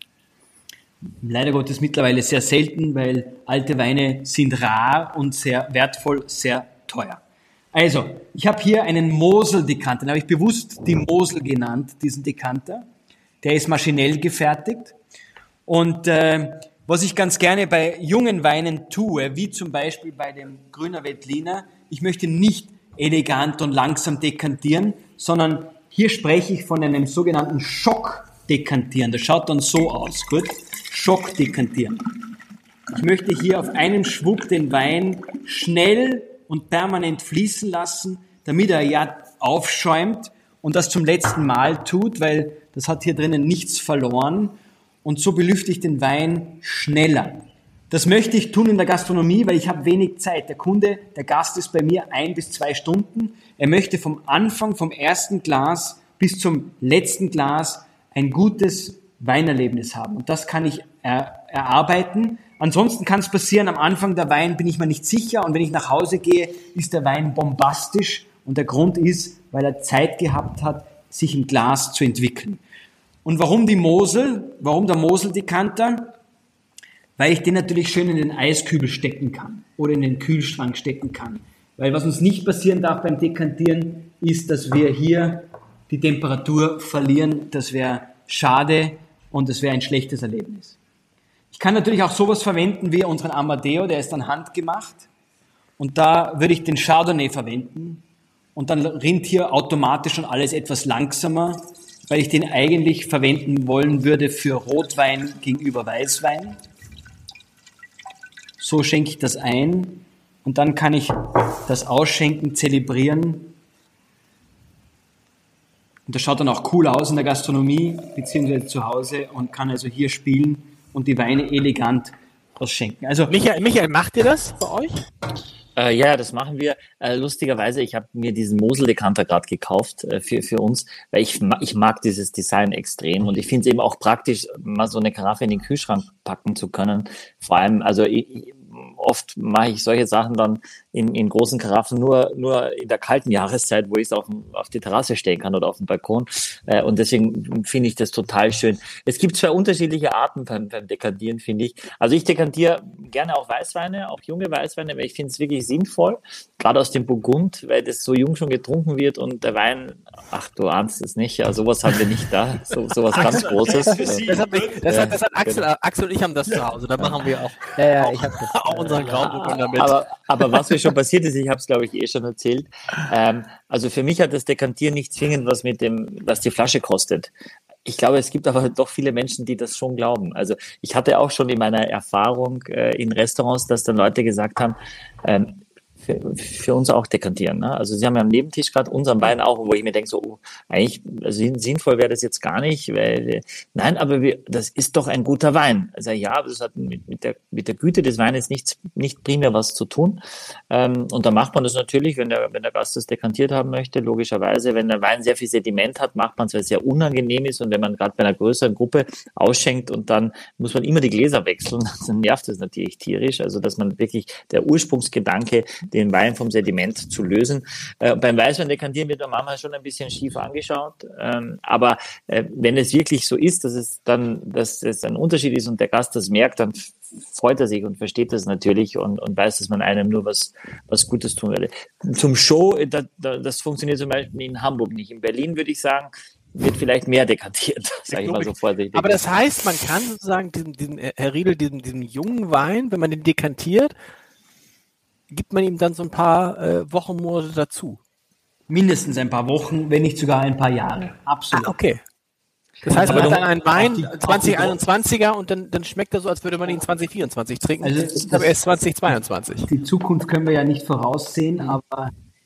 Leider Gottes mittlerweile sehr selten, weil alte Weine sind rar und sehr wertvoll, sehr teuer. Also, ich habe hier einen Mosel-Dekanter, den habe ich bewusst die Mosel genannt, diesen Dekanter. Der ist maschinell gefertigt. Und was ich ganz gerne bei jungen Weinen tue, wie zum Beispiel bei dem Grüner Veltliner, ich möchte nicht elegant und langsam dekantieren, sondern hier spreche ich von einem sogenannten Schockdekantieren. Das schaut dann so aus, gut? Schockdekantieren. Ich möchte hier auf einen Schwupp den Wein schnell und permanent fließen lassen, damit er ja aufschäumt und das zum letzten Mal tut, weil das hat hier drinnen nichts verloren. Und so belüfte ich den Wein schneller. Das möchte ich tun in der Gastronomie, weil ich habe wenig Zeit. Der Gast ist bei mir 1 bis 2 Stunden. Er möchte vom Anfang, vom ersten Glas bis zum letzten Glas ein gutes Weinerlebnis haben. Und das kann ich erarbeiten. Ansonsten kann es passieren, am Anfang der Wein bin ich mir nicht sicher und wenn ich nach Hause gehe, ist der Wein bombastisch. Und der Grund ist, weil er Zeit gehabt hat, sich im Glas zu entwickeln. Und warum der Mosel-Dekanter? Weil ich den natürlich schön in den Eiskübel stecken kann oder in den Kühlschrank stecken kann. Weil was uns nicht passieren darf beim Dekantieren, ist, dass wir hier die Temperatur verlieren. Das wäre schade und das wäre ein schlechtes Erlebnis. Ich kann natürlich auch sowas verwenden wie unseren Amadeo, der ist dann handgemacht. Und da würde ich den Chardonnay verwenden. Und dann rinnt hier automatisch schon alles etwas langsamer, weil ich den eigentlich verwenden wollen würde für Rotwein gegenüber Weißwein. So schenke ich das ein und dann kann ich das Ausschenken zelebrieren. Und das schaut dann auch cool aus in der Gastronomie bzw. zu Hause und kann also hier spielen und die Weine elegant ausschenken. Also Michael, macht ihr das bei euch? Ja, das machen wir. Lustigerweise, ich habe mir diesen Mosel-Dekanter gerade gekauft für uns, weil ich mag dieses Design extrem und ich finde es eben auch praktisch, mal so eine Karaffe in den Kühlschrank packen zu können. Vor allem, also oft mache ich solche Sachen dann in großen Karaffen nur in der kalten Jahreszeit, wo ich es auf die Terrasse stellen kann oder auf dem Balkon. Und deswegen finde ich das total schön. Es gibt 2 unterschiedliche Arten beim Dekantieren, finde ich. Also ich dekantiere gerne auch Weißweine, auch junge Weißweine, weil ich finde es wirklich sinnvoll, gerade aus dem Burgund, weil das so jung schon getrunken wird und der Wein, ach, du ahnst es nicht, ja, sowas haben wir nicht da, sowas ganz Großes. Das hat Axel und ich haben das zu Hause, da machen wir auch, ich habe das. auch unseren Grauburgunder mit. Aber was mir schon passiert ist, ich habe es, glaube ich, schon erzählt, also für mich hat das Dekantieren nicht zwingend was die Flasche kostet. Ich glaube, es gibt aber doch viele Menschen, die das schon glauben. Also ich hatte auch schon in meiner Erfahrung in Restaurants, dass dann Leute gesagt haben, für uns auch dekantieren. Ne? Also sie haben ja am Nebentisch gerade unseren Wein auch, wo ich mir denke, so eigentlich sinnvoll wäre das jetzt gar nicht, weil nein, aber das ist doch ein guter Wein. Also ja, aber das hat mit der Güte des Weines nicht primär was zu tun. Und da macht man das natürlich, wenn der Gast das dekantiert haben möchte, logischerweise. Wenn der Wein sehr viel Sediment hat, macht man es, weil es sehr unangenehm ist. Und wenn man gerade bei einer größeren Gruppe ausschenkt und dann muss man immer die Gläser wechseln, dann nervt das natürlich tierisch. Also dass man wirklich der Ursprungsgedanke, den Wein vom Sediment zu lösen. Beim Weißwein dekantieren wird man manchmal schon ein bisschen schief angeschaut. Aber wenn es wirklich so ist, dass es ein Unterschied ist und der Gast das merkt, dann freut er sich und versteht das natürlich und weiß, dass man einem nur was Gutes tun würde. Zum Show, das funktioniert zum Beispiel in Hamburg nicht. In Berlin würde ich sagen, wird vielleicht mehr dekantiert, sage ich mal so vorsichtig. Aber das heißt, man kann sozusagen Herr Riedel, diesen jungen Wein, wenn man den dekantiert, gibt man ihm dann so ein paar Wochenmonate dazu? mindestens ein paar Wochen, wenn nicht sogar ein paar Jahre. Absolut. Ah, okay. Das heißt, man hat dann einen Wein 2021er und dann schmeckt er so, als würde man ihn 2024 trinken. Also aber erst 2022. Die Zukunft können wir ja nicht voraussehen, aber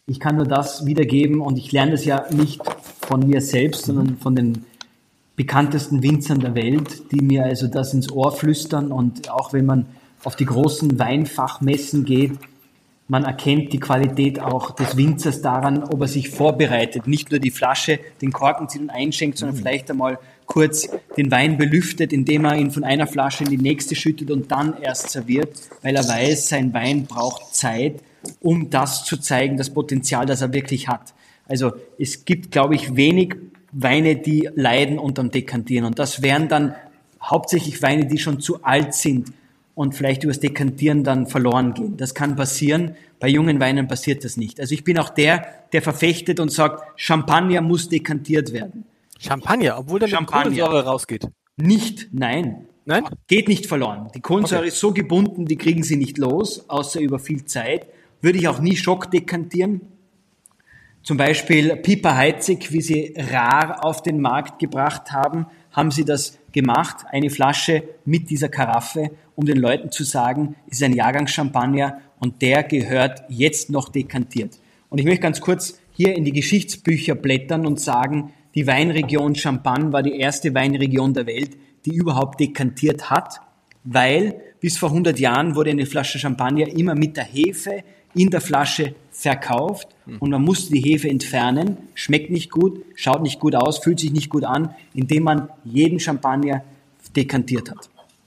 Ich kann nur das wiedergeben und ich lerne das ja nicht von mir selbst, sondern von den bekanntesten Winzern der Welt, die mir also das ins Ohr flüstern. Und auch wenn man auf die großen Weinfachmessen geht, man erkennt die Qualität auch des Winzers daran, ob er sich vorbereitet, nicht nur die Flasche, den Korken zieht und einschenkt, sondern vielleicht einmal kurz den Wein belüftet, indem er ihn von einer Flasche in die nächste schüttet und dann erst serviert, weil er weiß, sein Wein braucht Zeit, um das zu zeigen, das Potenzial, das er wirklich hat. Also es gibt, glaube ich, wenig Weine, die leiden unterm Dekantieren. Und das wären dann hauptsächlich Weine, die schon zu alt sind und vielleicht übers Dekantieren dann verloren gehen. Das kann passieren. Bei jungen Weinen passiert das nicht. Also ich bin auch der verfechtet und sagt, Champagner muss dekantiert werden. Champagner, obwohl da die Kohlensäure rausgeht. Nicht, nein. Nein? Geht nicht verloren. Die Kohlensäure ist so gebunden, die kriegen sie nicht los, außer über viel Zeit. Würde ich auch nie schockdekantieren. Zum Beispiel Piper Heidsieck, wie sie rar auf den Markt gebracht haben sie das gemacht, eine Flasche mit dieser Karaffe, um den Leuten zu sagen, es ist ein Jahrgangschampagner und der gehört jetzt noch dekantiert. Und ich möchte ganz kurz hier in die Geschichtsbücher blättern und sagen, die Weinregion Champagne war die erste Weinregion der Welt, die überhaupt dekantiert hat, weil bis vor 100 Jahren wurde eine Flasche Champagner immer mit der Hefe in der Flasche verkauft und man musste die Hefe entfernen, schmeckt nicht gut, schaut nicht gut aus, fühlt sich nicht gut an, indem man jeden Champagner dekantiert hat.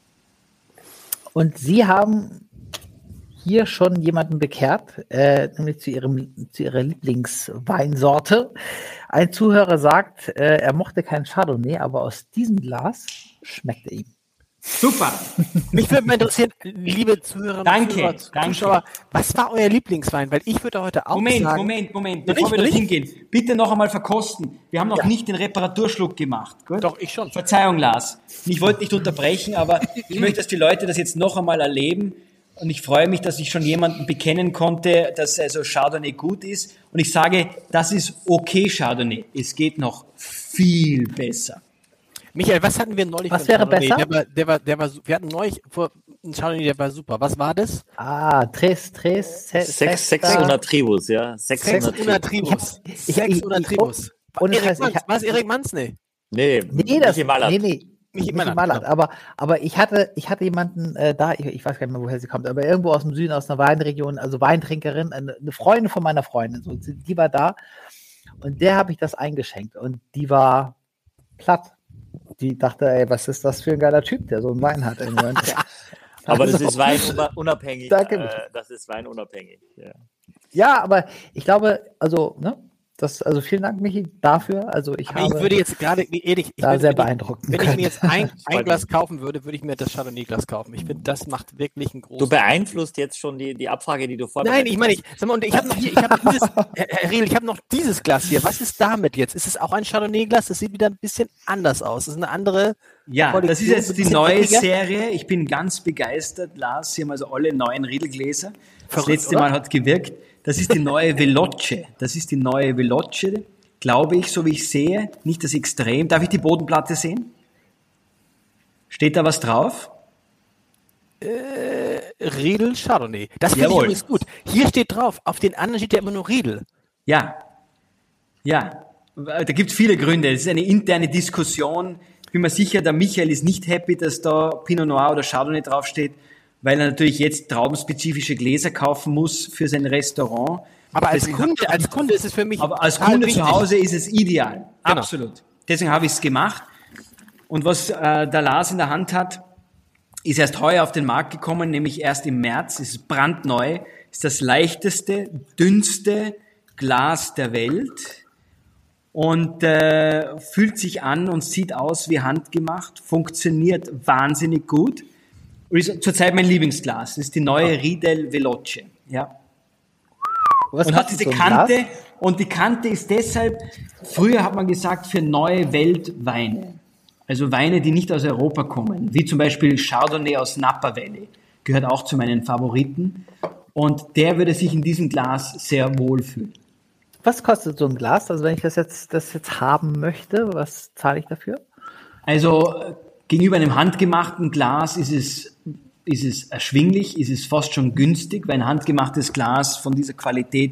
Und Sie haben hier schon jemanden bekehrt, nämlich zu Ihrer Lieblingsweinsorte. Ein Zuhörer sagt, er mochte keinen Chardonnay, aber aus diesem Glas schmeckt er ihm. Super. Mich würde mal interessieren, liebe Zuhörer und Danke. Zuschauer, was war euer Lieblingswein? Weil ich würde heute auch sagen... Moment, bevor wir dorthin gehen, bitte noch einmal verkosten. Wir haben noch nicht den Reparaturschluck gemacht. Gut? Doch, ich schon. Verzeihung, Lars. Ich wollte nicht unterbrechen, aber ich möchte, dass die Leute das jetzt noch einmal erleben. Und ich freue mich, dass ich schon jemanden bekennen konnte, dass also Chardonnay gut ist. Und ich sage, das ist okay Chardonnay. Es geht noch viel besser. Michael, was hatten wir neulich? Was wäre besser? Wir hatten neulich einen Chardonnay, der war super. Was war das? Sex una Tribus, ja. Sex una Tribus. Was Erik Manns? Nee, Michi Mallert. Aber ich hatte jemanden da, ich weiß gar nicht mehr, woher sie kommt, aber irgendwo aus dem Süden, aus einer Weinregion, also Weintrinkerin, eine Freundin von meiner Freundin, so, die war da und der habe ich das eingeschenkt und die war platt. Die dachte, ey, was ist das für ein geiler Typ, der so einen Wein hat. Aber das ist weinunabhängig. Danke. Das ist weinunabhängig. Ja, aber ich glaube, also, ne? Also vielen Dank, Michi, dafür. Also ich würde jetzt gerade, ehrlich, sehr beeindruckend. Wenn ich mir jetzt ein Glas kaufen würde, würde ich mir das Chardonnay-Glas kaufen. Ich finde, das macht wirklich einen großen... Du beeinflusst jetzt schon die Abfrage, die du vorbereitet hast. Nein, ich habe noch dieses Glas hier. Was ist damit jetzt? Ist es auch ein Chardonnay-Glas? Das sieht wieder ein bisschen anders aus. Das ist eine andere... Ja, Qualität, das ist jetzt die neue weniger. Serie. Ich bin ganz begeistert, Lars. Sie haben also alle neuen Riedelgläser. Das letzte oder? Mal hat gewirkt. Das ist die neue Veloce. Glaube ich, so wie ich sehe. Nicht das Extrem. Darf ich die Bodenplatte sehen? Steht da was drauf? Riedel Chardonnay. Das finde ich übrigens gut. Hier steht drauf, auf den anderen steht ja immer nur Riedel. Ja. Da gibt es viele Gründe. Es ist eine interne Diskussion. Ich bin mir sicher, der Michael ist nicht happy, dass da Pinot Noir oder Chardonnay draufsteht, weil er natürlich jetzt traubenspezifische Gläser kaufen muss für sein Restaurant. Aber als Kunde ist es für mich. Aber als Kunde wichtig. zu Hause ist es ideal. Genau. Absolut. Deswegen habe ich es gemacht. Und was der Lars in der Hand hat, ist erst heuer auf den Markt gekommen, nämlich erst im März. Es ist brandneu. Ist das leichteste, dünnste Glas der Welt. Und fühlt sich an und sieht aus wie handgemacht. Funktioniert wahnsinnig gut. Und ist zurzeit mein Lieblingsglas. Das ist die neue Riedel Veloce. Ja. Und hat diese Kante. Und die Kante ist deshalb, früher hat man gesagt, für neue Weltweine. Also Weine, die nicht aus Europa kommen. Wie zum Beispiel Chardonnay aus Napa Valley. Gehört auch zu meinen Favoriten. Und der würde sich in diesem Glas sehr wohlfühlen. Was kostet so ein Glas? Also wenn ich das jetzt haben möchte, was zahle ich dafür? Also gegenüber einem handgemachten Glas ist es erschwinglich, ist es fast schon günstig, weil ein handgemachtes Glas von dieser Qualität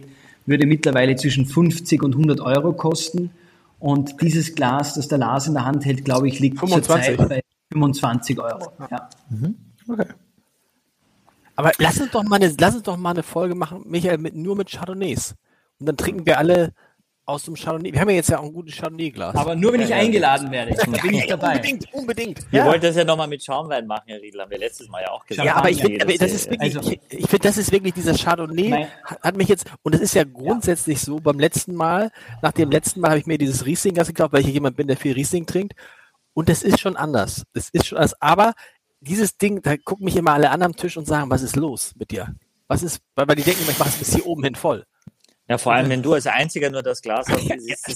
würde mittlerweile zwischen 50 und 100 Euro kosten. Und dieses Glas, das der Lars in der Hand hält, glaube ich, liegt 25. zurzeit bei 25 Euro. Ja. Okay. Aber lass uns doch mal eine Folge machen, Michael, nur mit Chardonnays. Und dann trinken wir alle aus dem Chardonnay. Wir haben ja jetzt ja auch ein gutes Chardonnay-Glas. Aber nur, wenn ich eingeladen werde. Da bin ich dabei. Unbedingt. Wir wollten das ja nochmal mit Schaumwein machen, Herr Riedl, haben wir letztes Mal ja auch gesagt. Ja, aber ich finde, das ist wirklich, ich finde, das ist wirklich dieser Chardonnay, hat mich jetzt, und das ist ja grundsätzlich so, nach dem letzten Mal habe ich mir dieses Riesling-Glas gekauft, weil ich jemand bin, der viel Riesling trinkt. Und das ist schon anders. Aber dieses Ding, da gucken mich immer alle an am Tisch und sagen, was ist los mit dir? Weil die denken, ich mache es bis hier oben hin voll. Ja, vor allem, wenn du als Einziger nur das Glas hast,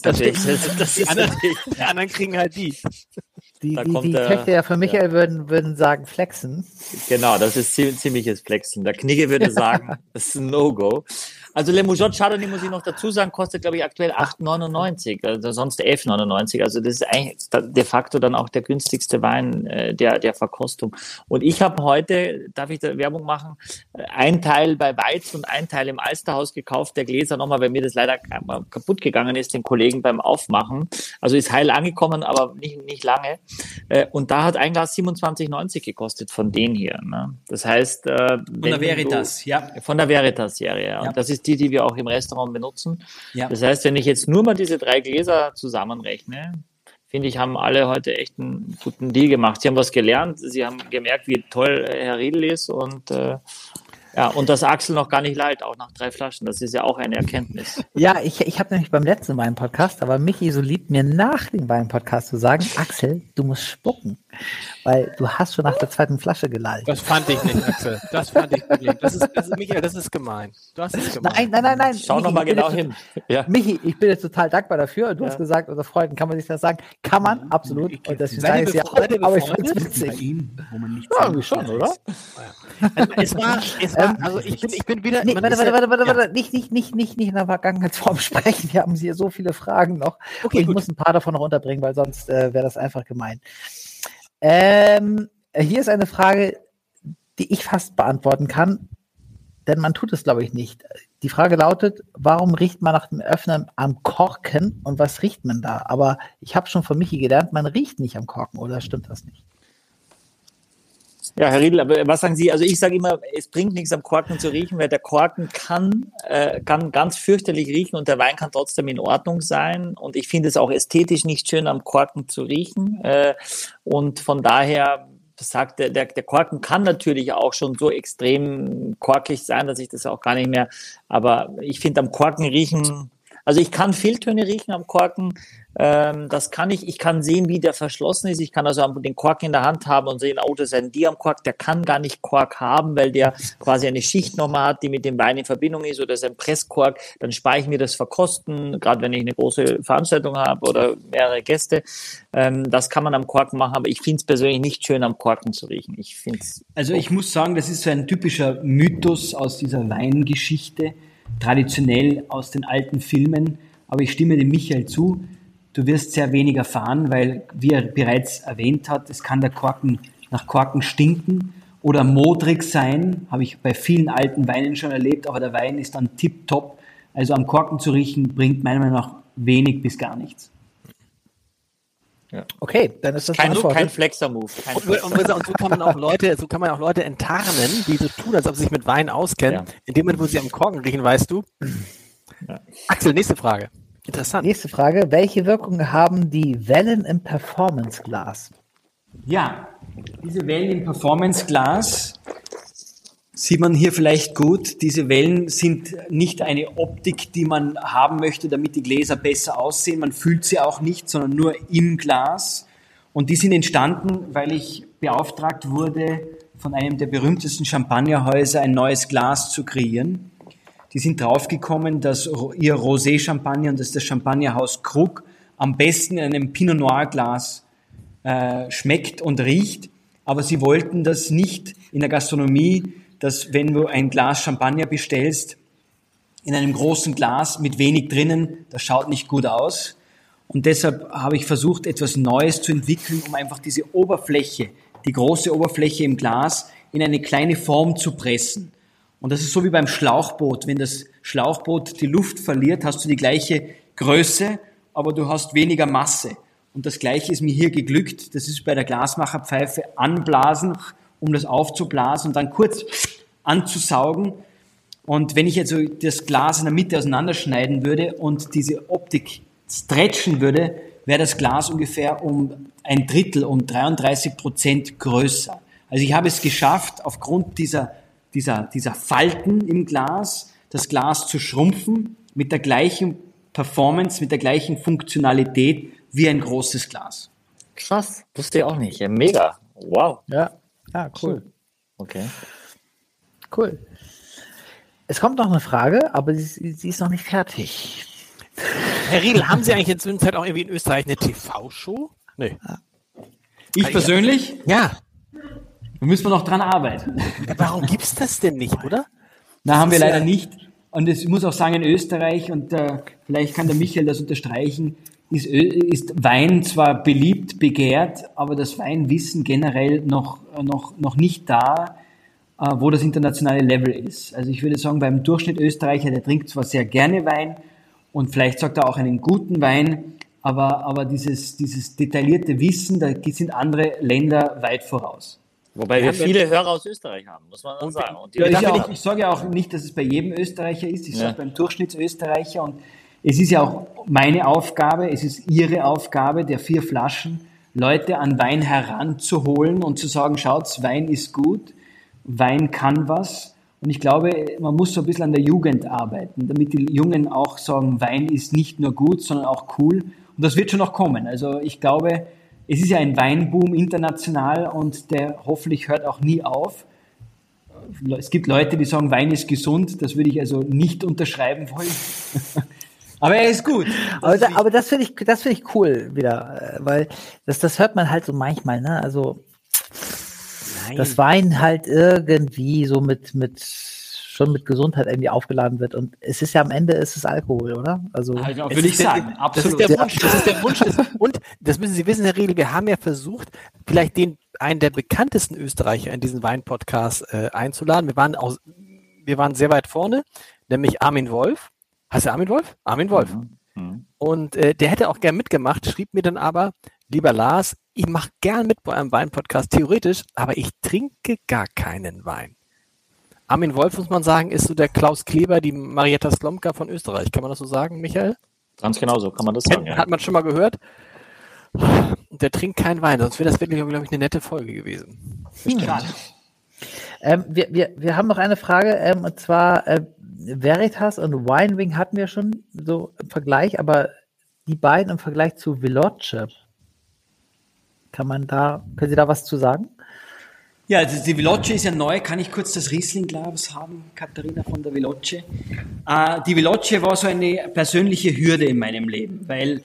die anderen kriegen halt die. Die Töchter ja von Michael würden sagen flexen. Genau, das ist ziemliches Flexen. Der Knigge würde sagen, das ist ein No-Go. Also Le Mougeot Chardonnay, muss ich noch dazu sagen, kostet, glaube ich, aktuell 8,99, also sonst 11,99. Also das ist eigentlich de facto dann auch der günstigste Wein der Verkostung. Und ich habe heute, darf ich da Werbung machen, ein Teil bei Weiz und ein Teil im Alsterhaus gekauft, der Gläser nochmal, weil mir das leider kaputt gegangen ist, den Kollegen beim Aufmachen. Also ist heil angekommen, aber nicht lange. Und da hat ein Glas 27,90 gekostet von denen hier. Ne? Das heißt, von der Veritas, Von der Veritas-Serie, ja. Und das ist die wir auch im Restaurant benutzen. Ja. Das heißt, wenn ich jetzt nur mal diese 3 Gläser zusammenrechne, finde ich, haben alle heute echt einen guten Deal gemacht. Sie haben was gelernt, sie haben gemerkt, wie toll Herr Riedl ist und und dass Axel noch gar nicht leidet, auch nach 3 Flaschen. Das ist ja auch eine Erkenntnis. Ja, ich habe nämlich beim letzten Wein-Podcast, aber Michi so lieb, mir nach dem Wein-Podcast zu sagen, Axel, du musst spucken, weil du hast schon nach der 2. Flasche gelallt. Das fand ich nicht, Axel. Das fand ich nicht. Michael, das ist gemein. Du hast es gemein. Nein. Schau noch mal genau hin. Ja. Michi, ich bin jetzt total dankbar dafür. Du hast gesagt, unter Freunden kann man sich das sagen. Kann man, absolut. Und deswegen sage ich es ja auch, aber ich fand es witzig. Ja, schon, oder? Es war, also ich bin wieder. Nee, warte. Nicht in der Vergangenheitsform sprechen. Wir haben hier so viele Fragen noch. Okay, ich muss ein paar davon noch unterbringen, weil sonst wäre das einfach gemein. Hier ist eine Frage, die ich fast beantworten kann, denn man tut es, glaube ich, nicht. Die Frage lautet, warum riecht man nach dem Öffnen am Korken und was riecht man da? Aber ich habe schon von Michi gelernt, man riecht nicht am Korken, oder stimmt das nicht? Ja, Herr Riedl, aber was sagen Sie? Also ich sage immer, es bringt nichts am Korken zu riechen, weil der Korken kann ganz fürchterlich riechen und der Wein kann trotzdem in Ordnung sein. Und ich finde es auch ästhetisch nicht schön, am Korken zu riechen. Und von daher sagt der Korken kann natürlich auch schon so extrem korkig sein, dass ich das auch gar nicht mehr, aber ich finde am Korken riechen, also ich kann Fehltöne riechen am Korken, das kann ich kann sehen, wie der verschlossen ist, ich kann also den Korken in der Hand haben und sehen, oh, das ist ein Diamkork, der kann gar nicht Kork haben, weil der quasi eine Schicht nochmal hat, die mit dem Wein in Verbindung ist, oder das ist ein Presskork, dann spare ich mir das Verkosten, gerade wenn ich eine große Veranstaltung habe oder mehrere Gäste, das kann man am Korken machen, aber ich finde es persönlich nicht schön, am Korken zu riechen. Ich muss sagen, das ist so ein typischer Mythos aus dieser Weingeschichte, traditionell aus den alten Filmen, aber ich stimme dem Michael zu, du wirst sehr wenig erfahren, weil, wie er bereits erwähnt hat, es kann der Korken nach Korken stinken oder modrig sein, habe ich bei vielen alten Weinen schon erlebt, aber der Wein ist dann tipptopp, also am Korken zu riechen bringt meiner Meinung nach wenig bis gar nichts. Ja. Okay, dann ist das kein Flexer-Move. Und so kann man auch Leute enttarnen, die so tun, als ob sie sich mit Wein auskennen. Ja. In dem Moment, wo sie am Korken riechen, weißt du. Ja. Axel, nächste Frage. Interessant. Nächste Frage. Welche Wirkung haben die Wellen im Performance-Glas? Ja, diese Wellen im Performance-Glas sieht man hier vielleicht gut. Diese Wellen sind nicht eine Optik, die man haben möchte, damit die Gläser besser aussehen. Man fühlt sie auch nicht, sondern nur im Glas. Und die sind entstanden, weil ich beauftragt wurde, von einem der berühmtesten Champagnerhäuser ein neues Glas zu kreieren. Die sind draufgekommen, dass ihr Rosé-Champagner, und das ist das Champagnerhaus Krug, am besten in einem Pinot Noir Glas schmeckt und riecht. Aber sie wollten das nicht in der Gastronomie, dass wenn du ein Glas Champagner bestellst, in einem großen Glas mit wenig drinnen, das schaut nicht gut aus. Und deshalb habe ich versucht, etwas Neues zu entwickeln, um einfach diese Oberfläche, die große Oberfläche im Glas, in eine kleine Form zu pressen. Und das ist so wie beim Schlauchboot. Wenn das Schlauchboot die Luft verliert, hast du die gleiche Größe, aber du hast weniger Masse. Und das Gleiche ist mir hier geglückt. Das ist bei der Glasmacherpfeife anblasen, um das aufzublasen und dann kurz anzusaugen. Und wenn ich jetzt so das Glas in der Mitte auseinanderschneiden würde und diese Optik stretchen würde, wäre das Glas ungefähr um 1/3, um 33% größer. Also ich habe es geschafft, aufgrund dieser Falten im Glas, das Glas zu schrumpfen mit der gleichen Performance, mit der gleichen Funktionalität wie ein großes Glas. Krass, wusste ich auch nicht. Ja, mega. Wow. Ja, cool. Okay. Cool. Es kommt noch eine Frage, aber sie ist noch nicht fertig. Herr Riedl, haben Sie eigentlich in der Zwischenzeit auch irgendwie in Österreich eine TV-Show? Nee. Ich persönlich? Ja. Da müssen wir noch dran arbeiten. Warum gibt's das denn nicht, oder? Na, haben wir leider nicht. Und ich muss auch sagen, in Österreich, und vielleicht kann der Michael das unterstreichen, ist Wein zwar beliebt, begehrt, aber das Weinwissen generell noch nicht da, wo das internationale Level ist. Also ich würde sagen, beim Durchschnitt Österreicher, der trinkt zwar sehr gerne Wein und vielleicht sagt er auch einen guten Wein, aber dieses detaillierte Wissen, da sind andere Länder weit voraus. Wobei wir viele Hörer aus Österreich haben, muss man dann sagen. Und ich sage ja auch nicht, dass es bei jedem Österreicher ist, ich sage beim Durchschnittsösterreicher, und es ist ja auch meine Aufgabe, es ist Ihre Aufgabe, der 4 Flaschen, Leute an Wein heranzuholen und zu sagen, schaut, Wein ist gut, Wein kann was. Und ich glaube, man muss so ein bisschen an der Jugend arbeiten, damit die Jungen auch sagen, Wein ist nicht nur gut, sondern auch cool. Und das wird schon noch kommen. Also ich glaube, es ist ja ein Weinboom international und der hoffentlich hört auch nie auf. Es gibt Leute, die sagen, Wein ist gesund. Das würde ich also nicht unterschreiben wollen. Aber er ist gut. Aber das finde ich cool wieder, weil das hört man halt so manchmal, ne? Also dass Wein halt irgendwie so schon mit Gesundheit irgendwie aufgeladen wird. Und es ist ja am Ende ist es Alkohol, oder? Also würde ich sagen, absolut. Das ist der Wunsch. Und das müssen Sie wissen, Herr Riedl, wir haben ja versucht, vielleicht einen der bekanntesten Österreicher in diesen Wein-Podcast einzuladen. Wir waren sehr weit vorne, nämlich Armin Wolf. Heißt er Armin Wolf? Armin Wolf. Mhm. Und der hätte auch gern mitgemacht, schrieb mir dann aber, lieber Lars, ich mache gern mit bei einem Wein-Podcast, theoretisch, aber ich trinke gar keinen Wein. Armin Wolf, muss man sagen, ist so der Klaus Kleber, die Marietta Slomka von Österreich. Kann man das so sagen, Michael? Ganz genau so kann man das sagen, ja. Hat man schon mal gehört? Der trinkt keinen Wein, sonst wäre das wirklich, glaube ich, eine nette Folge gewesen. Schade. Wir haben noch eine Frage, und zwar Veritas und Winewing hatten wir schon so im Vergleich, aber die beiden im Vergleich zu Veloce. Können Sie da was zu sagen? Ja, also die Veloce ist ja neu. Kann ich kurz das Riesling-Glas haben, Katharina von der Veloce? Die Veloce war so eine persönliche Hürde in meinem Leben, weil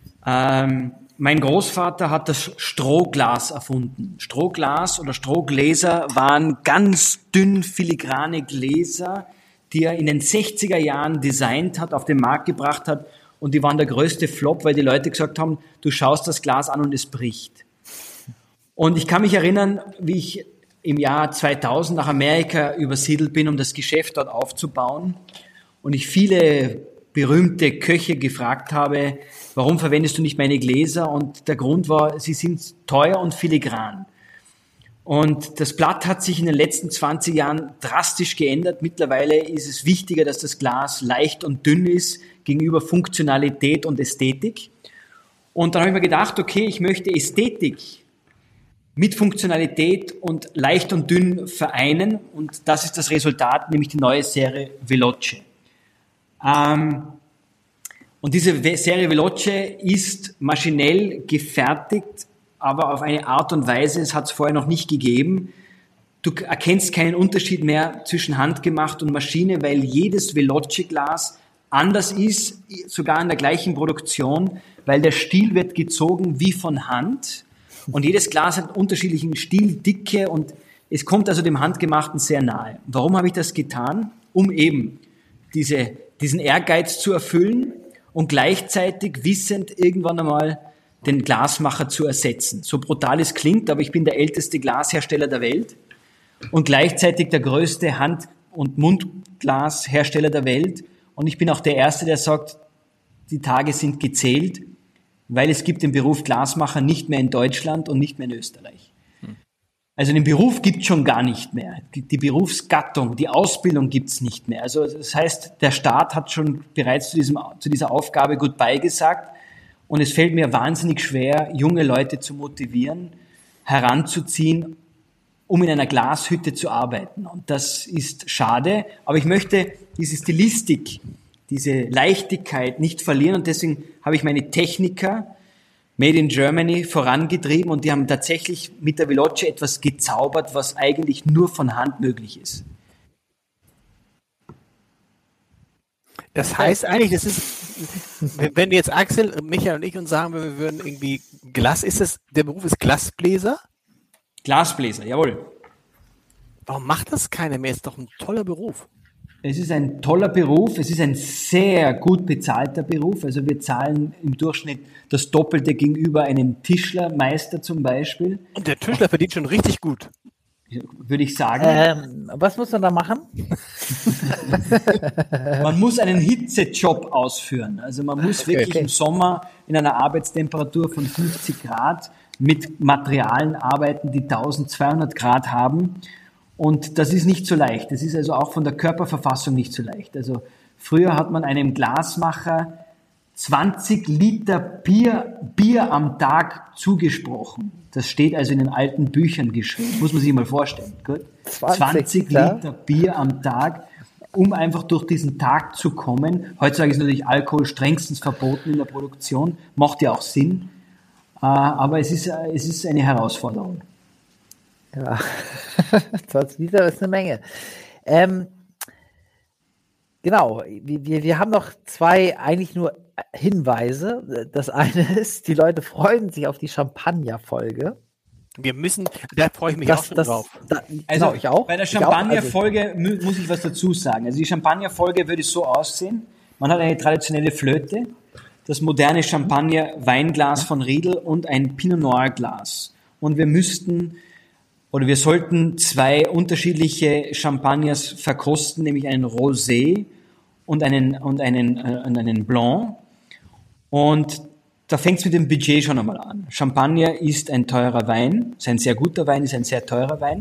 mein Großvater hat das Strohglas erfunden. Strohglas oder Strohgläser waren ganz dünn filigrane Gläser, die er in den 60er Jahren designt hat, auf den Markt gebracht hat, und die waren der größte Flop, weil die Leute gesagt haben, du schaust das Glas an und es bricht. Und ich kann mich erinnern, wie ich im Jahr 2000 nach Amerika übersiedelt bin, um das Geschäft dort aufzubauen, und ich viele berühmte Köche gefragt habe, warum verwendest du nicht meine Gläser? Und der Grund war, sie sind teuer und filigran. Und das Blatt hat sich in den letzten 20 Jahren drastisch geändert. Mittlerweile ist es wichtiger, dass das Glas leicht und dünn ist gegenüber Funktionalität und Ästhetik. Und dann habe ich mir gedacht, okay, ich möchte Ästhetik mit Funktionalität und leicht und dünn vereinen. Und das ist das Resultat, nämlich die neue Serie Veloce. Und diese Serie Veloce ist maschinell gefertigt, aber auf eine Art und Weise, es hat es vorher noch nicht gegeben. Du erkennst keinen Unterschied mehr zwischen handgemacht und Maschine, weil jedes Veloce-Glas anders ist, sogar in der gleichen Produktion, weil der Stiel wird gezogen wie von Hand. Und jedes Glas hat unterschiedlichen Stieldicke und es kommt also dem Handgemachten sehr nahe. Warum habe ich das getan? Um eben diesen Ehrgeiz zu erfüllen und gleichzeitig wissend irgendwann einmal den Glasmacher zu ersetzen. So brutal es klingt, aber ich bin der älteste Glashersteller der Welt und gleichzeitig der größte und Mundglashersteller der Welt. Und ich bin auch der Erste, der sagt, die Tage sind gezählt, weil es gibt den Beruf Glasmacher nicht mehr in Deutschland und nicht mehr in Österreich. Also den Beruf gibt es schon gar nicht mehr. Die Berufsgattung, die Ausbildung gibt es nicht mehr. Also das heißt, der Staat hat schon bereits zu dieser Aufgabe Goodbye gesagt. Und es fällt mir wahnsinnig schwer, junge Leute zu motivieren, heranzuziehen, um in einer Glashütte zu arbeiten. Und das ist schade. Aber ich möchte diese Stilistik, diese Leichtigkeit nicht verlieren. Und deswegen habe ich meine Techniker Made in Germany vorangetrieben und die haben tatsächlich mit der Veloce etwas gezaubert, was eigentlich nur von Hand möglich ist. Das heißt eigentlich, das ist, wenn jetzt Axel, Michael und ich uns sagen, wir würden irgendwie der Beruf ist Glasbläser? Glasbläser, jawohl. Warum macht das keiner mehr? Ist doch ein toller Beruf. Es ist ein toller Beruf, es ist ein sehr gut bezahlter Beruf, also wir zahlen im Durchschnitt das Doppelte gegenüber einem Tischlermeister zum Beispiel. Und der Tischler verdient schon richtig gut. Würde ich sagen. Was muss man da machen? Man muss einen Hitzejob ausführen, also man muss wirklich im Sommer in einer Arbeitstemperatur von 50 Grad mit Materialien arbeiten, die 1200 Grad haben. Und das ist nicht so leicht. Das ist also auch von der Körperverfassung nicht so leicht. Also früher hat man einem Glasmacher 20 Liter Bier am Tag zugesprochen. Das steht also in den alten Büchern geschrieben. Das muss man sich mal vorstellen. Gut? 20 Liter Bier am Tag, um einfach durch diesen Tag zu kommen. Heutzutage ist natürlich Alkohol strengstens verboten in der Produktion. Macht ja auch Sinn. Aber es ist eine Herausforderung. Ja, 20 Liter ist eine Menge. Genau, wir haben noch zwei eigentlich nur Hinweise. Das eine ist, die Leute freuen sich auf die Champagner-Folge. Da freue ich mich auch schon drauf. Also ich auch. Bei der Champagner-Folge muss ich was dazu sagen. Also die Champagner-Folge würde so aussehen. Man hat eine traditionelle Flöte, das moderne Champagner-Weinglas von Riedel und ein Pinot Noir-Glas. Und wir sollten zwei unterschiedliche Champagners verkosten, nämlich einen Rosé und einen Blanc. Und da fängt es mit dem Budget schon einmal an. Champagner ist ein teurer Wein, ist ein sehr guter Wein, ist ein sehr teurer Wein.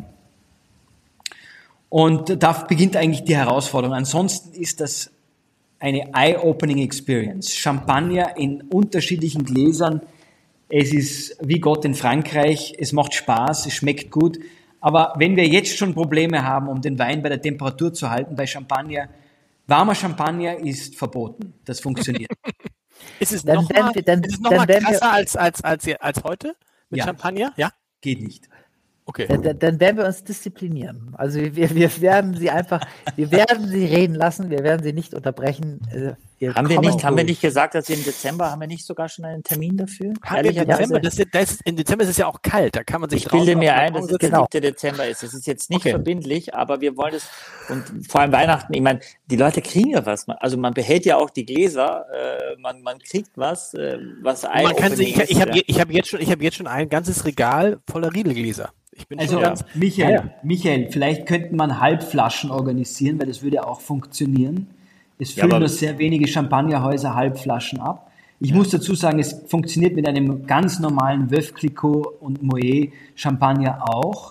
Und da beginnt eigentlich die Herausforderung. Ansonsten ist das eine eye-opening Experience. Champagner in unterschiedlichen Gläsern. Es ist wie Gott in Frankreich, es macht Spaß, es schmeckt gut. Aber wenn wir jetzt schon Probleme haben, um den Wein bei der Temperatur zu halten, bei Champagner, warmer Champagner ist verboten. Das funktioniert. Ist es noch mal krasser als heute mit Champagner? Ja? Geht nicht. Okay. Dann werden wir uns disziplinieren. Also wir werden sie reden lassen, wir werden sie nicht unterbrechen. Haben wir nicht gesagt, dass wir im Dezember, haben wir nicht sogar schon einen Termin dafür? Im Dezember ist es ja auch kalt, da kann man sich Ich bilde mir ein, dass es der 7. Dezember ist. Es ist jetzt nicht verbindlich, aber wir wollen es, und vor allem Weihnachten, ich meine, die Leute kriegen ja was. Also man behält ja auch die Gläser, man kriegt was Ich habe jetzt schon ein ganzes Regal voller Riedelgläser. Michael, vielleicht könnte man Halbflaschen organisieren, weil das würde auch funktionieren. Es füllen nur sehr wenige Champagnerhäuser Halbflaschen ab. Ich muss dazu sagen, es funktioniert mit einem ganz normalen Veuve Clicquot und Moet Champagner auch.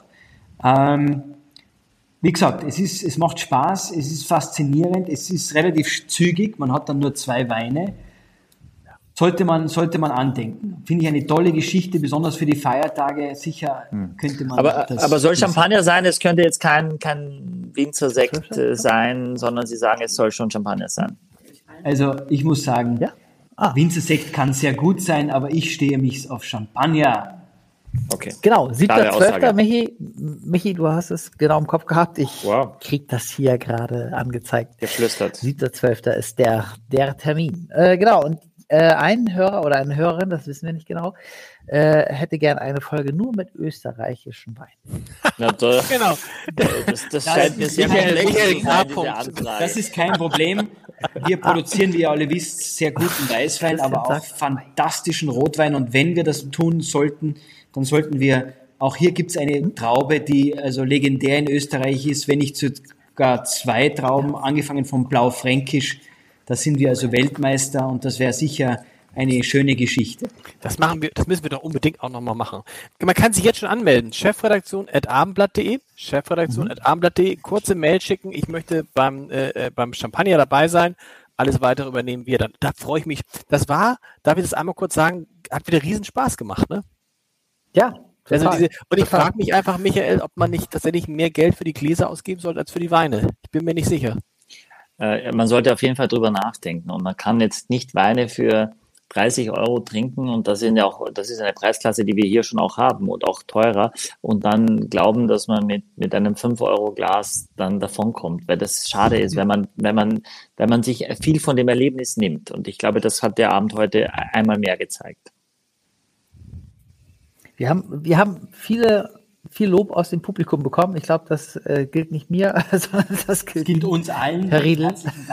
Wie gesagt, es macht Spaß, es ist faszinierend, es ist relativ zügig, man hat dann nur 2 Weine. Sollte man andenken. Finde ich eine tolle Geschichte, besonders für die Feiertage. Sicher könnte man Aber soll Champagner sein? Es könnte jetzt kein Winzersekt sein, sondern Sie sagen, es soll schon Champagner sein. Also ich muss sagen, Winzersekt kann sehr gut sein, aber ich stehe mich auf Champagner. Okay. Genau, 7.12. Michi, du hast es genau im Kopf gehabt. Ich krieg das hier gerade angezeigt. Geflüstert. 7.12. ist der Termin. Genau, und ein Hörer oder eine Hörerin, das wissen wir nicht genau, hätte gern eine Folge nur mit österreichischem Wein. Na toll. Genau. Das scheint mir sehr komplex zu sein, diese Anfrage. Das ist kein Problem. Wir produzieren, wie ihr alle wisst, sehr guten Weißwein, aber auch fantastischen Rotwein. Und wenn wir das tun sollten, dann sollten wir, auch hier gibt es eine Traube, die also legendär in Österreich ist, wenn nicht sogar 2 Trauben, angefangen vom Blau-Fränkisch. Da sind wir also Weltmeister und das wäre sicher eine schöne Geschichte. Das müssen wir doch unbedingt auch nochmal machen. Man kann sich jetzt schon anmelden. Chefredaktion@abendblatt.de, Chefredaktion@abendblatt.de, kurze Mail schicken. Ich möchte beim Champagner dabei sein. Alles weitere übernehmen wir dann. Da freue ich mich. Darf ich das einmal kurz sagen, hat wieder riesen Spaß gemacht, ne? Ja. Also und ich frage mich einfach, Michael, ob man nicht tatsächlich mehr Geld für die Gläser ausgeben sollte als für die Weine. Ich bin mir nicht sicher. Man sollte auf jeden Fall drüber nachdenken und man kann jetzt nicht Weine für 30 € trinken und das ist eine Preisklasse, die wir hier schon auch haben und auch teurer und dann glauben, dass man mit einem 5 € Glas dann davonkommt, weil das schade ist, wenn man sich viel von dem Erlebnis nimmt und ich glaube, das hat der Abend heute einmal mehr gezeigt. Wir haben viel Lob aus dem Publikum bekommen. Ich glaube, das gilt nicht mir, sondern das gilt uns allen. Herr Riedl.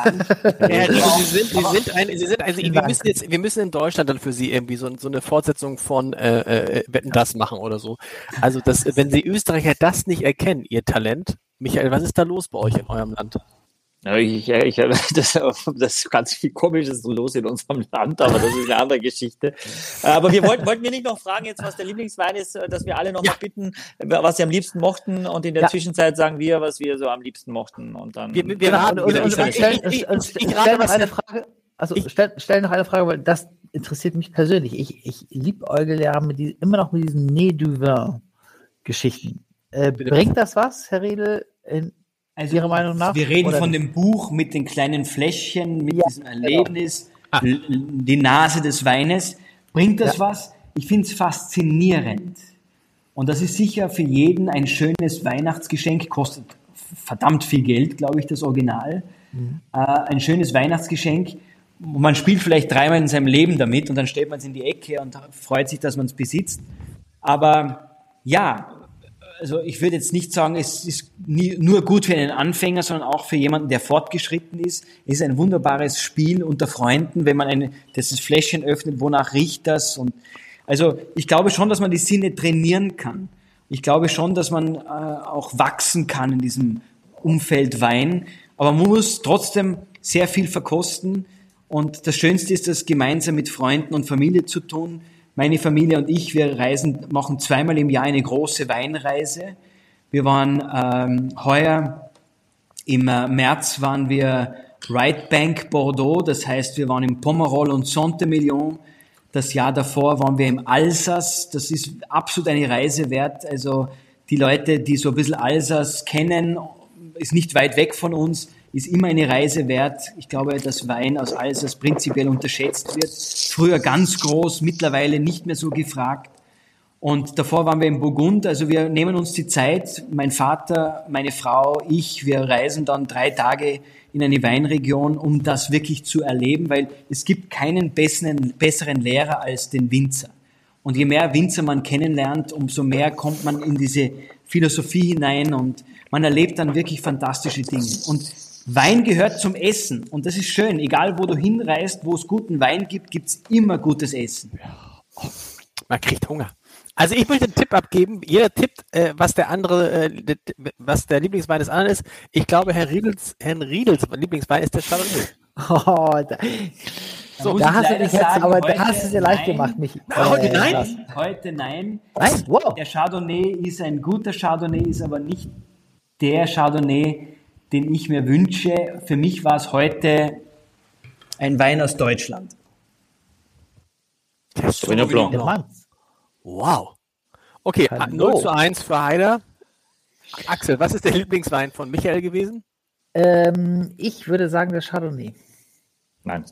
Wir müssen in Deutschland dann für Sie irgendwie so eine Fortsetzung von Wetten, das machen oder so. Also wenn Sie Österreicher das nicht erkennen, Ihr Talent, Michael, was ist da los bei euch in eurem Land? Ja, das ist ganz viel Komisches los in unserem Land, aber das ist eine andere Geschichte. Aber wir wollten wir nicht noch fragen jetzt, was der Lieblingswein ist, dass wir alle noch mal bitten, was sie am liebsten mochten und in der Zwischenzeit sagen wir, was wir so am liebsten mochten und dann. Stell noch eine Frage, weil das interessiert mich persönlich. Ich liebäugel ja immer noch mit diesen Nez du Vin Geschichten. Bringt das was, Herr Riedl, Also, Ihrer Meinung nach? Wir reden von dem Buch mit den kleinen Fläschchen, mit diesem Erlebnis, die Nase des Weines. Bringt das was? Ich finde es faszinierend. Und das ist sicher für jeden ein schönes Weihnachtsgeschenk, kostet verdammt viel Geld, glaube ich, das Original. Ein schönes Weihnachtsgeschenk. Man spielt vielleicht 3-mal in seinem Leben damit und dann stellt man es in die Ecke und freut sich, dass man es besitzt. Aber ja, also ich würde jetzt nicht sagen, es ist nur gut für einen Anfänger, sondern auch für jemanden, der fortgeschritten ist. Es ist ein wunderbares Spiel unter Freunden, wenn man das Fläschchen öffnet, wonach riecht das? Und also ich glaube schon, dass man die Sinne trainieren kann. Ich glaube schon, dass man auch wachsen kann in diesem Umfeld Wein. Aber man muss trotzdem sehr viel verkosten. Und das Schönste ist, das gemeinsam mit Freunden und Familie zu tun. Meine Familie und ich, wir machen 2-mal im Jahr eine große Weinreise. Wir waren heuer im März waren wir Right Bank Bordeaux, das heißt, wir waren im Pomerol und Saint-Emilion. Das Jahr davor waren wir im Alsace. Das ist absolut eine Reise wert. Also die Leute, die so ein bisschen Alsace kennen, ist nicht weit weg von uns, ist immer eine Reise wert. Ich glaube, dass Wein aus Alsace prinzipiell unterschätzt wird. Früher ganz groß, mittlerweile nicht mehr so gefragt. Und davor waren wir in Burgund. Also wir nehmen uns die Zeit, mein Vater, meine Frau, ich, wir reisen dann 3 Tage in eine Weinregion, um das wirklich zu erleben, weil es gibt keinen besseren Lehrer als den Winzer. Und je mehr Winzer man kennenlernt, umso mehr kommt man in diese Philosophie hinein und man erlebt dann wirklich fantastische Dinge. Und Wein gehört zum Essen und das ist schön. Egal, wo du hinreist, wo es guten Wein gibt, gibt's immer gutes Essen. Man kriegt Hunger. Also ich möchte einen Tipp abgeben. Jeder tippt, was der Lieblingswein des anderen ist. Ich glaube, Herrn Riedels Lieblingswein ist der Chardonnay. Da hast du dich jetzt, aber da hast du es dir leicht gemacht, Michi. Heute nein. Heute nein. Nein? Wow. Der Chardonnay ist ein guter Chardonnay, ist aber nicht der Chardonnay, den ich mir wünsche. Für mich war es heute ein Wein aus Deutschland. Der Sauvignon Blanc. Wow. Okay, 0:1 für Heider. Axel, was ist der Lieblingswein von Michael gewesen? Ich würde sagen, der Chardonnay. Nein.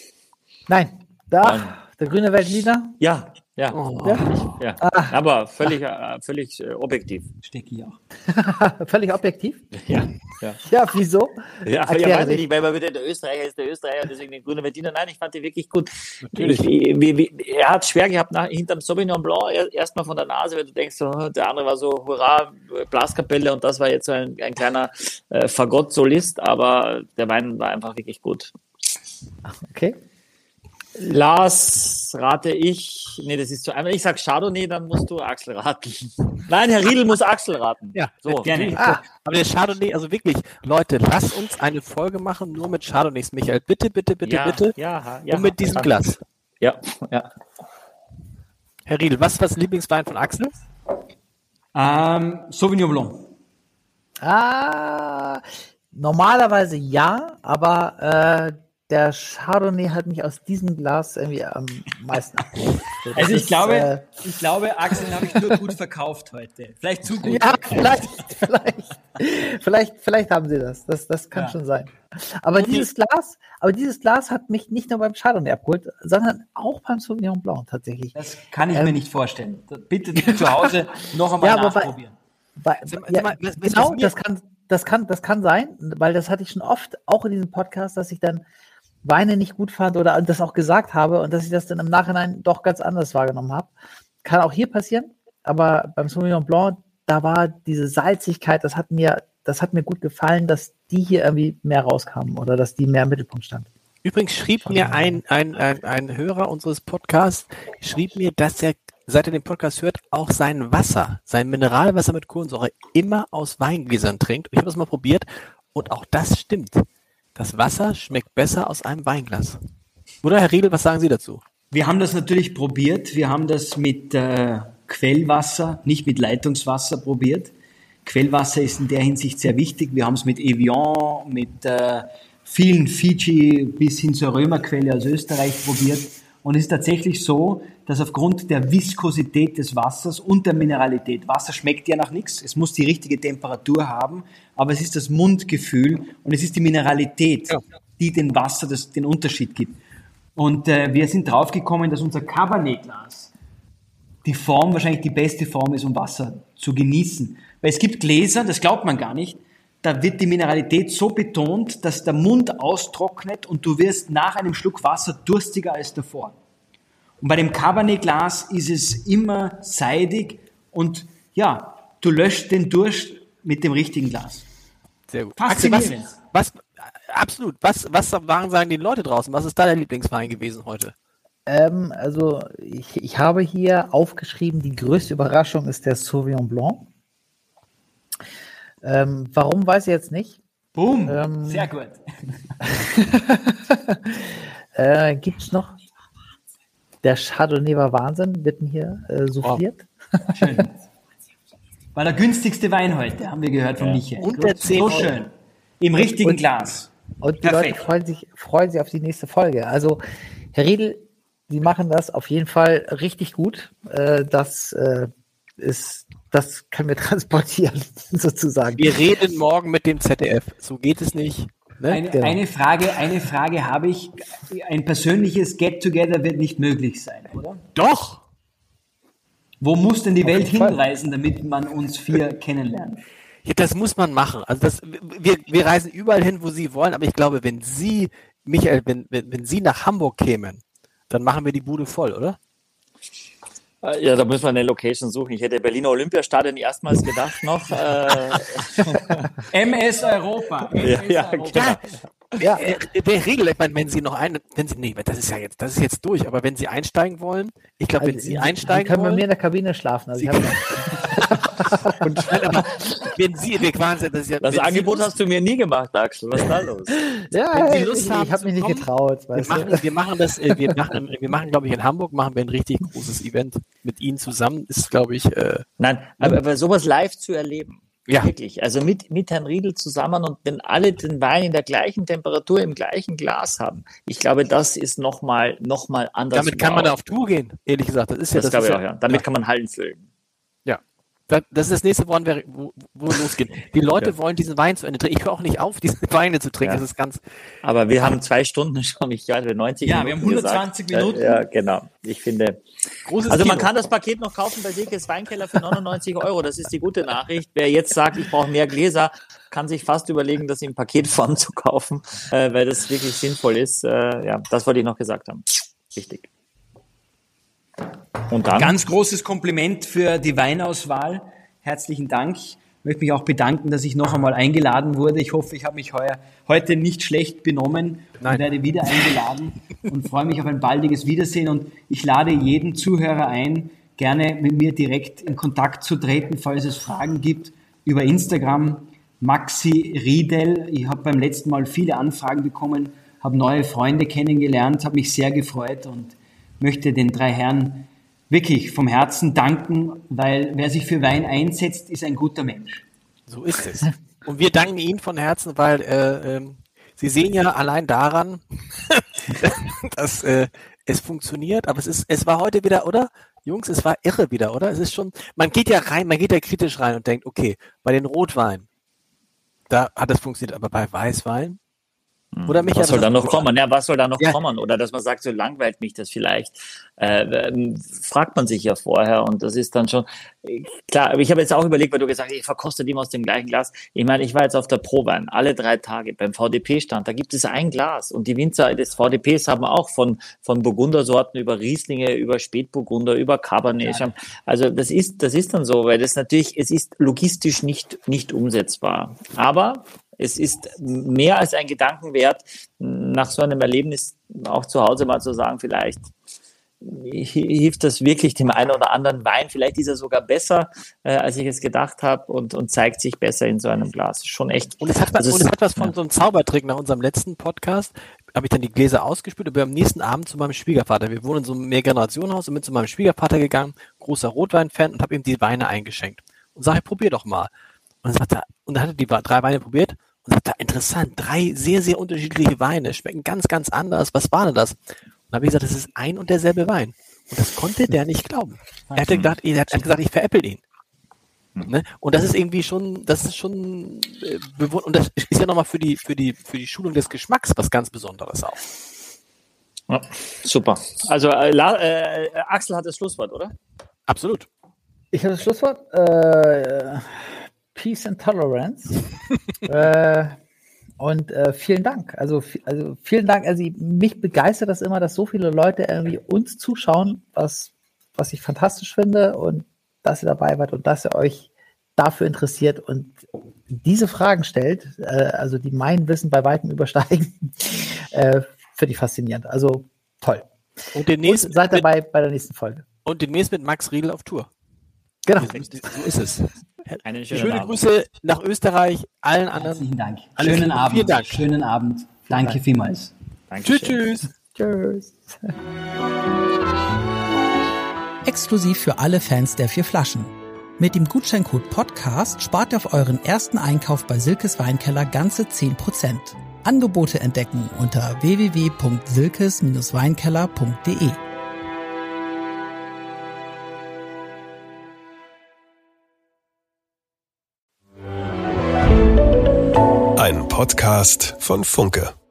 Der grüne Weltliner? Ja. Oh. Ja. Aber völlig objektiv. Stecke ich auch. Völlig objektiv? Ja. Ja, wieso? Ja, weiß ich nicht, weil man wieder der Österreicher ist, deswegen den grünen Veltliner. Nein, ich fand die wirklich gut. Er hat schwer gehabt hinterm Sauvignon Blanc, erstmal von der Nase, weil du denkst, so, der andere war so, hurra, Blaskapelle und das war jetzt so ein kleiner Fagott-Solist, aber der Wein war einfach wirklich gut. Okay. Lars rate ich, nee, das ist zu einfach. Ich sag Chardonnay, dann musst du Axel raten. Nein, Herr Riedl muss Axel raten. Ja, so. Gerne. Aber der Chardonnay, also wirklich, Leute, lasst uns eine Folge machen, nur mit Chardonnays, Michael. Bitte, bitte, bitte, bitte. Ja, und mit diesem Glas. Ja. Herr Riedl, was ist das Lieblingswein von Axel? Sauvignon Blanc. Normalerweise ja, aber der Chardonnay hat mich aus diesem Glas irgendwie am meisten abgeholt. Also ich glaube, Axel, habe ich nur gut verkauft heute. Vielleicht zu gut. Ja, vielleicht haben sie das. Das kann schon sein. Aber dieses Glas hat mich nicht nur beim Chardonnay abgeholt, sondern auch beim Sauvignon Blanc tatsächlich. Das kann ich mir nicht vorstellen. Bitte zu Hause noch einmal nachprobieren. Genau, das kann sein, weil das hatte ich schon oft, auch in diesem Podcast, dass ich dann Weine nicht gut fand oder das auch gesagt habe und dass ich das dann im Nachhinein doch ganz anders wahrgenommen habe. Kann auch hier passieren, aber beim Sauvignon Blanc, da war diese Salzigkeit, das hat mir gut gefallen, dass die hier irgendwie mehr rauskamen oder dass die mehr im Mittelpunkt stand. Übrigens schrieb mir ein Hörer unseres Podcasts, dass er, seit er den Podcast hört, auch sein Mineralwasser mit Kohlensäure immer aus Weingläsern trinkt. Ich habe das mal probiert und auch das stimmt. Das Wasser schmeckt besser aus einem Weinglas. Oder, Herr Riedl, was sagen Sie dazu? Wir haben das natürlich probiert. Wir haben das mit Quellwasser, nicht mit Leitungswasser probiert. Quellwasser ist in der Hinsicht sehr wichtig. Wir haben es mit Evian, mit vielen Fiji bis hin zur Römerquelle aus Österreich probiert. Und es ist tatsächlich so, dass aufgrund der Viskosität des Wassers und der Mineralität, Wasser schmeckt ja nach nichts, es muss die richtige Temperatur haben, aber es ist das Mundgefühl und es ist die Mineralität, die dem Wasser den Unterschied gibt. Und wir sind draufgekommen, dass unser Cabernet-Glas die Form wahrscheinlich die beste Form ist, um Wasser zu genießen. Weil es gibt Gläser, das glaubt man gar nicht, da wird die Mineralität so betont, dass der Mund austrocknet und du wirst nach einem Schluck Wasser durstiger als davor. Und bei dem Cabernet-Glas ist es immer seidig und ja, du löscht den Durst mit dem richtigen Glas. Sehr gut. Faszinierend. Absolut. Was sagen die Leute draußen? Was ist da der Lieblingswein gewesen heute? Also ich habe hier aufgeschrieben, die größte Überraschung ist der Sauvignon Blanc. Warum, weiß ich jetzt nicht. Boom, sehr gut. Gibt's noch? Der Chardonnay war Wahnsinn, wird mir hier souffliert. Schön. War der günstigste Wein heute, haben wir gehört von Michael. Unter 10 so schön. Im richtigen Glas. Und die Perfekt. Leute freuen sich auf die nächste Folge. Also, Herr Riedl, Sie machen das auf jeden Fall richtig gut. Das können wir transportieren, sozusagen. Wir reden morgen mit dem ZDF. So geht es nicht. Ne? Eine Frage habe ich. Ein persönliches Get-Together wird nicht möglich sein, oder? Doch! Wo muss denn die Welt hinreisen, damit man uns 4 kennenlernt? Ja, das muss man machen. Also wir reisen überall hin, wo Sie wollen, aber ich glaube, wenn Sie, Michael, wenn Sie nach Hamburg kämen, dann machen wir die Bude voll, oder? Ja, da müssen wir eine Location suchen. Ich hätte Berliner Olympiastadion erstmals gedacht noch. MS Europa. Ja, genau. Ja, der Regel, ich meine, wenn Sie das ist jetzt durch, aber wenn Sie einsteigen wollen, ich glaube, wenn Sie einsteigen können wollen. bei mir in der Kabine schlafen. Also Das Angebot hast du mir nie gemacht, Axel. Was ist da los? Ja, wenn Sie Lust haben ich habe mich nicht kommen, getraut. Wir machen, glaube ich, in Hamburg machen wir ein richtig großes Event mit Ihnen zusammen. Ist, glaube ich. Nein, aber sowas live zu erleben. Ja. Wirklich. Also mit Herrn Riedl zusammen und wenn alle den Wein in der gleichen Temperatur, im gleichen Glas haben. Ich glaube, das ist noch mal anders. Damit kann man auf Tour gehen, ehrlich gesagt. Das glaube ich auch, ja. Damit kann man Hallen füllen. Ja. Das ist das nächste Wort, wo losgeht. Die Leute wollen diesen Wein zu Ende trinken. Ich höre auch nicht auf, diese Weine zu trinken. Ja. Das ist ganz. Aber wir haben 2 Stunden schon, 90 Minuten. Ja, wir haben 120 Minuten. Ja, genau. Ich finde. Großes Also man Kino. kann das Paket noch kaufen bei Silkes Weinkeller für 99 €. Das ist die gute Nachricht. Wer jetzt sagt, ich brauche mehr Gläser, kann sich fast überlegen, das in Paketform zu kaufen, weil das wirklich sinnvoll ist. Ja, das wollte ich noch gesagt haben. Wichtig. Und dann? Ganz großes Kompliment für die Weinauswahl. Herzlichen Dank. möchte mich auch bedanken, dass ich noch einmal eingeladen wurde. Ich hoffe, ich habe mich heute nicht schlecht benommen und werde wieder eingeladen und freue mich auf ein baldiges Wiedersehen. Und ich lade jeden Zuhörer ein, gerne mit mir direkt in Kontakt zu treten, falls es Fragen gibt, über Instagram, Maxi Riedel. Ich habe beim letzten Mal viele Anfragen bekommen, habe neue Freunde kennengelernt, habe mich sehr gefreut und möchte den 3 Herren wirklich vom Herzen danken, weil wer sich für Wein einsetzt, ist ein guter Mensch. So ist es. Und wir danken Ihnen von Herzen, weil Sie sehen ja allein daran, dass es funktioniert, aber es war heute wieder, oder? Jungs, es war irre wieder, oder? Es ist schon, man geht ja kritisch rein und denkt, okay, bei den Rotweinen, da hat es funktioniert, aber bei Weißwein? Oder was soll da noch kommen? Ja, was soll da noch kommen? Oder dass man sagt, so langweilt mich das vielleicht. Fragt man sich ja vorher und das ist dann schon klar. Aber ich habe jetzt auch überlegt, weil du gesagt hast, ich verkoste die aus dem gleichen Glas. Ich meine, ich war jetzt auf der Prowein alle 3 Tage beim VDP-Stand. Da gibt es ein Glas und die Winzer des VDPs haben auch von Burgundersorten über Rieslinge, über Spätburgunder, über Cabernet. Ja. Also das ist dann so, weil das natürlich, es ist logistisch nicht umsetzbar. Aber es ist mehr als ein Gedanken wert, nach so einem Erlebnis auch zu Hause mal zu sagen, vielleicht hilft das wirklich dem einen oder anderen Wein. Vielleicht ist er sogar besser, als ich es gedacht habe und zeigt sich besser in so einem Glas. Schon echt. Und es hat was von so einem Zaubertrick. Nach unserem letzten Podcast habe ich dann die Gläser ausgespült und bin am nächsten Abend zu meinem Schwiegervater. Wir wohnen in so einem Mehrgenerationenhaus und bin zu meinem Schwiegervater gegangen, großer Rotwein-Fan, und habe ihm die Weine eingeschenkt. Und sage, probier doch mal. Und dann hat er die 3 Weine probiert und sagte, interessant, 3 sehr, sehr unterschiedliche Weine, schmecken ganz, ganz anders. Was war denn das? Und dann habe ich gesagt, das ist ein und derselbe Wein. Und das konnte der nicht glauben. Er hat gesagt, ich veräpple ihn. Ne? Und das ist irgendwie schon, und das ist ja nochmal für die Schulung des Geschmacks was ganz Besonderes auch. Ja, super. Also Axel hat das Schlusswort, oder? Absolut. Ich habe das Schlusswort. Peace and Tolerance. Und vielen Dank. Also vielen Dank. Also mich begeistert das immer, dass so viele Leute irgendwie uns zuschauen, was ich fantastisch finde, und dass ihr dabei wart und dass ihr euch dafür interessiert und diese Fragen stellt, also die mein Wissen bei weitem übersteigen, finde ich faszinierend. Also toll. Und seid dabei bei der nächsten Folge. Und demnächst mit Max Riedel auf Tour. Genau. So ist es. Schöne Grüße nach Österreich, allen anderen. Herzlichen Dank. Schönen Abend. Vielen Dank. Schönen Abend. Danke vielmals. Tschüss. Exklusiv für alle Fans der 4 Flaschen. Mit dem Gutscheincode Podcast spart ihr auf euren ersten Einkauf bei Silkes Weinkeller ganze 10%. Angebote entdecken unter www.silkes-weinkeller.de. Ein Podcast von Funke.